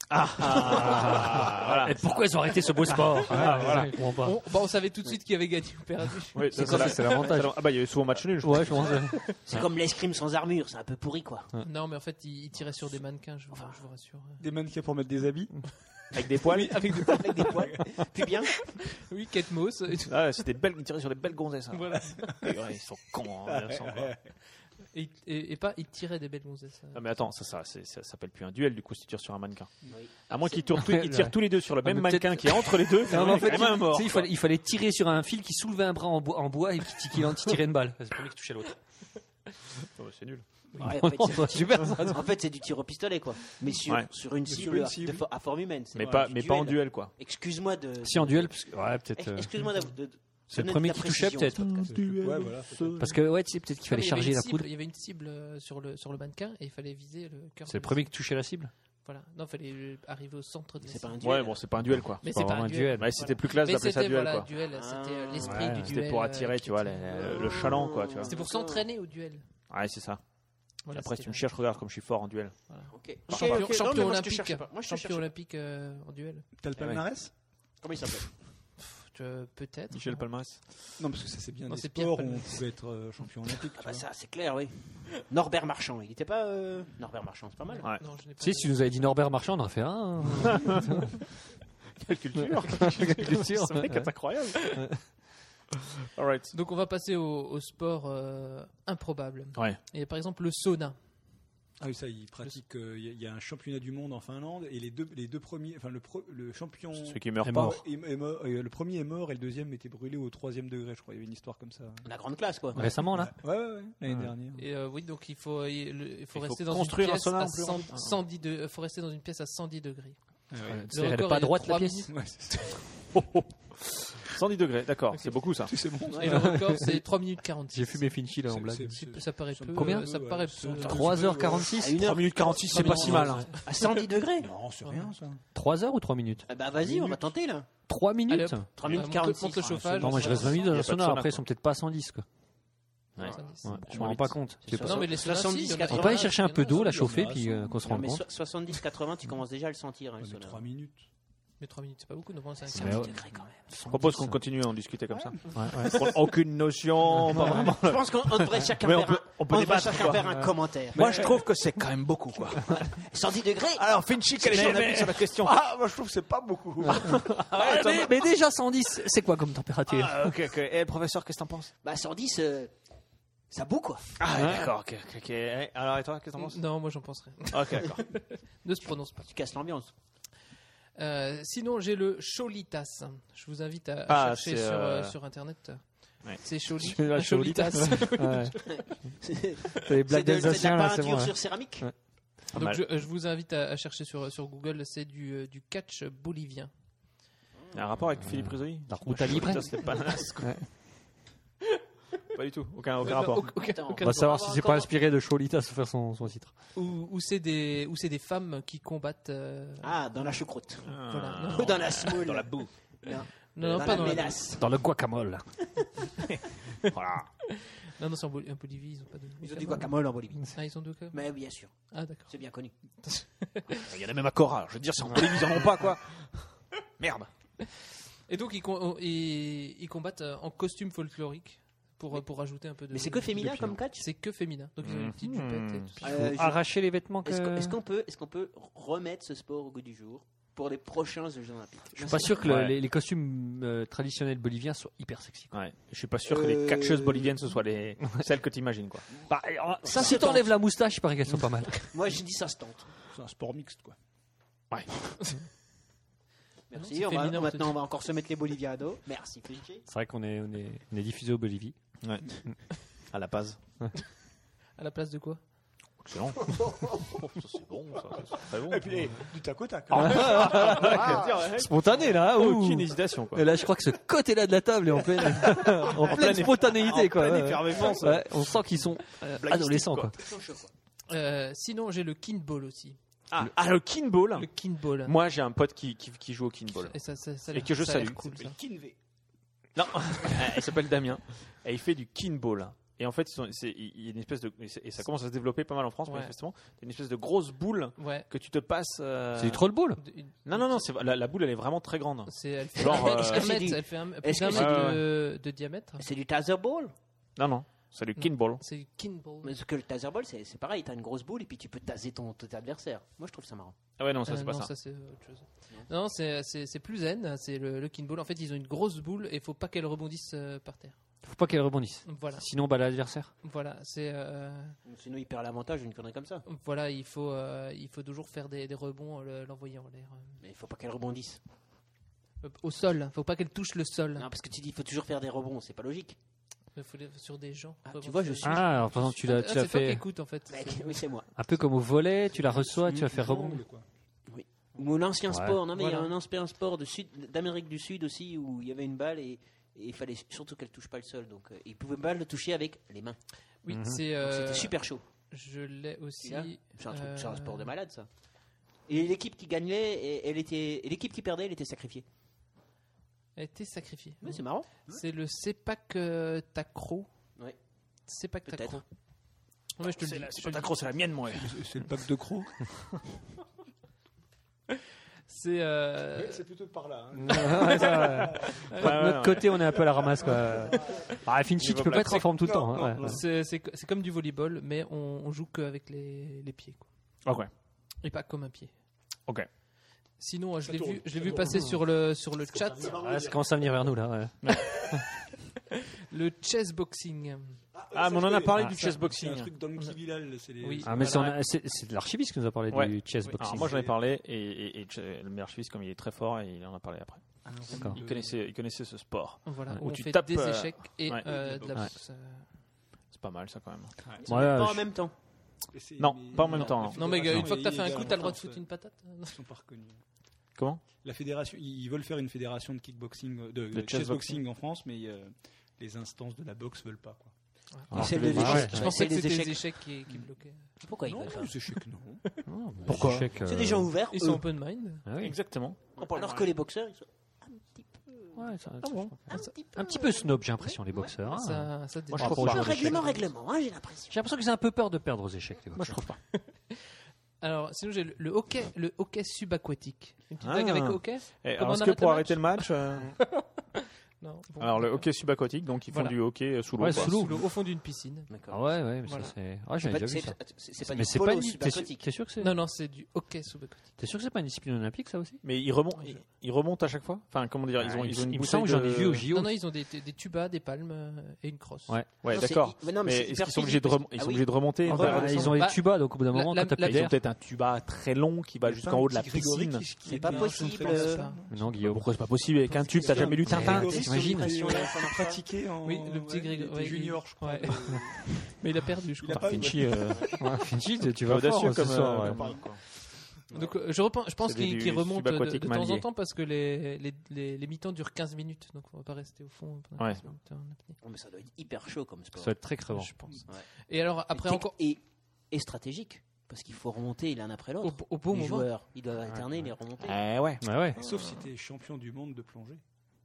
Voilà. Et pourquoi ils ont arrêté ce beau sport Ah, voilà. Je comprends pas. On, bah, on savait tout de suite qui avait gagné ou perdu. Oui, C'est ça, ça, c'est l'avantage. Ah bah, il y avait souvent match nul. je Ouais, je pense. C'est comme l'escrime sans armure, c'est un peu pourri quoi. Non, mais en fait, il, il tirait sur des mannequins, je, vous- je vous rassure. Des mannequins pour mettre des habits. Avec des poils. Avec des, Avec des poils. Puis bien. oui, Kate Moss et tout. Ah, c'était belles, ils tiraient sur des belles gonzesses. hein. Voilà. Ouais, ils sont cons. hein, ils sont cons. Et, et- et pas, il tirait des belles gonzesses. Non mais attends, ça, ça, c'est- ça s'appelle plus un duel du coup si tu tires sur un mannequin. Oui. À moins qu'ils tirent, tous- Ouais, ils tirent ouais. tous les deux sur le même mais mannequin qui est entre les deux. Non, mais en il est fait, quand même il, mort. tu sais, il, fallait, il fallait tirer sur un fil qui soulevait un bras en bois, en bois et qui, qui, qui tirait une balle. C'est le premier qui touchait l'autre. Oh, c'est nul. Ouais, en fait, c'est- Super ça. en fait, c'est du tir au pistolet quoi. Mais sur, Ouais. sur une sur cible, une à- cible. de fo- à forme humaine. c'est Mais pas pas, du mais pas en duel. duel quoi. Excuse-moi de. Si en duel, parce que, ouais, peut-être. euh, Excuse-moi d'av- de. de- C'est le donner premier de la qui touchait, précision, peut-être. ce podcast. Ouais, voilà. Parce que, ouais, tu sais, peut-être qu'il fallait Non, mais il y avait charger une la cible- poudre. Il y avait une cible euh, sur le, sur le mannequin et il fallait viser le cœur. C'est le de la premier cible. qui touchait la cible. Voilà. Non, il fallait euh, arriver au centre de la C'est pas cible. un duel. Ouais, bon, c'est pas un duel quoi. Mais pas c'est pas vraiment un un duel. duel. Ouais, c'était plus classe Mais d'appeler ça c'était duel voilà, quoi. duel, c'était euh, l'esprit Ouais, du duel. C'était pour euh, attirer, qui tu vois, était- le, le chaland quoi, tu vois. C'était pour s'entraîner au duel. Ouais, c'est ça. Voilà, Après, si c'était tu me la- cherches, regarde comme je suis fort en duel. Ok. Champion, Ok, ok. champion Non, mais moi, je te olympique. cherche pas. Moi, je te champion cherche pas. olympique euh, en duel. T'as le Ah ouais. palmarès Comment il s'appelle Je- Peut-être. Michel Palmas. Non, parce que ça c'est bien Non, des c'est Pierre sports où on Palmeiras. pouvait être euh, champion olympique. Ah tu bah vois. ça, c'est clair, oui. Norbert Marchand, il était pas. euh, Norbert Marchand, c'est pas mal. Ouais. Non, je n'ai pas. Si, si tu nous avais dit Norbert Marchand, on en a fait un. Quelle culture. culture. Ce mec est incroyable. Alright. Donc on va passer au, au sport euh, improbable. Ouais. Et par exemple le sauna. Ah oui, ça, il pratique. euh, Il y, a- il y a un championnat du monde en Finlande et les deux, les deux premiers, enfin le, pro- le champion Celui qui meurt Est pas. mort. est- est mort, et le premier est mort et le deuxième était brûlé au troisième degré, je crois. Il y avait une histoire comme ça. La grande classe, quoi. Récemment, là. Ouais, ouais, ouais, l'année Ouais. dernière. Et euh, oui, donc il faut, il, le- il faut Il faut rester dans construire une un pièce sauna à en plus. cent- cent dix de- euh, faut rester dans une pièce à cent dix degrés. Ah ouais. C'est- Elle record est pas est de droite, la trois pièce. Ouais, c'est cent dix degrés, d'accord, c'est beaucoup ça. c'est bon. Et le record c'est trois minutes quarante-six. J'ai fumé Finchy, là, en C'est- blague. c'est- C'est- c'est- Ça paraît ça peu. me Combien euh, Ça Ouais, paraît c'est- peu. c'est- trois heures À quarante-six une heure. trois minutes quarante-six, c'est pas si mal. hein. À cent dix degrés Non, c'est rien ça. trois heures ou trois minutes Ah bah vas-y, on va tenter là. trois minutes Allez, hop. trois Euh, minutes monte- quarante-six. monte le chauffage. Non, moi je reste vingt minutes dans Y a le pas de sauna. sauna, Après, ils quoi. sont peut-être pas à cent dix, quoi. Ouais. soixante-dix. Ouais, je m'en rends pas compte. C'est pas Non, mais les saunas, soixante-dix, si, il y en a quatre-vingts. On peut aller pas chercher un mal, peu il y en a d'eau, la il y en a chauffer, un puis son. euh, qu'on se Non, rende mais compte. so- soixante-dix quatre-vingts, tu commences déjà à le sentir, hein, le Mais sauna. trois minutes. Mais trois minutes, c'est pas beaucoup. Donc, c'est un cent Mais dix ouais. degrés quand même. Je propose qu'on continue à en discuter comme ça. Ouais, ouais. Pour- Aucune notion, pas vraiment. Je pense qu'on on devrait chacun Mais on faire peut- un, on peut on devrait débattre, chacun quoi. faire un commentaire. Moi, je trouve que c'est quand même beaucoup, quoi. cent dix degrés Alors, Finchy, quel est ton avis sur la question? Ah, moi je trouve que c'est pas beaucoup. Ah, mais, mais déjà cent dix, c'est quoi comme température Ah, ok, ok. Et professeur, qu'est-ce que t'en penses? Bah cent dix, euh, ça bout quoi. Ah, d'accord, ok, ok, ok. Eh, Alors, et toi, qu'est-ce que t'en penses? Non, moi j'en pense rien. Ok, d'accord. Ne se prononce pas. Tu casses l'ambiance. Euh, sinon, j'ai le Cholitas. Je vous invite à, à Ah, chercher c'est, sur, euh, euh, sur internet. Ouais. C'est Choli. La un Cholitas. Ouais. C'est C'est les c'est blagues de, c'est de d'Alsaciens, la là, c'est peinture bon. ouais. sur céramique. Ouais. Pas Donc mal. je, euh, je vous invite à, à chercher sur, sur Google. C'est du, euh, du catch bolivien. Il y a un rapport avec Philippe Risoli? La route à Libre. Ça, c'est pas naze, quoi. Ouais. Pas du tout, aucun, aucun Euh, rapport. aucun- aucun Attends. On rapport. va savoir si c'est pas Comment- inspiré de Cholita se faire son, son titre. Ou, ou c'est des, ou c'est des femmes qui combattent. euh, Ah, dans la choucroute. voilà. Ou dans la semoule. Dans la boue. Non, Non, non, dans pas la dans la. mélasse. Dans le guacamole. Voilà. Non, non, c'est en, Bol- en Bolivie. Ils ont pas de. Ils ont du guacamole en Bolivie. Ah, ils ont deux cas. Mais bien sûr, Ah, d'accord. c'est bien connu. Il y en a même à Cora. Je veux dire, c'est en Bolivie, ils en ont pas, quoi. Merde. Et donc ils, com- ils, ils combattent euh, en costume folklorique. pour, pour rajouter un peu de. Mais c'est que féminin de comme catch. C'est que féminin. Donc ils ont une petite Mmh. jupette et tout ça. Euh, je- Arracher les vêtements que... Est-ce qu'on est-ce qu'on peut, est-ce qu'on peut remettre ce sport au goût du jour pour les prochains Jeux Olympiques? Je suis pas sûr que le- Ouais. les, les costumes euh, traditionnels boliviens soient hyper sexy. quoi. Ouais. Je suis pas sûr que les Euh, catcheuses boliviennes ce soient les celles que tu imagines quoi. Bah, alors, ça, Ça si se t'enlèves tente. la moustache, il paraît qu'elles sont pas mal. Moi, j'ai dit ça se tente. C'est un sport mixte, quoi. Merci. c'est On va- féminin, maintenant, peut-être. on va encore se mettre les Boliviens à dos. Merci, Fiji. C'est vrai qu'on est, on est, on est diffusé au Bolivie. Ouais. À la base. À la place de quoi? Excellent. Ça, c'est bon, ça, c'est très bon. Et puis, eh, du tac au tac. Spontané là, Aucune hésitation quoi. Et là, je crois que ce côté-là de la table est en pleine, en pleine pleine- spontanéité, en quoi. pleine Ouais. effervescence. Ouais, on sent qu'ils sont euh, Blaguistique, adolescents, quoi. quoi. Euh, Sinon, j'ai le kinball aussi. Ah, ah, le kinball. Le kinball. Moi j'ai un pote qui, qui, qui joue au kinball. Et, ça, ça, ça a Et l'air- que je ça a l'air salue. Cool, ça. Kinvé. Non, il s'appelle Damien. Et il fait du kinball. Et en fait, ils sont- c'est- il y a une espèce de et c'est- et ça commence à se développer pas mal en France, Ouais. manifestement. C'est une espèce de grosse boule Ouais. que tu te passes. euh, C'est du trollball. De- une- Non, non, non. C'est la, la boule, elle est vraiment très grande. C'est, elle fait Genre, un, euh, un Est-ce que c'est mètre, du- elle fait un, plus est-ce d'un que mètre c'est- de, de diamètre. C'est du taser ball. Non, non. C'est du Non. kinball. C'est du kinball. Mais ce que le taser ball, c'est c'est pareil. T'as une grosse boule et puis tu peux taser ton, ton adversaire. Moi, je trouve ça marrant. Ah ouais, non, ça Euh, c'est pas non, ça. c'est autre chose. Non, c'est, c'est, c'est plus zen, c'est le, le kinball. En fait, ils ont une grosse boule et il faut pas qu'elle rebondisse euh, par terre. Faut pas qu'elle rebondisse. Voilà, Sinon, bah, l'adversaire. voilà, c'est, euh, Sinon, il perd l'avantage d'une connerie comme ça. voilà, il faut, euh, il faut toujours faire des, des rebonds, le- l'envoyer en l'air. Mais il faut pas qu'elle rebondisse. Euh, au sol, faut pas qu'elle touche le sol. Non, parce que tu dis il faut toujours faire des rebonds. C'est pas logique. Il faut les- sur des gens. Ah, rebondir. tu vois, je suis- Ah, alors, par exemple, tu l'as, Ah, tu l'as c'est toi qui fait écoutes en fait. Mec, oui, c'est moi. un peu comme au volet, tu la reçois, tu vas faire rebondir. Quoi. Ou l'ancien Ouais. sport. Non, mais il y a Voilà. un ancien sport de sud, d'Amérique du Sud aussi où il y avait une balle et, et il fallait surtout qu'elle touche pas le sol. Donc, euh, il pouvait pas le toucher avec les mains. Oui, Mhm. c'est. Donc, euh, C'était super chaud. Je l'ai aussi. Celui-là, C'est un, truc- c'est un euh, sport de malade, ça. Et l'équipe qui gagnait, et- elle était, et l'équipe qui perdait, elle était sacrifiée. A été sacrifié. Oui, c'est marrant. C'est le Sepak euh, Takraw. Ouais. Sepak Peut-être. Takraw. Non, mais je te le dis. je te le dis. Accro, c'est la mienne, moi. C'est- C'est le pack de crocs. C'est. euh, C'est plutôt par là. hein. Ouais, ça, ouais. Ouais, De ouais, notre ouais. côté, on est un peu à la ramasse, quoi. Ah, Finchy, Niveau tu peux pas black. être en forme tout le Non, temps. hein, non, ouais, non. ouais. C'est c'est co- c'est comme du volleyball, mais on, on joue qu'avec les, les pieds. Quoi. Ok. Et pas comme un pied. Ok. Sinon, euh, je Ça l'ai tourne, vu, je ça l'ai vu tourne. passer sur le, sur le chat. Ah, ça commence à venir vers nous, là. ouais. Le chess boxing. Ah, mais on en a je connais. parlé Ah, du C'est chess un boxing. truc dans le Kivillal. C'est les. Oui. Ah, mais c'est, Voilà. on a- c'est, c'est de l'archiviste qui nous a parlé Ouais. du chess Oui. boxing. Alors moi j'en ai parlé et, et, et le archiviste comme il est très fort et il en a parlé après. D'accord. Il connaissait, il connaissait ce sport. Voilà, Où on tu fait tapes, des euh, échecs et ouais. euh, de la Ouais. boxe. euh. C'est pas mal ça quand même. Ouais, pas je- en même temps. Et c'est- Non, mais- pas en même temps, non. Non, mais fédération une fois que t'as fait un illégale coup, t'as en le droit de France, foutre une patate. Ils sont pas reconnus. Comment? La fédération, ils ils veulent faire une fédération de kickboxing, euh, de, de chess chess boxing en France, mais euh, les instances de la boxe veulent pas. Quoi. Ah, celle c'est de dommage. l'échec. Je Ouais, pensais c'est que les c'était les échecs. échecs qui, qui bloquaient. Pourquoi ils non, veulent pas les échecs, non. Non, mais Pourquoi les échecs, C'est euh, des gens ouverts. Ils eux. sont open mind. ah oui. Exactement. Alors que les boxeurs, ils sont un petit peu. Ouais, ça- Ah bon Un petit peu, un petit peu snob, j'ai l'impression, les boxeurs. hein. Ça, ça Moi, je dépend. trouve Par pas. rapport aux Un règlement, échecs. règlement, hein, j'ai l'impression. J'ai l'impression qu'ils ont un peu peur de perdre aux échecs, les Moi je boxeurs. trouve pas. Alors, sinon j'ai le, le hockey, le hockey subaquatique. Une petite Ah. blague avec hockey. Et Comment alors, on est-ce que arrête pour le arrêter le match, euh, Non. bon, alors le d'accord. hockey subaquatique, donc ils font Voilà. du hockey sous l'eau. Ouais, quoi. sous l'eau. Sous l'eau, au fond d'une piscine. Ah D'accord. ouais, ouais, mais Voilà. ça c'est. Ah, C'est j'avais pas- déjà vu c'est- ça. c'est- c'est pas Mais du c'est polo pas une. T'es sûr, subaquatique. t'es sûr que c'est. Non, non, c'est du hockey subaquatique. T'es sûr que c'est pas une discipline olympique, ça aussi? Mais ils remontent, ils, ils remontent à chaque fois. Enfin, comment dire, ils ont, Ah, ils ont une il me bouteille semble que j'en ai de- vu au J O. Non, non, ils ont des, des tubas, des palmes euh, et une crosse. Ouais. Ouais, Non, c'est- d'accord. mais non, mais Mais c'est est-ce hyper qu'ils sont obligés de, physique, rem- parce- ils ah sont oui. obligés de remonter En en fait, fait, Ah, ils ont Bah, les tubas, donc au bout d'un la- moment, la- quand t'as la- plus Ils ont d'air. peut-être un tuba très long qui va jusqu'en haut de la Grégory piscine. qui- qui C'est pas est possible. bien euh, Non, Guillaume. Pourquoi c'est pas possible avec un tube? T'as jamais lu Tintin? Grégory, t'imagines c'est une passion, on a pratiqué en. Oui, le petit ouais, Grégory, il était ouais, junior, il- je crois. ouais. de- Mais il a perdu, je Il a crois. pas eu- Finchy, euh, Ouais, Finchy, tu- tu vas audacieux fort ce comme, soir, euh, ouais. comme- quoi. Donc euh, je, repen- je pense C'est des- qu'il du qu'il remonte de, subaquatique de temps en manié. temps parce que les, les, les, les mi-temps durent quinze minutes, donc on va pas rester au fond. pendant Ouais. quinze minutes en apnée, Oh, mais ça doit être hyper chaud comme sport. Ça va être très crevant. je pense. Ouais. Et alors après et, encore et, et stratégique, parce qu'il faut remonter l'un après l'autre. au, au bon les moment. joueurs, ils doivent alterner les remontées. Eh ouais. Ouais, ouais. Sauf si t'es champion du monde de plongée.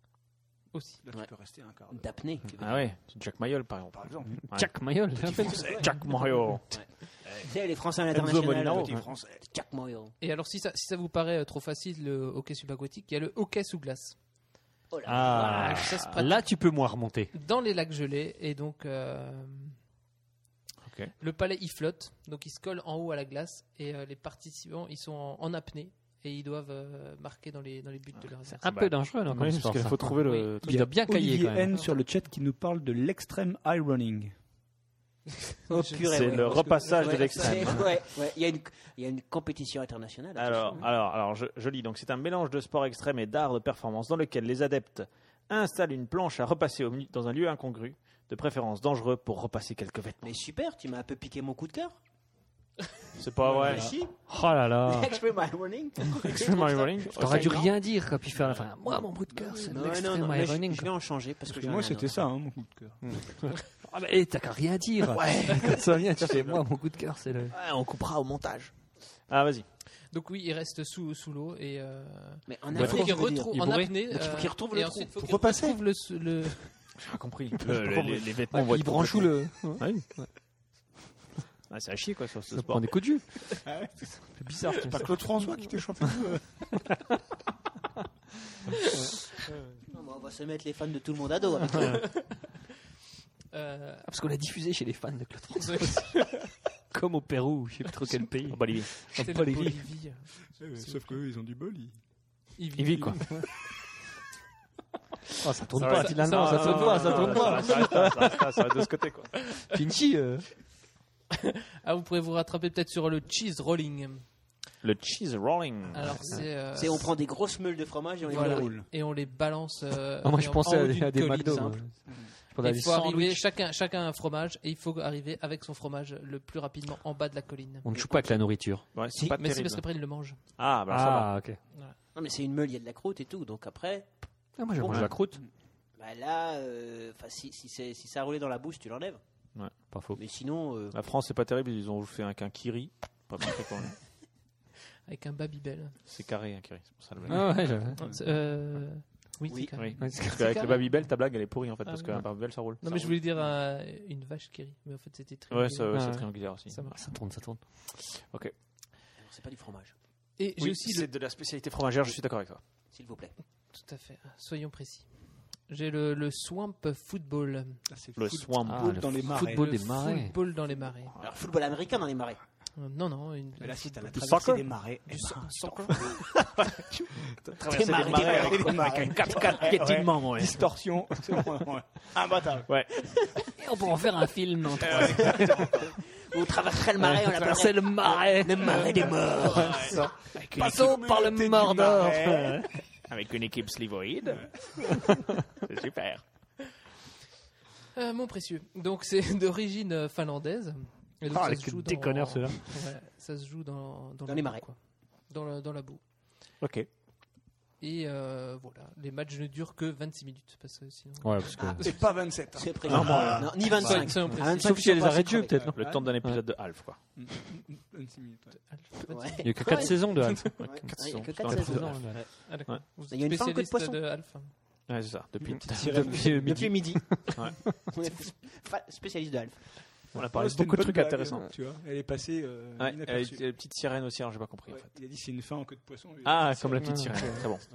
Aussi. Là, Ouais. tu peux rester un quart d'heure. D'apnée. Ah ouais. C'est Jack Mayol par exemple. Par exemple. Ouais. Jack Mayol. Jack Mayol. Tu sais, les Français à Enzo l'international. Molinaro. avec- Français. Jack Moyle. Et alors si ça, si ça vous paraît euh, trop facile le hockey subaquatique, il y a le hockey sous glace. Oh là Ah, Ça se pratique. là tu peux moins remonter. Dans les lacs gelés. Et donc, euh, Ok. le palais, il flotte. Donc, il se colle en haut à la glace. Et euh, les participants, ils sont en, en apnée. Et ils doivent euh, marquer dans les, dans les buts de leur adversaire. Un peu dangereux, non, comme Oui, sport, parce qu'il ça. faut trouver le. Oui. Il doit bien cailler Olivier quand même. N sur le chat qui nous parle de l'extrême high running. Oh, purée, C'est ouais, le parce que- repassage de ouais, l'extrême. c'est- Ouais, ouais. Il y a une, il y a une compétition internationale. Alors, attention. alors, alors je, je lis. Donc, c'est un mélange de sport extrême et d'art de performance dans lequel les adeptes installent une planche à repasser au, mi- dans un lieu incongru, de préférence dangereux pour repasser quelques vêtements. Mais super, tu m'as un peu piqué mon coup de cœur. C'est pas vrai. Mais si. Oh là là. Extreme high running. Extreme high running. T'aurais dû rien dire, quoi, puis faire la fin. Moi, mon bout de cœur, c'est Non, non, l'extrême non, mais high je, running. je vais en changer parce que Parce que j'en moi, ai un c'était autre. ça, hein, mon coup de cœur. Ah, mais t'as qu'à rien dire. Ouais. Quand ça vient, tu fais, moi, mon coup de cœur, c'est le. Ouais, on coupera au montage. Ah, vas-y. Donc, oui, il reste sous, sous l'eau. Et euh, Mais en il faut apnée, qu'il tu veux dire. retrouve Il en bourrait. apnée. Donc, il faut euh, qu'il retrouve et le ensuite, trou. faut Pour qu'il repasser. retrouve le, le, J'ai compris. Euh, les, les- les vêtements Ah, vont il être branche où le. Ouais. Ah, c'est à chier, quoi, sur ce Ça sport. prend des coups de jus. Ah ouais. C'est bizarre. C'est pas Claude François qui était champion. Non, mais on va se mettre les fans de tout le monde à dos. avec ça. euh, Parce qu'on l'a diffusé chez les fans de Claude François. Comme au Pérou, je sais plus trop quel pays. En Bolivie. c'est la Bolivie. Bolivie. Sauf qu'eux, ils ont du bol. ils- Il Il vit, quoi. Oh, ça tourne Ça pas, va, Dylan, ça non, va, ça ça tourne va, pas, ça ça tourne va, pas. Ça reste là, ça reste là, ça reste de ce côté, quoi. Finchy, euh, Ah, vous pourrez vous rattraper peut-être sur le cheese rolling. Le cheese rolling. Alors, c'est. euh, C'est on prend des grosses meules de fromage et on les voilà, roule. et on les balance. euh, ah, moi, et je en- pensais en haut à des, d'une à des colline McDo. simple. moi. Je pensais à Il des faut arriver, sandwichs. chacun, chacun a un fromage, et il faut arriver avec son fromage le plus rapidement en bas de la colline. On ne joue pas avec la nourriture. Ouais, c'est Si, pas Mais c'est terrible. parce qu'après, il le mange. Ah, bah ça va. Ah, ok. Non, mais c'est une meule, il y a de la croûte et tout. Donc après, Ah, moi, j'ai Bon, mangé ouais. la croûte. bah là, euh, 'fin, si, si, c'est- si ça a roulé dans la bouche, tu l'enlèves. Pas faux. Mais sinon, euh, La France, c'est pas terrible. Ils ont fait un, qu'un kiri. Pas bien fait pour lui. Avec un Babybel. C'est carré, un kiri. C'est pour ça le blague. Ah, ouais, j'avais. Euh, oui, Oui. c'est carré. Oui. Ouais, c'est- Parce qu'avec carré. le Babybel, ta blague, elle est pourrie en fait. Ah parce oui. qu'un Babybel, ça roule. Non, Ça mais je roule. voulais dire euh, une vache qui rit. Mais en fait, c'était très. Ouais, ça, ouais, Ah, c'est ouais. triangulaire aussi. Ça marche. Ça tourne, ça tourne. alors, c'est pas du fromage, Et j'ai Oui, aussi c'est le. de la spécialité fromagère, je suis d'accord avec toi. s'il vous plaît. Tout à fait. Soyons précis. J'ai le, le swamp football. Ah, c'est Le foot- swamp. Ah, football le dans les marais. football Le des marais. Football dans les marais. Alors, football américain dans les marais. Euh, non, non. Une, Mais là, si t'as la Du traversée soccer des marais, eh du ben, soccer. Traverser des marais, marais des avec, marais. avec un quatre quatre piétinement, ouais. distorsion. C'est vraiment, ouais. Imbattable. Ouais. Et on pourrait en faire un film. Non, On traverserait le marais, on c'est l'appellerait le marais. le marais des morts. Passons par le Mordor. Avec une équipe slivoïde. C'est super. Euh, mon précieux. Donc, c'est d'origine euh, finlandaise. Et donc, Ah, ça les se joue dans- déconneurs, ceux-là. Ouais, ça se joue dans, Dans le les bout, marais. quoi. Dans, le- dans la boue. Ok. Et euh, voilà, les matchs ne durent que vingt-six minutes. Parce que sinon. Ouais, parce que. C'est pas vingt-sept. hein. C'est précis. Non, ni vingt-cinq. Soyons précis. À vingt-cinq, Sauf s'il y a ils les sont pas arrêts de jeu, assez peut-être, non Le temps d'un épisode de Alf, quoi. vingt-six minutes. ouais. crevés. Ouais. Il n'y a que quatre saisons de Alf. Ouais, il y a que saisons. quatre Dans Quatre saisons. saisons, ouais. Ah, d'accord. Ouais. Vous êtes Il y a une fin en queue de spécialiste poisson. de Alf. Ouais, c'est ça. Depuis, Depuis euh, midi. Depuis midi. Ouais. On est fa- spécialiste de Alf. on a Ouais, parlé de c'était beaucoup de une trucs bonne intéressants. blague, Tu vois, elle est passée euh, Ouais, elle inaperçue. était petite sirène aussi, alors j'ai pas compris. Ouais, En fait. il a dit c'est une fin en queue de poisson. Il a Ah, dit, comme c'est- la petite Ouais. sirène. Très bon.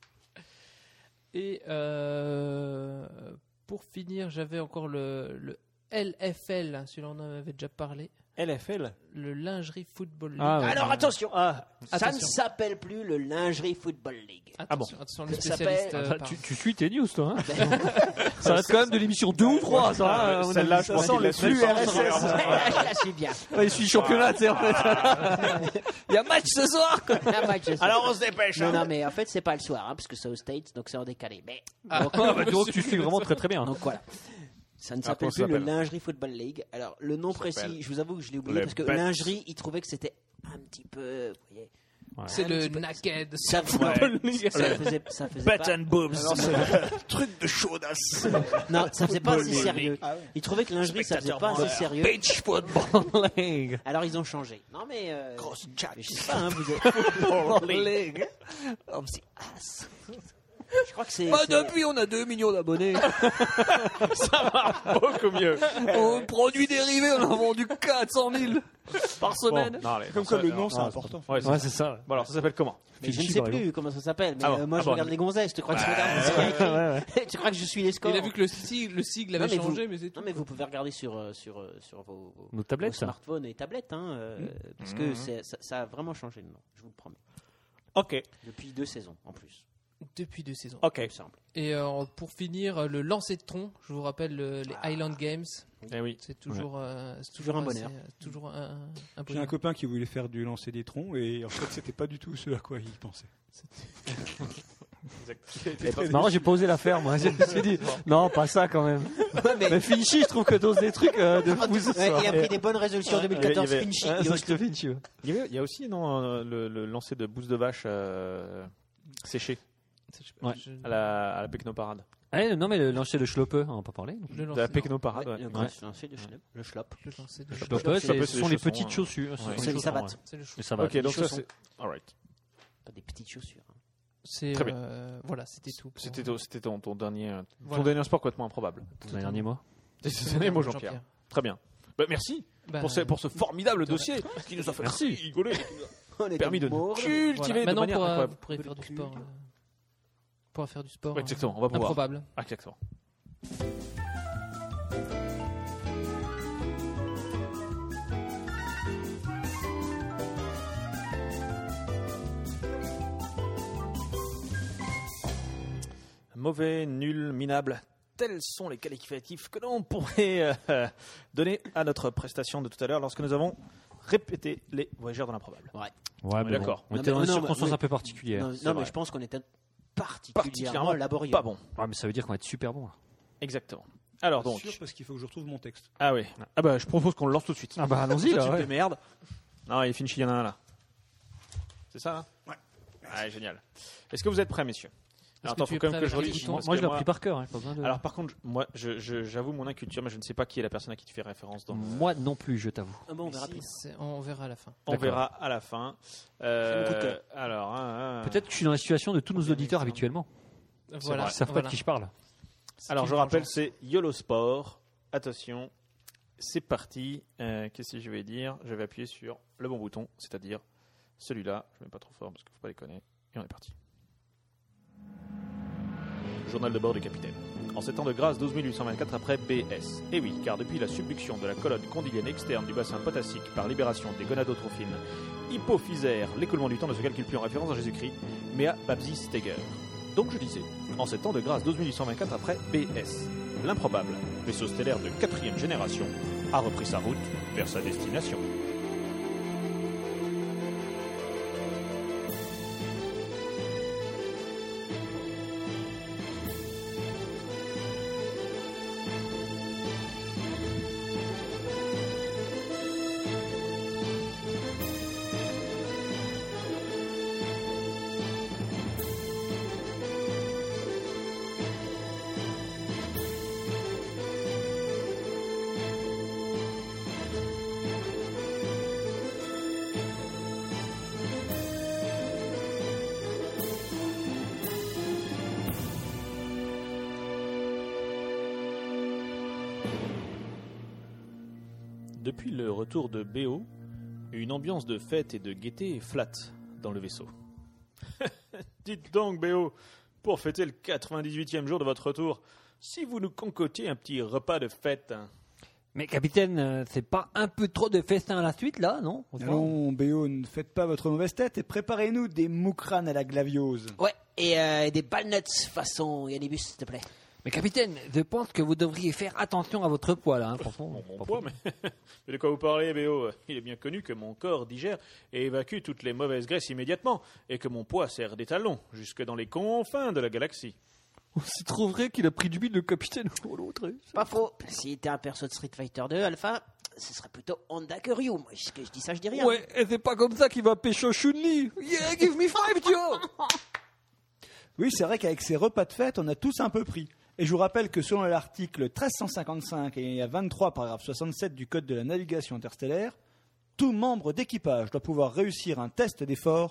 Et euh, pour finir, j'avais encore le, le L F L, celui-là on en avait déjà parlé, L F L. le Lingerie Football League. Ah, ouais. Alors attention, ça ne Attention. s'appelle plus le Lingerie Football League. Attention, attention, les Ça spécialistes. s'appelle- euh, Ah, par- tu, tu suis tes news, toi. Hein ça reste quand même de l'émission deux ou trois, ça. hein, on a- Celle-là, je ça pense sent qu'il le laisse flux le R S temps. S. Je la suis bien. Ouais, il suit championnat, tu sais, en fait. Il y a match ce soir, quoi. Un match, je sais. Alors on se dépêche. Non, hein. non, mais en fait, c'est pas le soir, hein, parce que c'est aux States, donc c'est en décalé. Mais Ah, Ah, bah, tu vois que tu suis vraiment très très bien. donc voilà. Ça ne Ah, s'appelle comment ça plus le s'appelle Lingerie Football League. Alors, le nom précis, s'appelle je vous avoue que je l'ai oublié les parce que bêtes. lingerie, il trouvait que c'était un petit peu. Vous voyez, c'est un le petit peu- naked. Ça, Football League. ça faisait, ça faisait Butt pas. and boobs. Truc de chaudasse. Non, ça faisait pas assez Football sérieux. Ah ouais. Il trouvait que lingerie, ça faisait pas assez sérieux. Beach Football League. Alors, ils ont changé. Non, mais. Euh, Grosse jack. mais je sais pas, hein, vous êtes. Football League. Oh, c'est ass. Je crois que c'est. Bah, c'est- depuis, on a deux millions d'abonnés. Ça marche beaucoup mieux. Au produits dérivés, on a vendu quatre cent mille par semaine. Bon, non, allez, Comme non, quoi, ça- le non, nom, c'est non, important. Ouais, c'est Ouais, ça. c'est ça. Bon, alors, ça s'appelle comment? Mais je ne Fichi, sais par plus exemple. comment ça s'appelle. Mais Ah bon, euh, moi, ah je bon. regarde les gonzesses. Tu crois que je regarde Ouais, ce qu'il y a écrit ouais, ouais. Tu crois que je suis les scores Il a vu que le sigle, le sigle avait Non, mais vous- changé, mais c'est tout. Non, mais vous pouvez regarder sur, euh, sur, euh, sur vos, vos- Nos tablettes, vos ça. smartphones et tablettes, hein, euh, parce que c'est- ça, ça a vraiment changé le nom, je vous le promets. Ok, Depuis deux saisons en plus. Depuis deux saisons. ok. Il me semble. Et euh, pour finir, euh, le lancer de tronc, je vous rappelle le- les Highland Games. Eh oui. C'est toujours, euh, c'est Toujours un assez- bonheur. euh, toujours un, un J'ai un bonheur. copain qui voulait faire du lancer des troncs et en fait, c'était pas du tout ce à quoi il pensait. C'est marrant, j'ai pas osé la faire, moi. Je me suis dit, non, pas ça quand même. mais- Mais Finchy, je trouve que t'oses des trucs euh, de fou ce Ouais, soir. il a pris des bonnes résolutions en deux mille quatorze, il y avait- Finchy. Ouais, il ça, ose je te Finchy, ouais. Il y, avait- il y a aussi non, euh, le, le lancer de bouse de vache euh, séché Je- Ouais. je- à la, à la Pecnoparade. Ah, non, mais le lancer de Schloppe, on en a pas parlé. le De la lancer- Pecnoparade, Ouais, ouais. le gros lancer de Schnell, le schlop. le lancer de- Schloppe, Schloppe, c'est- c'est ce sont des les chaussons, petites hein. chaussures. ce sont Ouais. les C'est les chaussons, savates. ouais. C'est le chou- Les savates. Ok, donc ça chaussons. c'est. Alright. Pas des petites chaussures. hein. C'est Très bien. euh, voilà, c'était tout. pour- C'était ton, c'était ton, ton dernier, ton Voilà. dernier sport complètement improbable. Ton dernier mois. C'est ce dernier mot, Jean-Pierre. Très bien. Bah, merci Bah, pour, ce, pour ce formidable dossier qui nous a fait Merci. rigoler, qui On nous a est permis de dans le nous monde. cultiver voilà. de Maintenant, manière pour, euh, incroyable. vous pourrez faire du sport. euh, On pourra faire du sport. Ouais, euh, exactement, on va pouvoir. improbable. Ah, exactement. Mauvais, nul, minable, tels sont les qualificatifs que l'on pourrait euh, donner à notre prestation de tout à l'heure lorsque nous avons répété les voyageurs de l'improbable. Ouais. Ouais, mais d'accord. On Non, était mais- dans des non, mais- circonstances mais- un peu particulières. Non, non, vrai. mais je pense qu'on était particulièrement, Particulièrement laborieux. pas bon. Ouais, mais ça veut dire qu'on va être super bon. là. Exactement. Alors donc. Sûr, parce qu'il faut que je retrouve mon texte. Ah oui. Ah bah je propose qu'on le lance tout de suite. Ah bah allons-y Ce là. type ouais. de merde. Non, il est fini, il y en a un là. C'est ça hein Ouais. Ah, génial. Est-ce que vous êtes prêts, messieurs? Alors, que attends, tu faut es quand même prêt que je avec les relis. boutons Moi, parce moi, que je l'ai appris par cœur. hein, pas besoin de- Alors par contre, moi, je- je- j'avoue mon inculture, mais je ne sais pas qui est la personne à qui tu fais référence. Dans... Moi non plus, je t'avoue. Ah bon, on verra plus. C'est- On verra à la fin. On D'accord. verra à la fin. Euh, C'est mon coup de cœur. alors, hein, hein. Peut-être que je suis dans la situation de tous nos auditeurs habituellement. Voilà. Ils savent pas voilà. de qui je parle. Alors une je rappelle, vengeance. c'est YOLO Sport. Attention, c'est parti. Euh, Qu'est-ce que je vais dire? Je vais appuyer sur le bon bouton, c'est-à-dire celui-là. Je ne mets pas trop fort parce qu'il ne faut pas déconner. Et on est parti. Journal de bord du capitaine. En sept ans de grâce, douze mille huit cent vingt-quatre après B S. Et oui, car depuis la subduction de la colonne condylienne externe du bassin potassique par libération des gonadotrophines hypophysaires, l'écoulement du temps ne se calcule plus en référence à Jésus-Christ, mais à Babsi Steger. Donc je disais, en sept ans de grâce, douze mille huit cent vingt-quatre après B S. L'improbable, vaisseau stellaire de quatrième génération, a repris sa route vers sa destination. Depuis le retour de B O, une ambiance de fête et de gaieté flatte dans le vaisseau. Dites donc, B O, pour fêter le quatre-vingt-dix-huitième jour de votre retour, si vous nous concotiez un petit repas de fête. hein. Mais capitaine, euh, c'est pas un peu trop de festin à la suite là, non Allons, B O, ne faites pas votre mauvaise tête et préparez-nous des moucranes à la glaviose. Ouais, et euh, des balnuts façon Yannibus, s'il te plaît. Mais capitaine, je pense que vous devriez faire attention à votre poids là, hein, franchement. Bon, mon Pas poids, fou. mais... mais de quoi vous parlez, B O? Il est bien connu que mon corps digère et évacue toutes les mauvaises graisses immédiatement, et que mon poids sert d'étalon jusque dans les confins de la galaxie. C'est trop vrai qu'il a pris du bide le capitaine ou l'autre. Pas faux. Si t'es un perso de Street Fighter deux Alpha, ce serait plutôt Honda que Ryu. Moi, je, je dis ça, je dis rien. Ouais, et c'est pas comme ça qu'il va pécho Chun-Li. Yeah, give me five, Joe. Oui, c'est vrai qu'avec ces repas de fête, on a tous un peu pris. Et je vous rappelle que selon l'article mille trois cent cinquante-cinq et vingt-trois, paragraphe soixante-sept du Code de la navigation interstellaire, tout membre d'équipage doit pouvoir réussir un test d'effort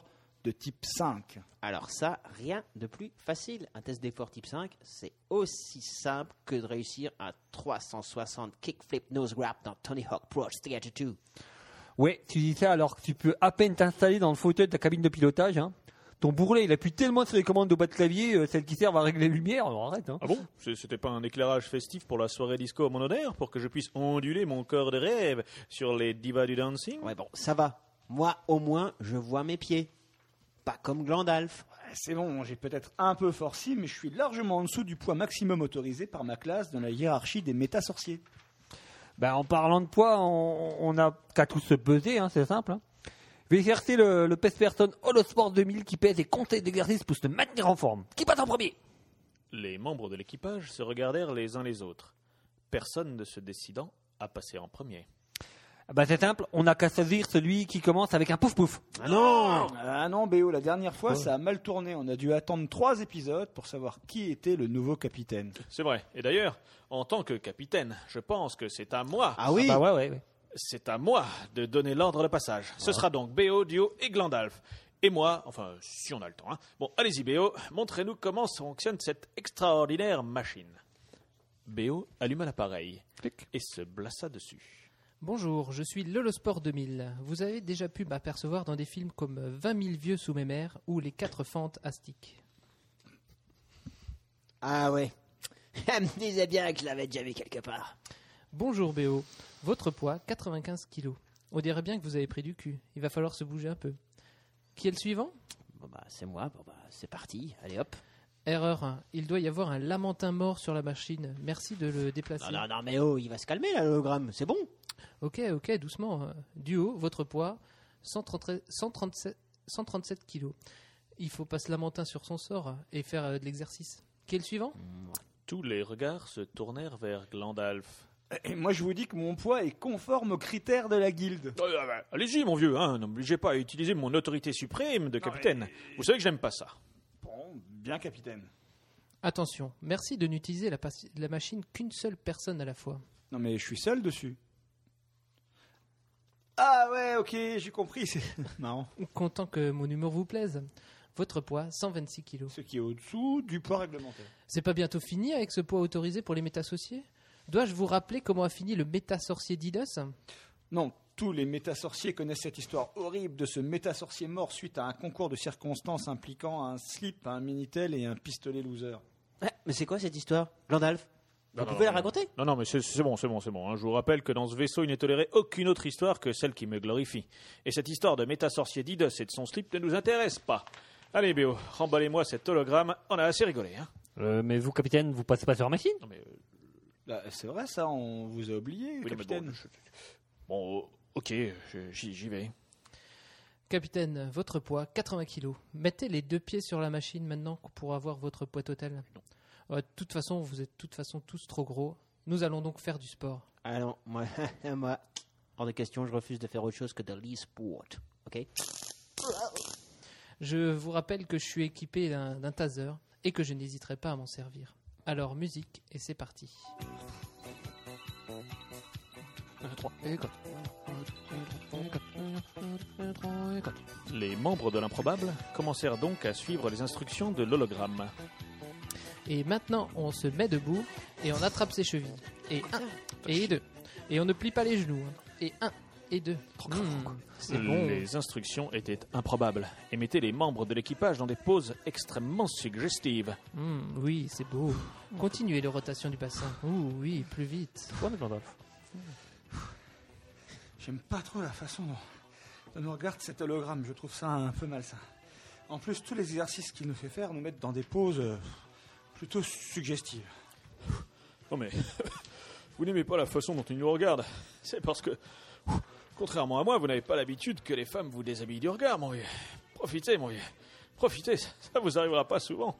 de type cinq. Alors ça, rien de plus facile. Un test d'effort type cinq, c'est aussi simple que de réussir un trois cent soixante kickflip nose grab dans Tony Hawk Pro Skater deux. Ouais, tu dis ça alors que tu peux à peine t'installer dans le fauteuil de ta cabine de pilotage. Hein. Ton bourrelet, il appuie tellement sur les commandes de bas de clavier, euh, celles qui servent à régler les lumières, alors arrête. Hein. Ah bon? C'est- C'était pas un éclairage festif pour la soirée disco à mon honneur, pour que je puisse onduler mon corps de rêve sur les divas du dancing? Ouais, bon, ça va. Moi, au moins, je vois mes pieds. Pas comme Glandalf. C'est bon, j'ai peut-être un peu forci, mais je suis largement en dessous du poids maximum autorisé par ma classe dans la hiérarchie des méta-sorciers. Ben, en parlant de poids, on, on a qu'à tous se peser, hein, c'est simple. Hein. Je vais exercer le, le pèse-personne Holosport deux mille qui pèse et conseille d'exercice pour se maintenir en forme. Qui passe en premier? Les membres de l'équipage se regardèrent les uns les autres, personne ne se décidant à passer en premier. Ah ben, c'est simple, on n'a qu'à choisir celui qui commence avec un pouf-pouf. Ah non! Ah non, B O, la dernière fois, ça a mal tourné. On a dû attendre trois épisodes pour savoir qui était le nouveau capitaine. C'est vrai. Et d'ailleurs, en tant que capitaine, je pense que c'est à moi. Ah oui! Ah bah ouais, ouais, ouais. C'est à moi de donner l'ordre de passage. Ce sera donc B O, Dio et Glandalf. Et moi, enfin, si on a le temps. Hein. Bon, allez-y B O, montrez-nous comment fonctionne cette extraordinaire machine. B O alluma l'appareil et se blassa dessus. Bonjour, je suis Lolosport deux mille. Vous avez déjà pu m'apercevoir dans des films comme vingt mille vieux sous mes mers ou Les quatre fentes astiques. Ah ouais. Elle me disait bien que je l'avais déjà vu quelque part. Bonjour B O, votre poids quatre-vingt-quinze kilos. On dirait bien que vous avez pris du cul. Il va falloir se bouger un peu. Qui est le suivant? Bon bah, c'est moi. Bon bah, c'est parti. Allez hop. Erreur un. Il doit y avoir un lamentin mort sur la machine. Merci de le déplacer. Non, non, non, mais oh, il va se calmer là, l'hologramme. C'est bon. Ok, ok, doucement. Euh, Duo, votre poids cent trente-sept, cent trente-sept, cent trente-sept kilos. Il faut pas se lamenter sur son sort et faire euh, de l'exercice. Qui est le suivant? Tous les regards se tournèrent vers Glandalf. Et moi, je vous dis que mon poids est conforme aux critères de la guilde. Oh, ah bah, allez-y, mon vieux, hein, n'obligez pas à utiliser mon autorité suprême de capitaine. Vous savez que j'aime pas ça. Bon, bien, capitaine. Attention, merci de n'utiliser la, pas- la machine qu'une seule personne à la fois. Non, mais je suis seul dessus. Ah ouais, ok, j'ai compris, c'est marrant. Content que mon humour vous plaise. Votre poids, cent vingt-six kilos. Ce qui est au-dessous du poids réglementaire. C'est pas bientôt fini avec ce poids autorisé pour les métassociés? Dois-je vous rappeler comment a fini le métasorcier Didos? Non, tous les métasorciers connaissent cette histoire horrible de ce métasorcier mort suite à un concours de circonstances impliquant un slip, un Minitel et un pistolet loser. Ouais, mais c'est quoi cette histoire, Glandalf? Vous Non, non, pouvez non, la raconter? Non, non, mais c'est c'est bon, c'est bon, c'est bon. hein. Je vous rappelle que dans ce vaisseau, il n'est toléré aucune autre histoire que celle qui me glorifie. Et cette histoire de métasorcier Didos et de son slip ne nous intéresse pas. Allez, B O, remballez-moi cet hologramme. On a assez rigolé, hein. Euh, mais vous, capitaine, vous passez pas sur la machine? Non, mais, euh, Là, c'est vrai ça, on vous a oublié, oui, non, mais capitaine. bon, je- bon, oh, ok, je- j'y j'y vais. Capitaine, votre poids, quatre-vingts kilos. Mettez les deux pieds sur la machine maintenant pour avoir votre poids total. Ouais, de toute façon, vous êtes de toute façon tous trop gros. Nous allons donc faire du sport. Ah non, moi, moi, hors de question, je refuse de faire autre chose que de l'e-sport. Ok? Je vous rappelle que je suis équipé d'un d'un taser et que je n'hésiterai pas à m'en servir. Alors, musique, et c'est parti. Les membres de l'improbable commencèrent donc à suivre les instructions de l'hologramme. Et maintenant, on se met debout et on attrape ses chevilles. Et un, et deux. Et on ne plie pas les genoux. hein. Et un, et deux. Mmh, c'est bon. Les instructions étaient improbables et mettaient les membres de l'équipage dans des poses extrêmement suggestives. Mmh, oui, c'est beau. Continuez la rotation du bassin. Ouh, oui, plus vite. J'aime pas trop la façon dont, dont nous regarde cet hologramme, je trouve ça un peu malsain. En plus, tous les exercices qu'il nous fait faire nous mettent dans des poses euh, plutôt suggestives. Non mais, vous n'aimez pas la façon dont il nous regarde. C'est parce que, contrairement à moi, vous n'avez pas l'habitude que les femmes vous déshabillent du regard, mon vieux. Profitez, mon vieux. Profitez, ça, ça vous arrivera pas souvent.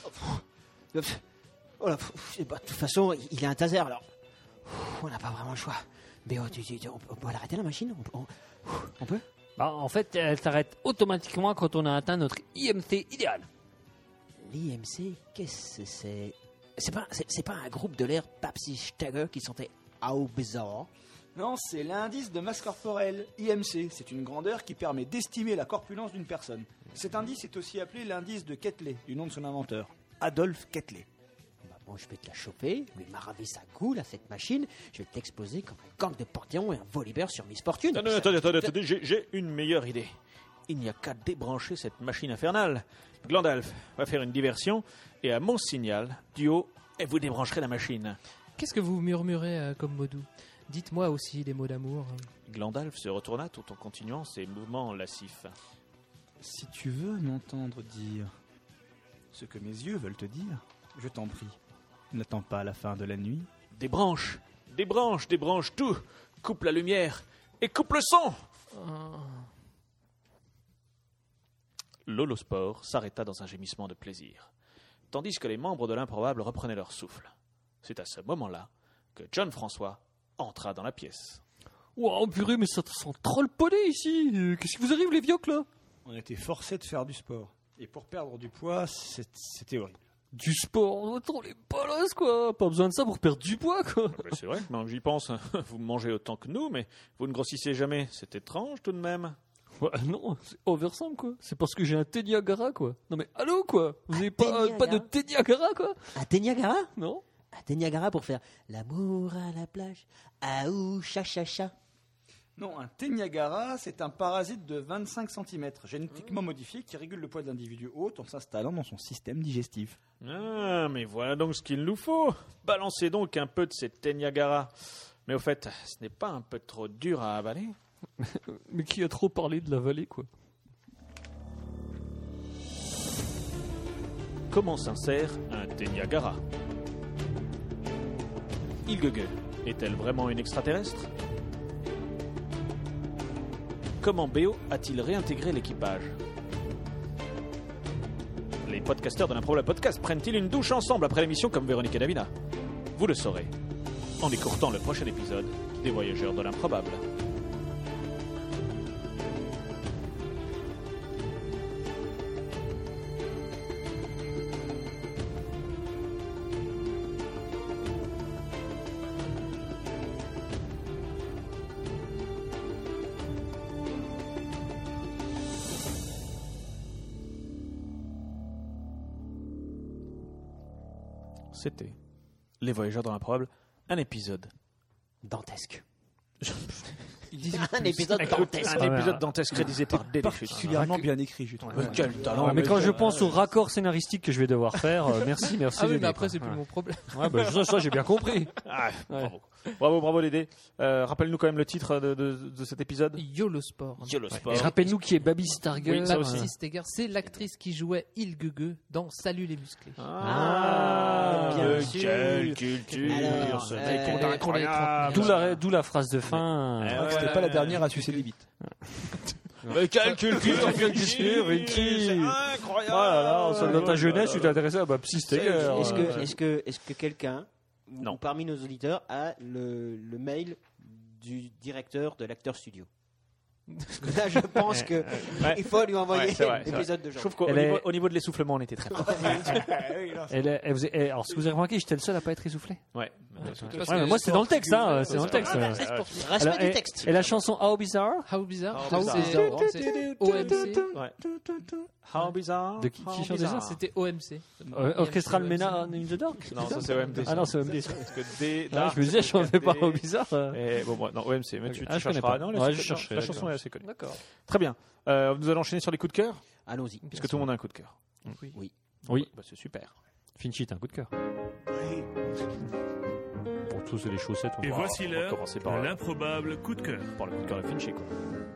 Oh là, pff, bah, de toute façon, il a un taser alors. Pff, On n'a pas vraiment le choix. Mais oh, tu, tu, tu- on, on peut l'arrêter la machine? On, on- on peut? Bah, en fait, elle s'arrête automatiquement quand on a atteint notre I M C idéal. L'I M C, qu'est-ce que c'est? C'est pas, c'est, c'est pas un groupe de l'air Papsi Stagger qui sentait au bizarre? Non, c'est l'indice de masse corporelle, I M C. C'est une grandeur qui permet d'estimer la corpulence d'une personne. Cet indice est aussi appelé l'indice de Ketley, du nom de son inventeur, Adolphe Ketley. Bah, bon, je vais te la choper, lui maraver sa goule à cette machine, je vais t'exposer comme un gang de portillons et un volleyball sur Miss Fortune. Non, non, attendez, attendez, attendez, j'ai, j'ai une meilleure idée. Il n'y a qu'à débrancher cette machine infernale. Glandalf va faire une diversion, et à mon signal, du haut, et vous débrancherez la machine. Qu'est-ce que vous murmurez euh, comme mots doux? Dites-moi aussi des mots d'amour. Glandalf se retourna tout en continuant ses mouvements lascifs. Si tu veux m'entendre dire ce que mes yeux veulent te dire, je t'en prie, n'attends pas la fin de la nuit. Débranche, débranche, débranche tout. Coupe la lumière et coupe le son. Lolosport s'arrêta dans un gémissement de plaisir, tandis que les membres de l'improbable reprenaient leur souffle. C'est à ce moment-là que John François entra dans la pièce. Waouh, purée, mais ça sent trop le poney ici. Euh, Qu'est-ce qui vous arrive, les vioques, là? On a été forcés de faire du sport. Et pour perdre du poids, c'est- c'était horrible. Du sport, attends, les ballasses, quoi. Pas besoin de ça pour perdre du poids, quoi. Ouais, c'est vrai, mais j'y pense. Vous mangez autant que nous, mais vous ne grossissez jamais. C'est étrange tout de même. Ouais, non, c'est oversam, quoi. C'est parce que j'ai un thé Niagara, quoi. Non, mais allô, quoi. Vous avez thé pas, euh, pas de Niagara thé Niagara, quoi? Un thé Niagara? Non? Un thé Niagara pour faire l'amour à la plage. Ah ou cha cha cha. Non, un thé Niagara, c'est un parasite de vingt-cinq centimètres, génétiquement modifié, qui régule le poids de l'individu hôte en s'installant dans son système digestif. Ah, mais voilà donc ce qu'il nous faut. Balancez donc un peu de ces thé Niagara. Mais au fait, ce n'est pas un peu trop dur à avaler? Mais qui a trop parlé de la vallée, quoi? Comment s'insère un thé Niagara? Ilgege est-elle vraiment une extraterrestre? Comment B O a-t-il réintégré l'équipage? Les podcasteurs de l'improbable podcast prennent-ils une douche ensemble après l'émission comme Véronique et Davina? Vous le saurez en écourtant le prochain épisode des Voyageurs de l'improbable. C'était Les Voyageurs dans l'improbable, un épisode. Dantesque. Dis- Un épisode dantesque. Un épisode dantesque réalisé par Dédé. Particulièrement bien écrit, je trouve. Ouais, quel talent. Ah, mais quand je pense au raccord scénaristique que je vais devoir faire, euh, merci, merci. Ah oui, Dédé, mais après, quoi. c'est plus Ouais. mon problème. Ouais, bah, ça, ça, j'ai bien compris. Ah, bravo. bravo, bravo Dédé. Euh, rappelle-nous quand même le titre de, de, de cet épisode. YOLO Sport. YOLO Sport. Et rappelle-nous qui est Baby Stargirl. Oui, ça euh, aussi. Babsi Steger, c'est l'actrice qui jouait Ilgege dans Salut les musclés. Ah, bien de sûr. quelle culture, Alors, ce euh, mec est pour les- pour les incroyable. D'où la, d'où la phrase de fin. Eh euh, ouais. C'était pas la dernière à sucer les bites. Mais quelle culture, Quelle culture, Ricky. c'est incroyable. Oh là là, ça, dans ta Oh jeunesse, là tu là. t'es intéressé à Babsi Steger. Est-ce que, euh, est-ce que, est-ce que quelqu'un, ou Non. parmi nos auditeurs, a le, le mail du directeur de l'acteur studio? Parce que là, je pense que Ouais. il faut lui envoyer Ouais, c'est vrai, c'est l'épisode de Je genre. trouve qu'au Elle niveau, est- au niveau de l'essoufflement, on était très fort. elle est- elle vous est- elle- alors, si vous avez remarqué, j'étais le seul à pas être essoufflé. Ouais. Parce Ouais, que mais moi, c'est dans le texte, hein. C'est dans le texte. euh. Respect Alors, du et, texte. et la chanson How Bizarre How bizarre. How How bizarre. c'est c'est O M C. Ouais. How bizarre. De qui- qui How chante bizarre. ça C'était O M C. euh, Orchestral O M C. Mena in the Dark. Non, ça c'est O M D. Ah non, c'est O M D. Parce que D. Ah, je me disais, je chantais pas How Bizarre. euh. Et bon, bon, non, O M C, mais tu, Ah, tu je connais chercheras. pas. Non, la, Ouais, non, je chercherai, la d'accord. chanson est assez connue. D'accord. Très bien. Euh, nous allons enchaîner sur les coups de cœur, Allons-y. puisque tout le monde a un coup de cœur. Oui. Oui. Oui. Bah, c'est super. Finchy, t'as un coup de cœur. Pour tous les chaussettes, on Et va- voici on va l'heure commencer de par- l'improbable coup de cœur. Par le coup de cœur de Finchy, quoi.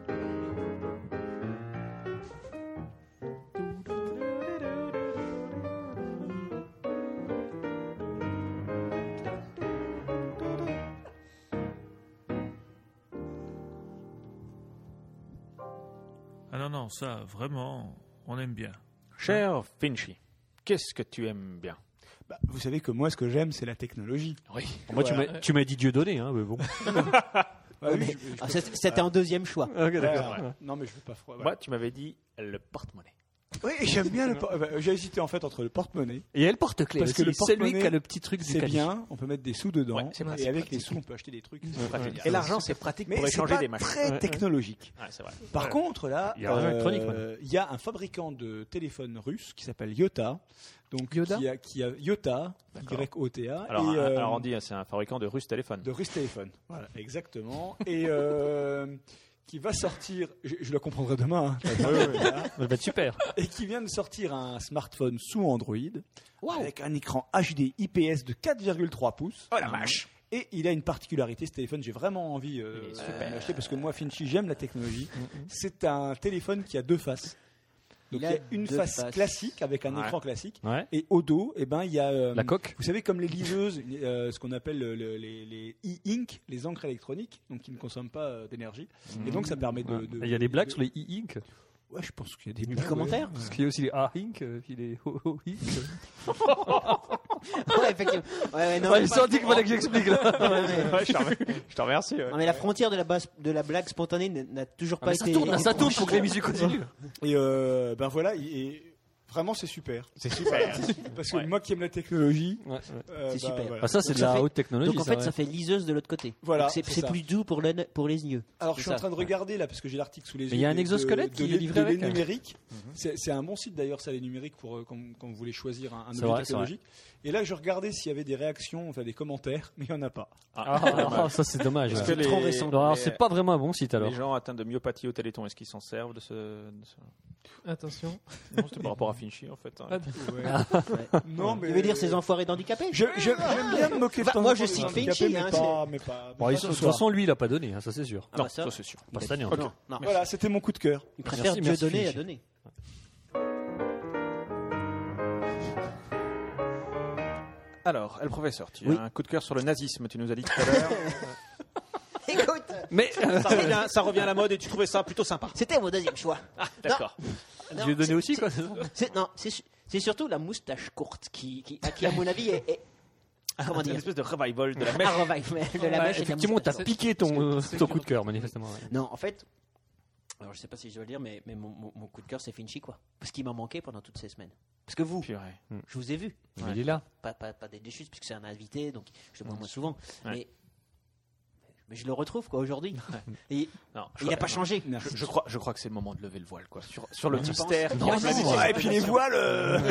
Ah non, non, ça, vraiment, on aime bien. Cher Finchy, qu'est-ce que tu aimes bien? Bah, vous savez que moi, ce que j'aime, c'est la technologie. Oui. Moi, tu Voilà. m'as- tu m'as dit Dieu donné, hein, mais bon. Ah oui, Mais- je- je Ah, peux- c'est- C'était un deuxième choix. Ok, Ouais, d'accord. ouais. Non, mais je veux pas froid. Moi, tu m'avais dit le porte-monnaie. Oui, j'aime bien le. por- euh, J'ai hésité en fait entre le porte-monnaie. Et elle porte-clés. Parce que le c'est lui porte-monnaie, qui a le petit truc du C'est caddie. bien, on peut mettre des sous dedans. Ouais, c'est pratique, et avec pratique. les sous, on peut acheter des trucs. Et l'argent, c'est pratique Mais pour c'est échanger pas des machines. très Ouais. technologique. Ouais, c'est vrai. Par contre, là, Il y a l'argent électronique, euh, il y a un fabricant de téléphones russe qui s'appelle Yota. Donc, Yoda qui a, qui a Yota, D'accord. Y O T A. Alors, et, un- euh, alors on dit, c'est un fabricant de Russe Téléphone. de Russe Téléphone. Voilà, exactement. Et euh, qui va sortir, je, je le comprendrai demain, hein, Voilà. Ça va être super. et qui vient de sortir un smartphone sous Android avec un écran H D I P S de quatre virgule trois pouces. Oh la vache. Et il a une particularité, ce téléphone, j'ai vraiment envie euh, de l'acheter parce que moi, Finchy, j'aime la technologie. C'est un téléphone qui a deux faces. Donc Il il y a a une deux face faces. classique avec un Ouais. écran classique. Ouais. Et au dos, eh ben, il y a euh, La coque. vous savez, comme les liseuses, euh, ce qu'on appelle le- le- les, les e-ink, les encres électroniques, donc qui ne consomment pas euh, d'énergie. Et donc ça permet de. Ouais. de- Il y a des blagues de- sur les e-ink. Ouais, je pense qu'il y a des Des blagues, commentaires ouais. Parce qu'il y a aussi les A-ink, euh, puis les O-ink. Ouais, effectivement. Ouais, ouais, non, Ouais, mais j'ai pas- senti qu'il fallait que j'explique là. Ouais, je te remercie. Je te remercie. ouais. Non, mais la frontière de la, base, de la blague spontanée n'a- n'a toujours pas Mais ça été. tourne, là, ça tourne pour que les musiques continuent. Et euh, ben voilà, et, et vraiment c'est super. C'est super. Parce que Ouais. moi qui aime la technologie, Ouais, ouais. euh, C'est bah, super. voilà. Ah, ça, c'est Donc de ça la fait- haute technologie. Donc en ça, fait, ouais. ça fait liseuse de l'autre côté. Voilà, Donc c'est c'est c'est ça. plus doux pour, le, pour les yeux. Alors C'est je suis en ça. train de regarder là parce que j'ai l'article sous les yeux. Mais il y a un de- exosquelette de- qui de est les- livré de les avec. numériques. C'est c'est un bon site d'ailleurs, ça les numériques pour euh, quand, quand vous voulez choisir un, un C'est objet vrai, c'est technologique. Et là je regardais s'il y avait des réactions, enfin des commentaires, mais il y en a pas. Ah, ah, ça, c'est dommage. Est-ce ouais. que les- trop récent. Alors, les- c'est pas vraiment un bon site alors. Les gens atteints de myopathie au Téléthon, est-ce qu'ils s'en servent de ce, de ce- Attention. Non, c'était par rapport à Finchy en fait. hein. Ah, Non mais Il veut dire ces enfoirés d'handicapés. Je- je- J'aime bien me moquer de Enfin, temps en moi, temps je des cite handicapés, Finchy, mais hein, pas, mais pas, Bon, mais ils pas sont- ce de toute soir. façon, lui, il a pas donné, hein, ça c'est sûr. Ah Non, bah ça, ça c'est sûr. Pas cette année. en Ok. tout cas. non. Voilà, c'était mon coup de cœur. Il préfère Merci, Dieu merci, donner à Finchy. donner. Alors, elle professeur, tu Oui. as un coup de cœur sur le nazisme, tu nous as dit tout à l'heure. Écoute, Mais ça, revient, ça revient à la mode et tu trouvais ça plutôt sympa. c'était mon deuxième choix. D'accord. Non, je lui ai donné c'est- aussi, c'est- quoi. c'est ça c'est- Non, c'est su- c'est surtout la moustache courte qui, qui, qui, à mon avis, est. est- comment C'est une dire espèce de revival de la mèche. Un revival de la Ouais, mèche et de la effectivement, moustache t'as courte. piqué ton, euh, c'est ton que- coup de cœur, manifestement. ouais. Non, en fait, alors je sais pas si je dois le dire, mais, mais mon, mon- mon coup de cœur, c'est Finchy, quoi. Parce qu'il m'a manqué pendant toutes ces semaines. Parce que vous, Purée. je vous ai vu. Mais il est là. Pas, pas, pas des déchus, puisque c'est un invité, donc je le vois moins souvent. Ouais. Mais, mais je le retrouve, quoi, aujourd'hui. Et Non, je, il n'a pas changé. je, je crois, je crois que c'est le moment de lever le voile, quoi. Sur, sur le Tu mystère. penses qui a plané Non, sur Ouais, cette et puis les nation. voiles. euh,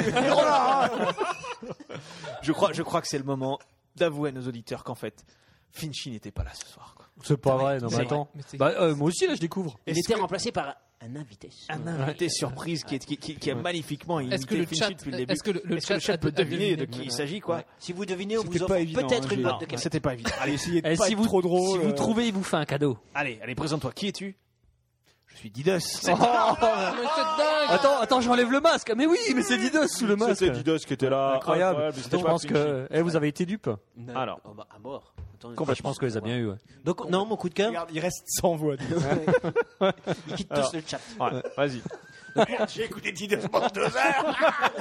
Je crois, je crois que c'est le moment d'avouer à nos auditeurs qu'en fait, Finchy n'était pas là ce soir, quoi. C'est pas vrai, non, mais C'est attends. mais c'est- Bah, euh, moi aussi, là, je découvre. Il Est-ce était que- remplacé par un invité. Un invité surprise qui, est, qui, qui, qui a magnifiquement Est-ce que imité le Finchy chat, depuis le début. est-ce que le, le Est-ce que le chat a- peut a deviner de deviné qui il s'agit, quoi? Si vous devinez, on C'était vous offre pas évident, peut-être hein, une j'ai- boîte de Non, cadeaux. c'était pas évident. Allez, essayez de Eh, pas si être vous, trop drôle. si vous euh, trouvez, il vous fait un cadeau. Allez, allez, présente-toi. Qui es-tu? Je suis Didos. Mais c'est dingue. Attends, attends, j'enlève le masque. Mais oui, mais c'est Didos sous le masque. C'était Didos qui était là. Incroyable. C'était Je pas pense Finchy. que eh, vous avez été dupes. Non. Alors. Oh, bah, à mort. Attends, Bah, je pense que les a bien eu. Ouais. Donc, non, mon coup de cœur, Regarde, il reste sans voix. dis. il quitte Alors. tous le chat. Ouais, vas-y. J'ai écouté Didos pendant deux heures.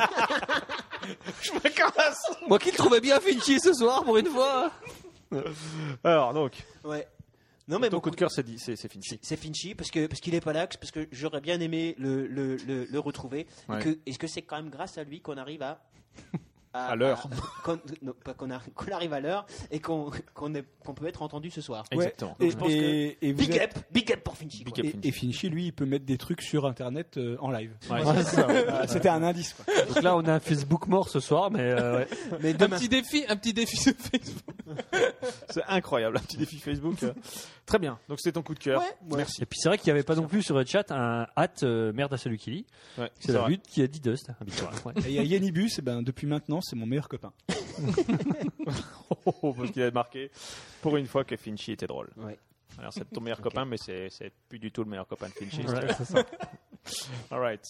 Je me casse. Moi qui le trouvais bien Finchy ce soir pour une fois. Alors, donc, Ouais. Non, mais ton mon coup de cœur, c'est dit- c'est c'est Finchy. c'est Finchy parce que parce qu'il est pas là, parce que j'aurais bien aimé le le, le, le retrouver. Ouais. Et que est-ce que c'est quand même grâce à lui qu'on arrive à À l'heure. à- qu'on, non, pas qu'on, a- qu'on arrive à l'heure et qu'on qu'on, est- qu'on peut être entendu ce soir. Exactement. Et, je pense et- et vous Big êtes- up, big up pour Finchy. Big quoi. up. et- et Finchy, lui, il peut mettre des trucs sur Internet euh, en live. Ouais. Ouais, c'est ça. Ah, C'était un indice. Quoi. Donc là, on a un Facebook mort ce soir, mais euh, ouais. Mais Un demain, petit défi, un petit défi sur Facebook. C'est incroyable, un petit défi Facebook. euh. Très bien. Donc, c'était ton coup de cœur. Merci. Et puis c'est vrai qu'il n'y avait pas non plus sur le chat un hâte euh, merde à celui qui lit. Ouais, C'est la vrai. lutte qui a dit Dust. habituellement, ouais. Et il y a Yannibus, et ben, depuis maintenant, c'est mon meilleur copain. Oh, oh, parce qu'il a marqué pour une fois que Finchy était drôle. Ouais. Alors, c'est ton meilleur copain, mais c'est c'est plus du tout le meilleur copain de Finchy. Ouais, c'est ça. All right.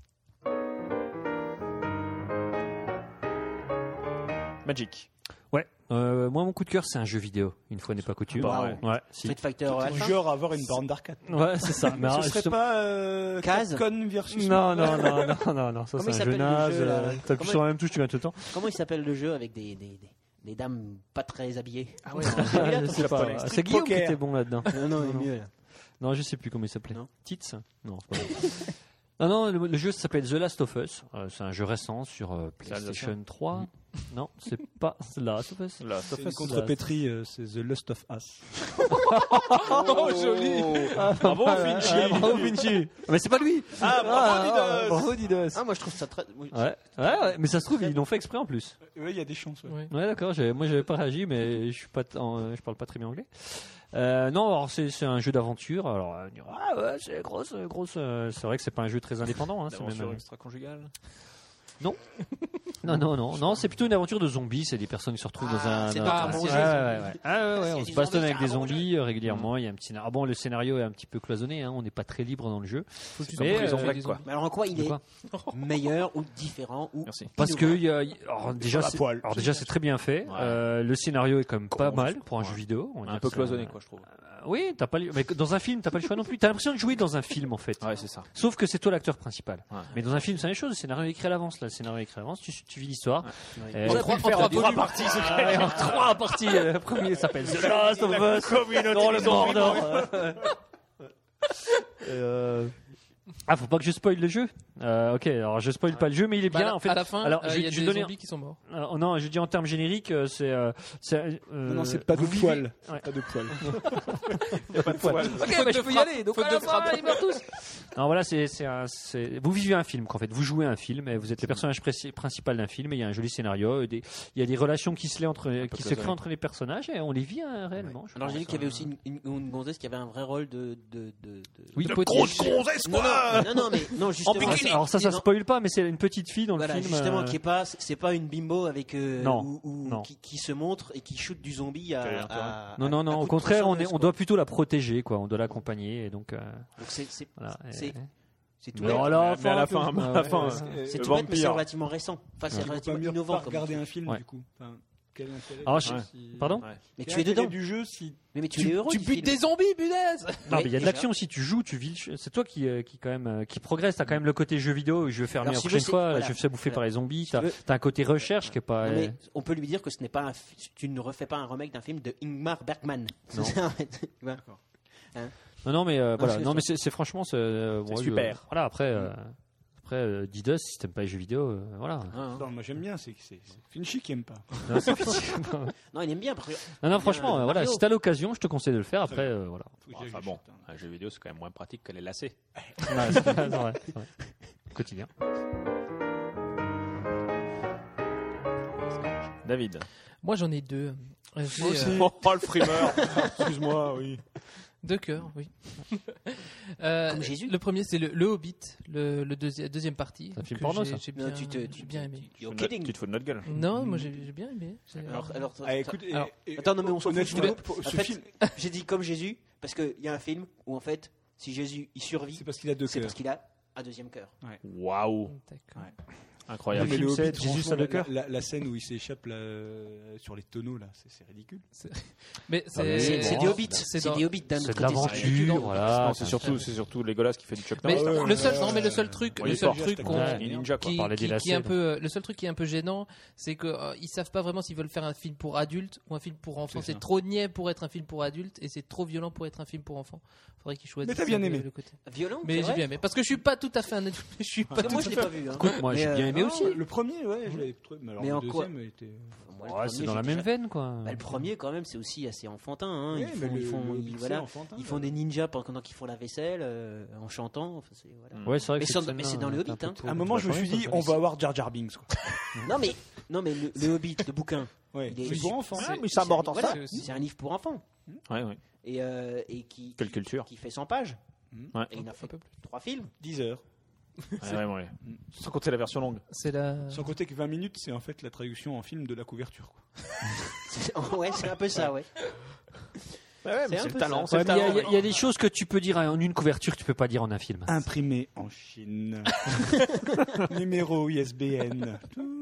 Magic. Ouais. Euh, moi, mon coup de cœur, c'est un jeu vidéo. Une fois n'est pas coutume. Bah ouais. Ouais. Si. Street Fighter Ou Alpha. genre avoir une borne d'arcade. Ouais, c'est ça. Mais alors, Ce serait justement- pas euh, Kaz Capcom versus. Non, non, non, non, non, non, ça Comment il c'est un jeu s'appelle le naze. jeu, là euh, T'appuies Comment sur la même touche, tu viens tout le temps. Comment il s'appelle le jeu avec des des, des, des dames pas très habillées? Ah ouais, Je sais pas. Street C'est Guillaume qui Poker. était bon là-dedans. Non, non, il est mieux là. Non, je sais plus comment il s'appelait. Non. Tits Non, c'est pas vrai. Ah non, le, le jeu s'appelle The Last of Us. Euh, c'est un jeu récent sur euh, PlayStation trois. Mm. Non, c'est pas The Last of Us. Là, C'est une contrepétrie, euh, c'est The Lust of Us. Oh, joli. Bravo, Finchi. Ah, bravo, Finchi. Mais c'est pas lui. Ah, bravo, Didos. bravo, Didos. Ah, moi je trouve ça très. oui. Ouais, ouais, ouais, mais ça se trouve, ils l'ont fait exprès en plus. Oui, il y a des chances. ouais. Ouais. Ouais, d'accord. j'ai- Moi, j'avais pas réagi, mais je suis pas, t- en- je parle pas très bien anglais. Euh, non, alors c'est c'est un jeu d'aventure. Alors, on dira, ah ouais, c'est grosse, grosse. euh, C'est vrai que c'est pas un jeu très indépendant. Hein, c'est même. L'aventure euh, extra-conjugale. Non, non, non, non. C'est plutôt une aventure de zombies. C'est des personnes qui se retrouvent dans un. c'est dans- notre ouais, ancien ouais, jeu. ouais, ouais. Ah ouais, ouais, qu'il y a on des se bastonne zombies avec des carrément, zombies euh, régulièrement. Il y a un petit. Ah bon, le scénario est un petit peu cloisonné. Hein, on n'est pas très libre dans le jeu. Faut juste Mais, en prison euh, avec des quoi. zombies. Mais alors en quoi il De est quoi meilleur ou différent ou Merci. Parce que innovant il y a, il- alors déjà, la c'est, poêle. alors déjà c'est très bien fait. Ouais. Euh, le scénario est quand même pas Comment mal je- pour un ouais. jeu vidéo. On va Un dire peu que cloisonné, c'est- quoi, je trouve. Euh, oui, t'as pas, le- mais dans un film, t'as pas le choix non plus. T'as l'impression de jouer dans un film en fait. Ouais, c'est ça. Sauf que c'est toi l'acteur principal. Ouais. Mais dans un film, c'est la même chose. Le scénario est écrit à l'avance. Là, le scénario est écrit à l'avance. Tu, tu vis l'histoire. Et- On a pu le faire en trois parties. Ah ouais, en trois parties. euh, Le premier s'appelle The Last of Us. Dans le Mordor. Euh, Ah, faut pas que je spoil le jeu. Euh, ok, alors je spoil pas le jeu, mais il est Bah, bien à la- en fait. à la fin, alors, euh, je- il y a je des donnais- zombies qui sont morts. Alors, non, je dis en termes génériques, euh, c'est. euh, c'est, euh, Non, c'est pas de vous vivez- poil. Ouais. Pas de poil. Pas de poil. Ok, Faute bah, de je peux y frappe. aller. Donc Faute à la de fin, frappe. ils meurent tous. Non, voilà, c'est, c'est un, c'est- vous vivez un film, qu'en fait, vous jouez un film, et vous êtes le personnage précis- principal d'un film, et il y a un joli scénario, et des- il y a des relations qui se, lient entre, qui se cloisonné. créent entre les personnages, et on les vit hein, réellement. je Alors j'ai pense, vu qu'il y avait hein. aussi une, une, une gonzesse qui avait un vrai rôle de. de, de, de... Oui, De petit- Grosse gonzesse, Non, quoi. non, non, non, mais non, justement. Alors, ça- alors ça, ça non, spoil pas, mais c'est une petite fille dans le Voilà, film. justement, euh, qui est pas, c'est pas une bimbo avec euh, Non, ou, ou non. Qui, qui se montre et qui shoot du zombie à. Quel est l'intérêt à- Non, à- non, à non. coup Au de contraire, on, est, tronçonneuse, on quoi. doit plutôt la protéger, quoi. On doit l'accompagner, et donc. euh, Donc c'est, c'est, voilà. c'est, Et- c'est tout Mais bête. à la Mais à la fin, fin, que- à la fin, ouais, euh, ouais. C'est le tout bête, mais c'est vampire. relativement récent. Enfin, c'est Tu peux relativement pas mieux innovant. pas comme regarder truc. un film Ouais. du coup. Enfin, quel intérêt Alors, du je- jeu si- Pardon Ouais. Mais Quel tu es intérêt dedans. du jeu si Mais, mais tu, Tu, es heureux tu du butes film. des zombies, punaise. Non, Oui, mais il y a de déjà. l'action si tu joues, tu vis. le jeu. C'est toi qui, euh, qui quand même, euh, qui progresse. T'as quand même le côté jeu vidéo. Je veux faire Alors, mieux la si prochaine je sais- fois. voilà. Je me fais bouffer Voilà. par les zombies. Si T'as, tu veux- t'as un côté recherche qui est pas. Non, mais euh, on peut lui dire que ce n'est pas un fi- tu ne refais pas un remake d'un film de Ingmar Bergman. C'est Non. ça, en fait. Tu vois. Non, non, mais euh, voilà. c'est Non, ça. mais c'est, c'est franchement, c'est, euh, C'est moi, je- super. voilà. Après, euh, après, euh, Didos, si t'aimes pas les jeux vidéo, euh, voilà. Hein, hein. Non, moi j'aime bien, c'est c'est c'est Finchy qui aime pas. Non, c'est effectivement- Non, il aime bien. parce que- non, non, Bien, franchement, euh, euh, voilà. Mario. Si t'as l'occasion, je te conseille de le faire. Après, euh, voilà. Faut que j'aille Enfin le bon, shit, hein. un jeu vidéo, c'est quand même moins pratique que les lacets. Ouais, c'est, c'est vrai, c'est vrai. Quotidien. David. Moi, j'en ai deux. Euh, j'ai, Moi aussi. euh, Oh, le frimeur. Excuse-moi, oui. Deux cœurs, oui. Euh, Comme Jésus. Le premier, c'est le, le Hobbit, le, le deuxi- deuxième partie. C'est un film que porno, j'ai- ça. J'ai Non, bien, tu te- j'ai tu- bien tu- aimé. You're Tu te- kidding. Tu te fous de notre gueule. Non, moi j'ai j'ai bien aimé. C'est- Alors, alors, Ah, écoute, et- Alors, et- attends, non, mais on s'en fout. honnêtement, je te coupe. pour En ce fait, film, j'ai dit comme Jésus parce qu'il y a un film où en fait, si Jésus il survit, c'est parce qu'il a deux c'est cœurs. parce qu'il a un deuxième cœur. Waouh. D'accord. Incroyable. Le film, le c'est Hobbit, Jésus, franchement, ça le la- cœur. la, la scène où il s'échappe là, euh, sur les tonneaux là, c'est c'est ridicule. Mais Ah, mais c'est C'est c'est bon, des hobbits. c'est C'est dans- des hobbits d'un C'est autre de côté. ridicule. l'aventure, voilà. Non, c'est surtout, c'est surtout Legolas qui fait du Chuck Mais Norris. ouais, le seul, ouais, non, mais le ouais, seul ouais. truc, Oui, le il seul porte, truc c'est qu'on- comme les ninjas, quoi. qui, Parler des qui- qui est lacets, un peu, euh, le seul truc qui est un peu gênant, c'est que euh, ils savent pas vraiment s'ils veulent faire un film pour adultes ou un film pour enfants. C'est C'est ça. trop niais pour être un film pour adultes et c'est trop violent pour être un film pour enfants. Faudrait qu'ils choisissent. Mais t'as bien le- aimé. le côté. Violent. Mais c'est j'ai vrai bien aimé parce que je suis pas tout à fait un adulte. Je suis pas Parce que tout moi à je l'ai fait- pas vu. hein. Écoute, moi, Mais, j'ai bien euh, aimé Non, aussi. Le premier, ouais, je l'avais trouvé. Mais, alors, Mais le en quoi deuxième était. Moi, le Ouais, premier, c'est dans j'ai la même déjà- veine, quoi. Bah, le premier quand même, c'est aussi assez enfantin. Hein. Ouais, ils mais font, le- ils font, le ils- Hobbit, c'est voilà, enfantin, ils font ouais. des ninjas pendant qu'ils font la vaisselle euh, en chantant. Enfin, c'est- voilà. Ouais, c'est vrai Mais que c'est- cette mais scène-là, c'est dans le était un Hobbit, peu hein. trop- À un moment, je me suis dit, on va avoir Jar Jar Binks. Quoi. Non mais non mais le, le Hobbit, le bouquin, Ouais, il est c'est pour enfants. Ah, mais ça c'est- mord dans voilà, ça. c'est un livre pour enfants Ouais, ouais. et euh, et qui Quelle culture. qui fait cent pages. Ouais. Et il a fait Un peu plus. trois films. dix heures. Ouais, ouais, ouais. Sans compter la version longue. C'est la. Sans compter que vingt minutes, c'est en fait la traduction en film de la couverture. Quoi. C'est- ouais, c'est un peu ça, ouais. Ouais, ouais, mais un c'est peu le talent. ça. C'est Ouais, le mais il y a- talent. il y, a- il y a des choses que tu peux dire en une couverture que tu peux pas dire en un film. Imprimé en Chine. Numéro I S B N.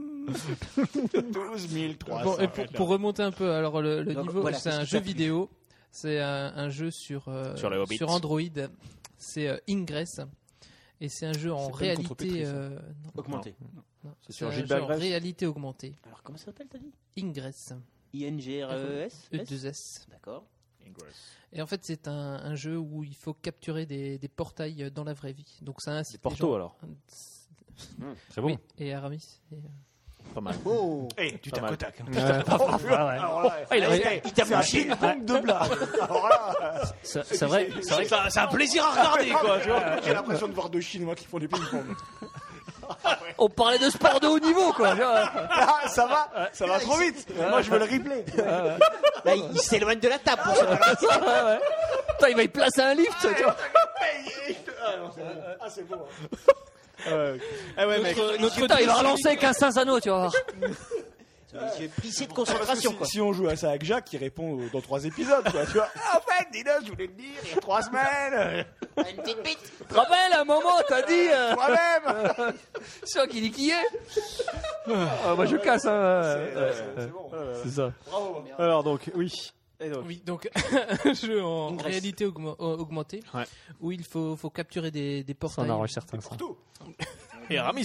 douze mille trois cents. Bon, et pour, pour remonter un peu, alors le, le Donc, niveau, voilà, c'est qu'est-ce un qui jeu t'a plu vidéo, c'est un, un jeu sur euh, Sur les Hobbits. sur Android, c'est euh, Ingress, et c'est un jeu en C'est pas une réalité, contrepétrie, ça. euh, non, Augmenté. non, C'est c'est sur un Gilbert jeu en Grace. réalité augmentée, Alors comment ça s'appelle, t'as dit? Ingress, I N G R E S E deux S. D'accord. Et en fait, c'est un, un jeu où il faut capturer des, des portails dans la vraie vie. Donc ça incite Des portos, les gens- alors. Très bon. Oui, et Aramis. et, euh, Pas mal. Oh. Eh, du Pas tac mal. au tac. hein. Alors là, Ah, il a- eh, Il t'a c'est un mâché. ping-pong de blagues. Alors là, C'est c'est vrai, c'est vrai que C'est un- c'est un plaisir à regarder, quoi. Tu vois. j'ai l'impression de voir deux Chinois qui font du ping-pong. on parlait de sport de haut niveau, quoi. Ah, ça va, ça va trop vite. Moi, je veux le replay. Là, il, il s'éloigne de la table pour se balancer. Putain, il va y placer un lift, tu vois. Ah, c'est bon. Ah ouais, mec. Notre, notre Putain, il va relancer avec un Saint-Zano, tu vas voir. Monsieur plissé de Parce que concentration, si, quoi. si on joue à ça avec Jacques, il répond dans trois épisodes, quoi, tu vois. En fait, Dino, je voulais te dire, il y a trois semaines, Une petite bite. Tu te rappelles, à un moment, t'as dit. Euh... toi-même. C'est toi qui dis qui est. Ah, moi, je casse, hein. C'est bon. C'est ça. Bravo. Alors donc, oui. Et donc, Oui, donc un jeu en Ingress. réalité augme- euh, augmentée Ouais. où il faut, faut capturer des, des Ça portails. en arrange certains, ça. Tout. et Aramis.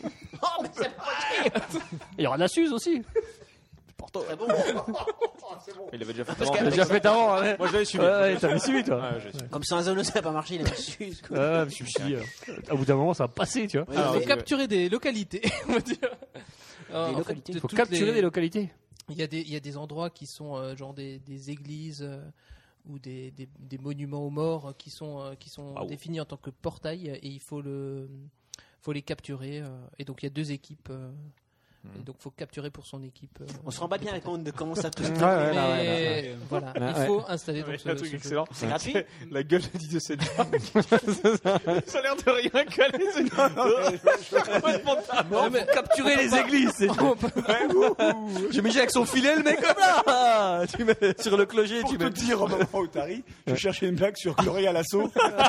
Il y aura de la Suze aussi. Très bon. Il avait déjà fait Parce avant. que- T'as déjà fait avant, ouais. Moi, je l'avais suivi. Ouais, ouais, t'avais suivi, toi. Ouais, j'ai suivi. Comme ça, un zone, ça n'a pas marché, il a pas su. quoi. Ouais, je me suis dit, euh, au bout d'un moment, ça va passer, tu vois. Ouais, Il Alors, faut oui, capturer des localités, on va dire. Alors, en fait, localités. de Il faut toutes capturer les- des localités. Il y a des, il y a des endroits qui sont euh, genre des, des églises euh, ou des, des, des monuments aux morts euh, qui sont, euh, qui sont Waouh. définis en tant que portails et il faut, le, faut les capturer. euh, et donc il y a deux équipes. euh, et donc il faut capturer pour son équipe. euh, On se rend pas bien les compte de comment ça te Ouais, portails. ouais, Mais non, ouais, voilà, Ouais, il faut installer donc Ouais, ce, un truc ce jeu. excellent. C'est gratuit. La gueule de Didier Sedja. Ça a l'air de rien caler. C'est complètement Non, mais- Capturer les églises, c'est j'imagine avec son filet, le mec, comme là. Tu mets sur le clocher, Pour tu te mets. dire, au moment où t'as ri, je cherchais une blague sur Gloria Lasso.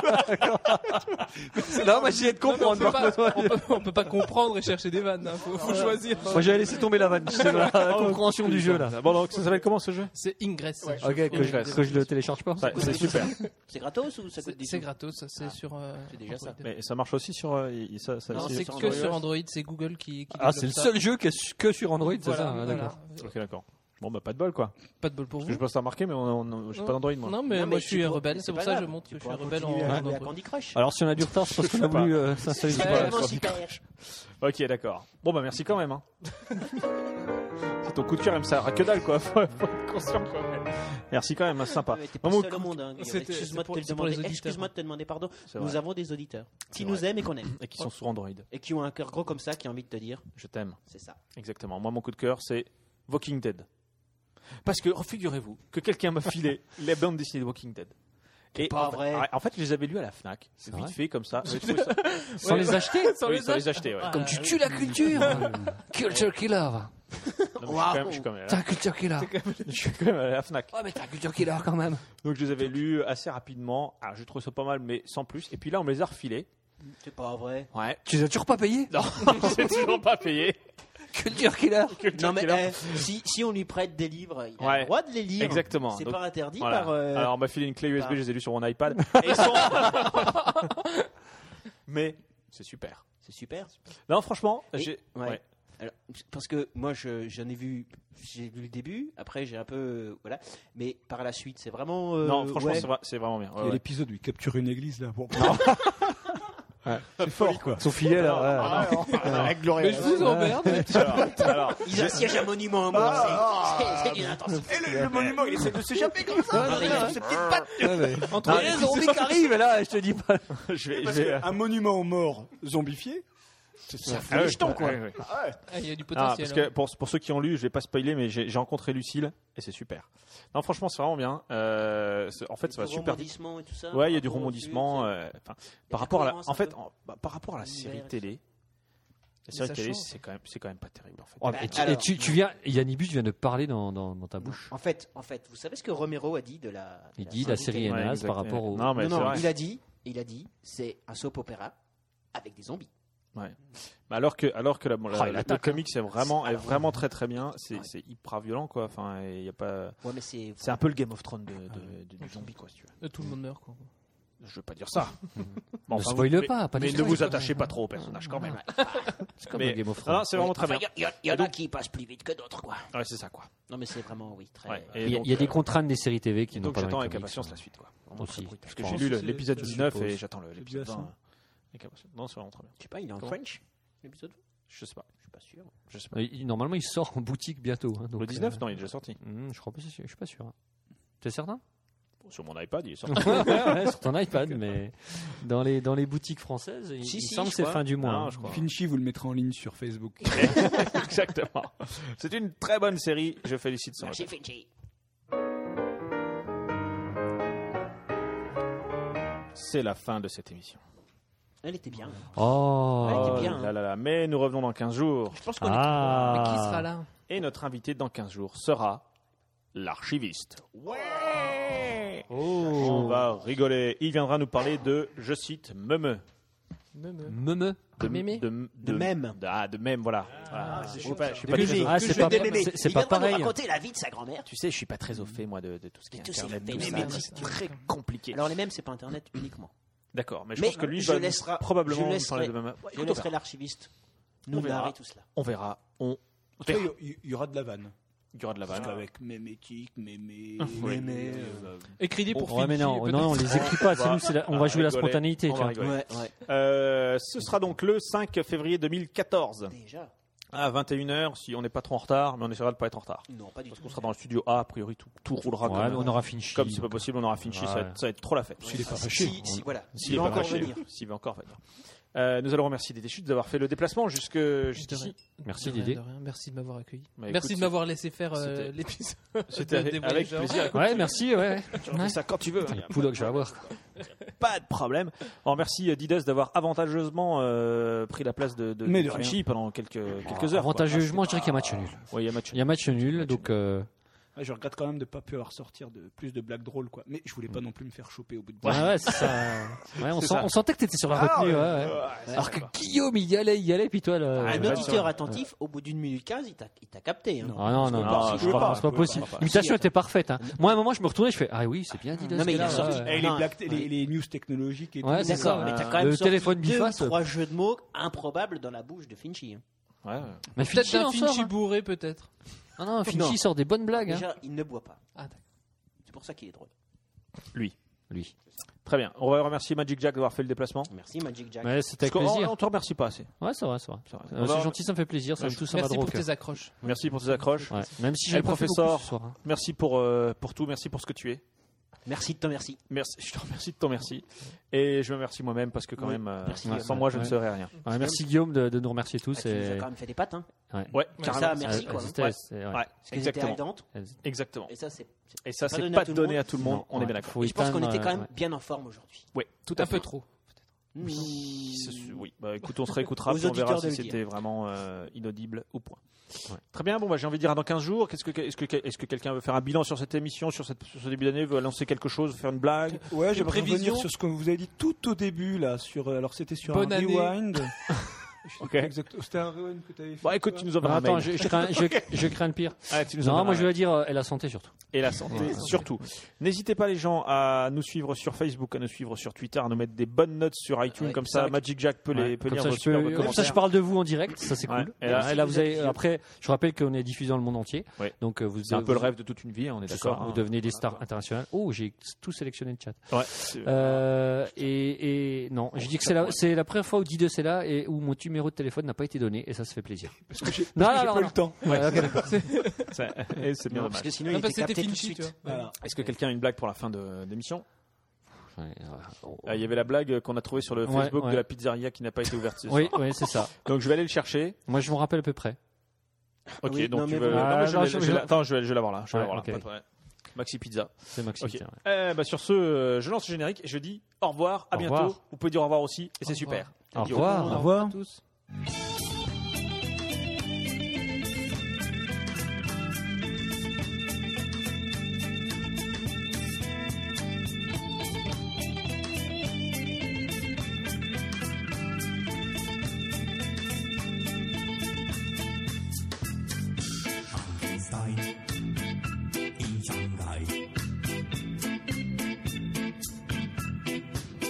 Non, moi, j'essayais de Non, mais on, comprendre. peut par pas, contre. on, peut, on peut pas comprendre et chercher des vannes. Il faut, faut choisir. Moi, j'avais laissé tomber la vanne. C'est la compréhension du jeu, là. Bon, donc ça s'appelle comment ce jeu? C'est Ingress. Ok, que je, que je le télécharge pas. Ouais, c'est super. C'est gratos ou ça coûte C'est des c'est sous gratos, c'est sur. euh, c'est déjà ça. Android. Mais ça marche aussi sur. euh, il- ça, ça, Non, c'est- c'est sur que Android. sur Android, c'est Google qui. qui Ah, c'est le développe ça. seul jeu qui est su- que sur Android, c'est Voilà, ça, hein, voilà. d'accord. Ok, d'accord. Bon, bah, pas de bol, quoi. Pas de bol pour Parce vous. que je peux pas remarquer, mais on, on- j'ai Non. pas d'Android, moi. Non, mais Non, moi mais je suis tu un pourras- rebelle, c'est c'est pour pas ça que je grave. montre que Tu je suis pourras rebelle en, continuer à en jouer à Android. Candy Crush. Alors, si on a du retard, c'est parce qu'on a pas. voulu euh, s'installer sur Ouais, la- Tellement super. Ok, d'accord. Bon, bah, merci quand même. Hein. C'est ton coup de cœur, même ça, que dalle, quoi. Faut, faut être conscient, quoi. Mais Merci quand même, hein, c'est sympa. Ouais, T'es pas Maman, seul au monde. hein, Guillaume. C'était- Excuse-moi c'est pour- de te c'est pour les demander. auditeurs. Excuse-moi de te demander pardon. C'est Nous vrai. avons des auditeurs qui C'est nous vrai. aiment et qu'on aime Et qui sont sous Android. et qui ont un cœur gros comme ça, qui ont envie de te dire, Je t'aime. c'est ça. Exactement. Moi, mon coup de cœur, c'est Walking Dead. Parce que, figurez-vous, que quelqu'un m'a filé les bandes dessinées de Walking Dead. Et pas en fait, vrai. ouais, en fait, je les avais lus à la Fnac. C'est vite vrai fait, comme ça. J'ai trouvé ça- Sans les acheter. Sans Oui, les sans les acheter, ouais. Ah, Comme tu tues la culture. Culture killer. Non, mais je suis quand même- je suis quand même T'es à un culture killer. la- je suis quand même à la Fnac. Ouais, mais t'es un culture killer quand même. Donc, je les avais lus assez rapidement. Alors, je trouve ça pas mal, mais sans plus. Et puis là, on me les a refilés. C'est pas vrai. Ouais. Tu les as toujours pas payés? Non, j'ai toujours pas payé. Culture killer. Non mais Killer. eh, si, si on lui prête des livres, il a Ouais. le droit de les lire. Exactement. C'est Donc, pas interdit Voilà. par. euh, Alors, on m'a filé une clé U S B, par- je les ai lus sur mon iPad. Et ils sont- Mais c'est super. C'est super. Non, franchement, Et- j'ai. ouais. ouais. Alors, parce que moi, je- j'en ai vu, j'ai vu le début. Après, j'ai un peu, euh, voilà. Mais par la suite, c'est vraiment. euh, Non, franchement, ouais. c'est, vra- c'est vraiment bien. Ouais, Il y a ouais. l'épisode où il capture une église, là. Bon. C'est fort, quoi. Son filet là. ouais. Avec Gloria. Mais je vous emmerde. Alors, alors, Ils assiègent un monument à mort. Ah, c'est- c'est- c'est d'une intensité. Et le, le monument, il essaie de s'échapper comme ça. Avec ses petites pattes. Ouais, mais- Entre Ah, les zombies qui arrivent là, je te dis pas. je vais. Parce je vais qu'un monument aux morts zombifié, c'est ça fout Ah les ouais, jetons, quoi. ouais, ouais. Ah ouais. Ah, il y a du Ah, potentiel. parce que hein. pour, pour ceux qui ont lu, je vais pas spoiler, mais j'ai, j'ai rencontré Lucille et c'est super. Non, franchement, c'est vraiment bien. Euh, c'est- en fait, ça va Du super. rebondissement et tout ça. Ouais, il y a du par rapport au rebondissement. film, euh, enfin, de par la rapport à la, cohérence en un fait, peu. en- bah, par rapport à la série L'univers et télé, la Mais série ça télé, change. c'est quand même, c'est quand même pas terrible en fait. Oh, Bah, et tu, alors- et tu, tu viens, Yannibus vient de parler dans, dans, dans ta bouche. En fait, en fait, vous savez ce que Romero a dit de la. de Il dit la série télé est Ouais, naze par exactement. rapport au. Non, mais Non, c'est non, vrai. il a dit, il a dit, c'est un soap opéra avec des zombies. Mais alors que, alors que la, bon, la- Ah, il le attaque, comics est vraiment, est Alors, vraiment très très bien. C'est, Ouais. c'est hyper violent quoi. Enfin, il y a pas. Ouais, mais c'est. C'est un peu le Game of Thrones de, de, de- du zombie quoi, si tu veux. Euh, Tout le monde meurt, quoi. Je veux pas dire ça. Bon, Ne enfin, spoile vous- pas, mais, pas de mais ne spoil. vous attachez pas trop au personnage quand même. C'est comme Mais- le Game of non, Thrones. non, c'est vraiment très Enfin, bien. Il y, a- il y en a qui passent plus vite que d'autres, quoi. Ouais, c'est ça quoi. Non, mais c'est vraiment, oui, très. Ouais. Il Et y a, donc, il y a des euh, contraintes des séries T V qui n'ont Donc pas dans j'attends les avec comics. impatience la suite quoi. Aussi. Parce que Je j'ai pense. lu le- c'est- l'épisode c'est- dix-neuf je et suppose. j'attends le- l'épisode bien ça. vingt. Avec impatience. Non, c'est vraiment très bien. Je sais pas, il est en Comment French, l'épisode. Je sais pas. Je suis pas sûr. Je sais pas. Euh, il- Normalement, il sort en boutique bientôt. hein, donc, Le dix-neuf, euh, non, il est déjà sorti. hmm, je crois pas, je suis je suis pas sûr. hein. T'es certain? Sur mon iPad, il est sorti. ouais, ouais, sur ton iPad, mais dans les, dans les boutiques françaises, il, Si, il si, semble je que c'est crois. fin du mois. Non, hein. je crois. Finchy vous le mettra en ligne sur Facebook. Exactement. C'est une très bonne série. Je félicite son Merci, auteur. Finchi. C'est la fin de cette émission. Elle était bien. Oh, Ouais, Oh était bien, là hein. là là. Mais nous revenons dans quinze jours. Je pense qu'on ah. Mais qui sera là? Et notre invité dans quinze jours sera l'archiviste. Ouais. On va rigoler. Il viendra nous parler de, je cite, Meumeu. Me, me. Meumeu. De, Mémé. de, De même. de- ah, de même, voilà. Voilà. Je suis pas, je suis pas Que très j'ai- au- Ah, que c'est je pas- vais m'aimer. c'est- c'est Il pas viendra nous pareil. raconter la vie de sa grand-mère. Tu sais, je suis pas très au fait, moi, de, de tout ce qui est De tous ces Internet. tout phénomènes. ça. C'est très compliqué. Alors les mêmes, c'est pas Internet uniquement. D'accord, mais je Mais pense que lui je va laisserai- nous- probablement je nous laisserai- parler de même. Ouais, Je écoute, on laisserai verra. l'archiviste nous On verra. narrer tout cela. On verra. On En tout cas, il y, il y aura de la vanne. il y aura de la vanne. Avec mémétique, mémé, Oui. mémé. euh, Écris-les pour Ouais, mais Finchi, non, peut-être. non, on les écrit pas. c'est nous, c'est la- on va jouer la rigoler. spontanéité. On tu va vois. rigoler. Ouais, ouais. Euh, ce sera donc le cinq février deux mille quatorze Déjà. à vingt et une heures, si on n'est pas trop en retard, mais on essaiera de pas être en retard. Non, pas du Parce tout. qu'on sera dans le studio A, a priori tout, tout roulera Ouais, comme, mais on aura fini. comme c'est pas possible, on aura fini, ça, va être, ça va être trop la fête. S'il est pas Si, fâché. si, si, voilà. S'il Il est va pas encore fâché, venir. S'il va encore venir. Euh, nous allons remercier Dédé Chute d'avoir fait le déplacement jusque jusqu'ici. Merci De rien, Didier. de rien. Merci de m'avoir accueilli. Bah, Merci écoute, de m'avoir laissé faire euh, c'était- l'épisode. C'était des avec, avec voyageurs. plaisir. Écoute, Ouais, merci. Ouais. tu refais ça quand tu veux. hein. Poulot que je vais avoir. Pas de problème. On remercie euh, Didas d'avoir avantageusement euh, pris la place de, de, Mais de de rien. Finchy pendant quelques, quelques heures. quoi. Avantageusement, je dirais qu'il y a match nul. Ouais, il y a match. Il y a match nul, donc. euh, Ouais, je regrette quand même de ne pas pouvoir sortir de plus de blagues drôles, quoi. Mais je voulais pas non plus me faire choper au bout de Ouais, ouais, c'est ça. Ouais, on, C'est sent- ça. on sentait que t'étais sur la Ah, retenue. ouais, ouais, ouais. ouais, c'est Alors ça, que quoi. Guillaume, il y allait, il y allait, puis toi, là. Un ouais, auditeur ouais. attentif, au bout d'une minute quinze, il t'a il t'a capté. hein. Ah non, non, Non, non, je c'est peux pas, pas, c'est pas je peux possible. pas. L'imitation Si, était parfaite. Hein. Moi, à un moment, je me retournais, je fais Ah oui, c'est bien dit. Non, mais il a sorti- Et les, Non, blagues- ouais. les, les news technologiques et Ouais, tout. c'est D'accord, ça. mais Euh, t'as quand même le sorti téléphone deux ou biface. trois jeux de mots improbables dans la bouche de Finchy. hein. Ouais, ouais. Mais Peut-être Finchy un en sort. Finchi hein. bourré, peut-être. Ah non, Finchy Non. sort des bonnes blagues. hein. Déjà, il ne boit pas. Ah, d'accord. C'est pour ça qu'il est drôle. Lui. Lui. Très bien. On va remercier Magic Jack d'avoir fait le déplacement. Merci, Magic Jack. Ouais, c'était avec Parce qu'on- plaisir. On te remercie pas assez. Ouais, c'est vrai, c'est vrai. C'est vrai. Euh, On va- C'est gentil, ça me fait plaisir. Ça me touche, ça m'a Merci droit au pour cœur. tes accroches. Merci pour tes accroches. Ouais. Même si Et j'ai le pas fait professeur. beaucoup ce soir. hein. Merci pour, euh, pour tout. Merci pour ce que tu es. Merci de ton merci. Merci. Je te remercie de ton merci. Et je me remercie moi-même parce que quand Oui. même, euh, Merci, sans Guillaume. moi, je ne Ouais. serais rien. Ouais, merci Guillaume de, de nous remercier tous. Ah, tu nous as et- quand même fait des pattes. Hein. Ouais, Ouais, carrément. ça, merci, Elles- quoi. elles étaient- Ouais. c'est- ouais. Ouais, Parce qu'elles étaient exactement. aidantes. Elles- Exactement. Et ça, c'est. c'est- Et ça, pas c'est donné pas à tout le donné monde. à tout le monde. Non, On est ouais. bien d'accord. Faut Et je pense qu'on éteindre, était quand euh, même ouais. bien en forme aujourd'hui. Oui, tout à Un fait. peu trop. Oui. C'est- Oui, bah, écoute, on se réécoutera, Aux puis on verra auditeurs si de le dire. c'était vraiment euh, inaudible ou point. Ouais. Très bien, bon, bah, j'ai envie de dire à dans quinze jours. Qu'est-ce que, est-ce que, est-ce que quelqu'un veut faire un bilan sur cette émission, sur, cette, sur ce début d'année, veut lancer quelque chose, faire une blague? Ouais, j'aimerais prévisions revenir sur ce que vous avez dit tout au début, là. Sur, euh, alors, c'était sur Bonne un année. rewind. Je sais Ok. pas exact- C'était un rewind que tu avais fait. Bon, écoute, toi tu nous envoies Non, un attends, mail. je, je crains, je, je crains le pire. Ah, tu nous Non, envoies moi un je mail. veux dire, euh, et la santé surtout. Et la santé, surtout. N'hésitez pas, les gens, à nous suivre sur Facebook, à nous suivre sur Twitter, à nous mettre des bonnes notes sur iTunes, Ouais, comme c'est ça, vrai que- Magic Jack peut, les, Ouais, peut comme lire ça, vos je super peux- vos comme ça, commentaires. je parle de vous en direct, ça c'est Ouais. cool. Et là, Et là, vous avez, après, je rappelle qu'on est diffusé dans le monde entier. Ouais. Donc, euh, vous c'est un peu le rêve de toute une vie, hein, on est C'est d'accord. ça, hein. vous devenez des stars internationales. Oh, j'ai tout sélectionné le chat. Ouais. c'est- Euh, et, et non, je dis que c'est la, c'est la première fois où Didos est là et où mon numéro de téléphone n'a pas été donné et ça se fait plaisir. Parce que j'ai Non, parce que non, j'ai non, pas eu non. le temps. Ouais, ok, d'accord. c'est- et c'est bien Non, dommage. parce que sinon, Non, il parce était que c'était capté tout de Finchi, tu suite. vois. Voilà. Est-ce que quelqu'un a une blague pour la fin de d'émission? Ouais, ouais. Ah, il y avait la blague qu'on a trouvée sur le Ouais, Facebook ouais. de la pizzeria qui n'a pas été ouverte ce Oui, soir. oui, c'est ça. Donc je vais aller le chercher. Moi, je me rappelle à peu près. Ok, Oui, donc non, tu mais veux. bon. non, mais Ah, je non, vais- je- je je- vais- Attends, je vais, je vais l'avoir là. Je vais Ouais, l'avoir là, ok. pas de problème. Maxi Pizza. C'est Maxime. Ok. tiens, ouais. Eh ben, sur ce, euh, je lance le générique et je dis au revoir, à Au bientôt. revoir. Vous pouvez dire au revoir aussi, et c'est Au super. Au Dis revoir. Au revoir. à tous. in Shanghai.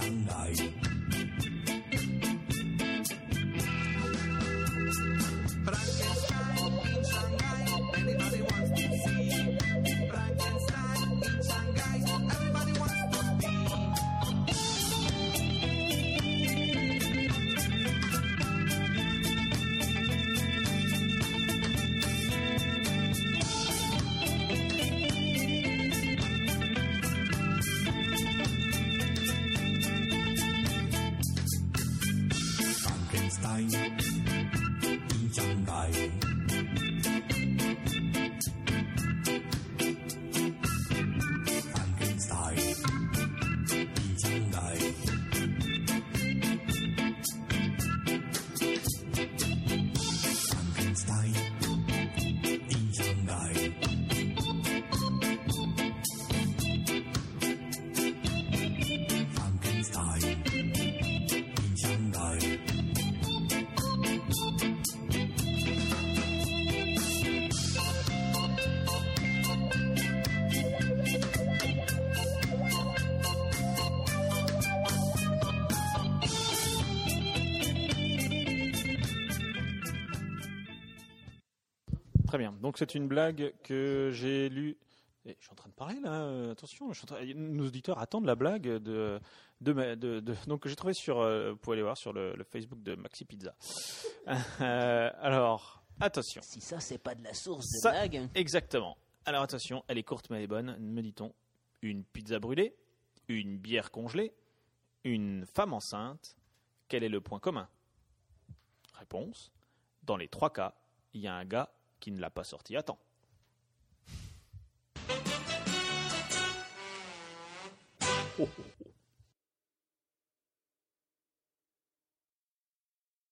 Très bien. Donc c'est une blague que j'ai lue. Et je suis en train de parler là. euh, Attention, je suis en train... nos auditeurs attendent la blague de de, ma- de, de... donc que j'ai trouvé sur. euh, vous pouvez aller voir sur le, le Facebook de Maxi Pizza. Euh, alors attention. Si ça, c'est pas de la source de Ça- blague. Exactement. Alors attention, elle est courte mais elle est bonne. Me dit-on une pizza brûlée, une bière congelée, une femme enceinte. Quel est le point commun? Réponse. Dans les trois cas, il y a un gars qui ne l'a pas sorti à temps. Oh, oh, oh.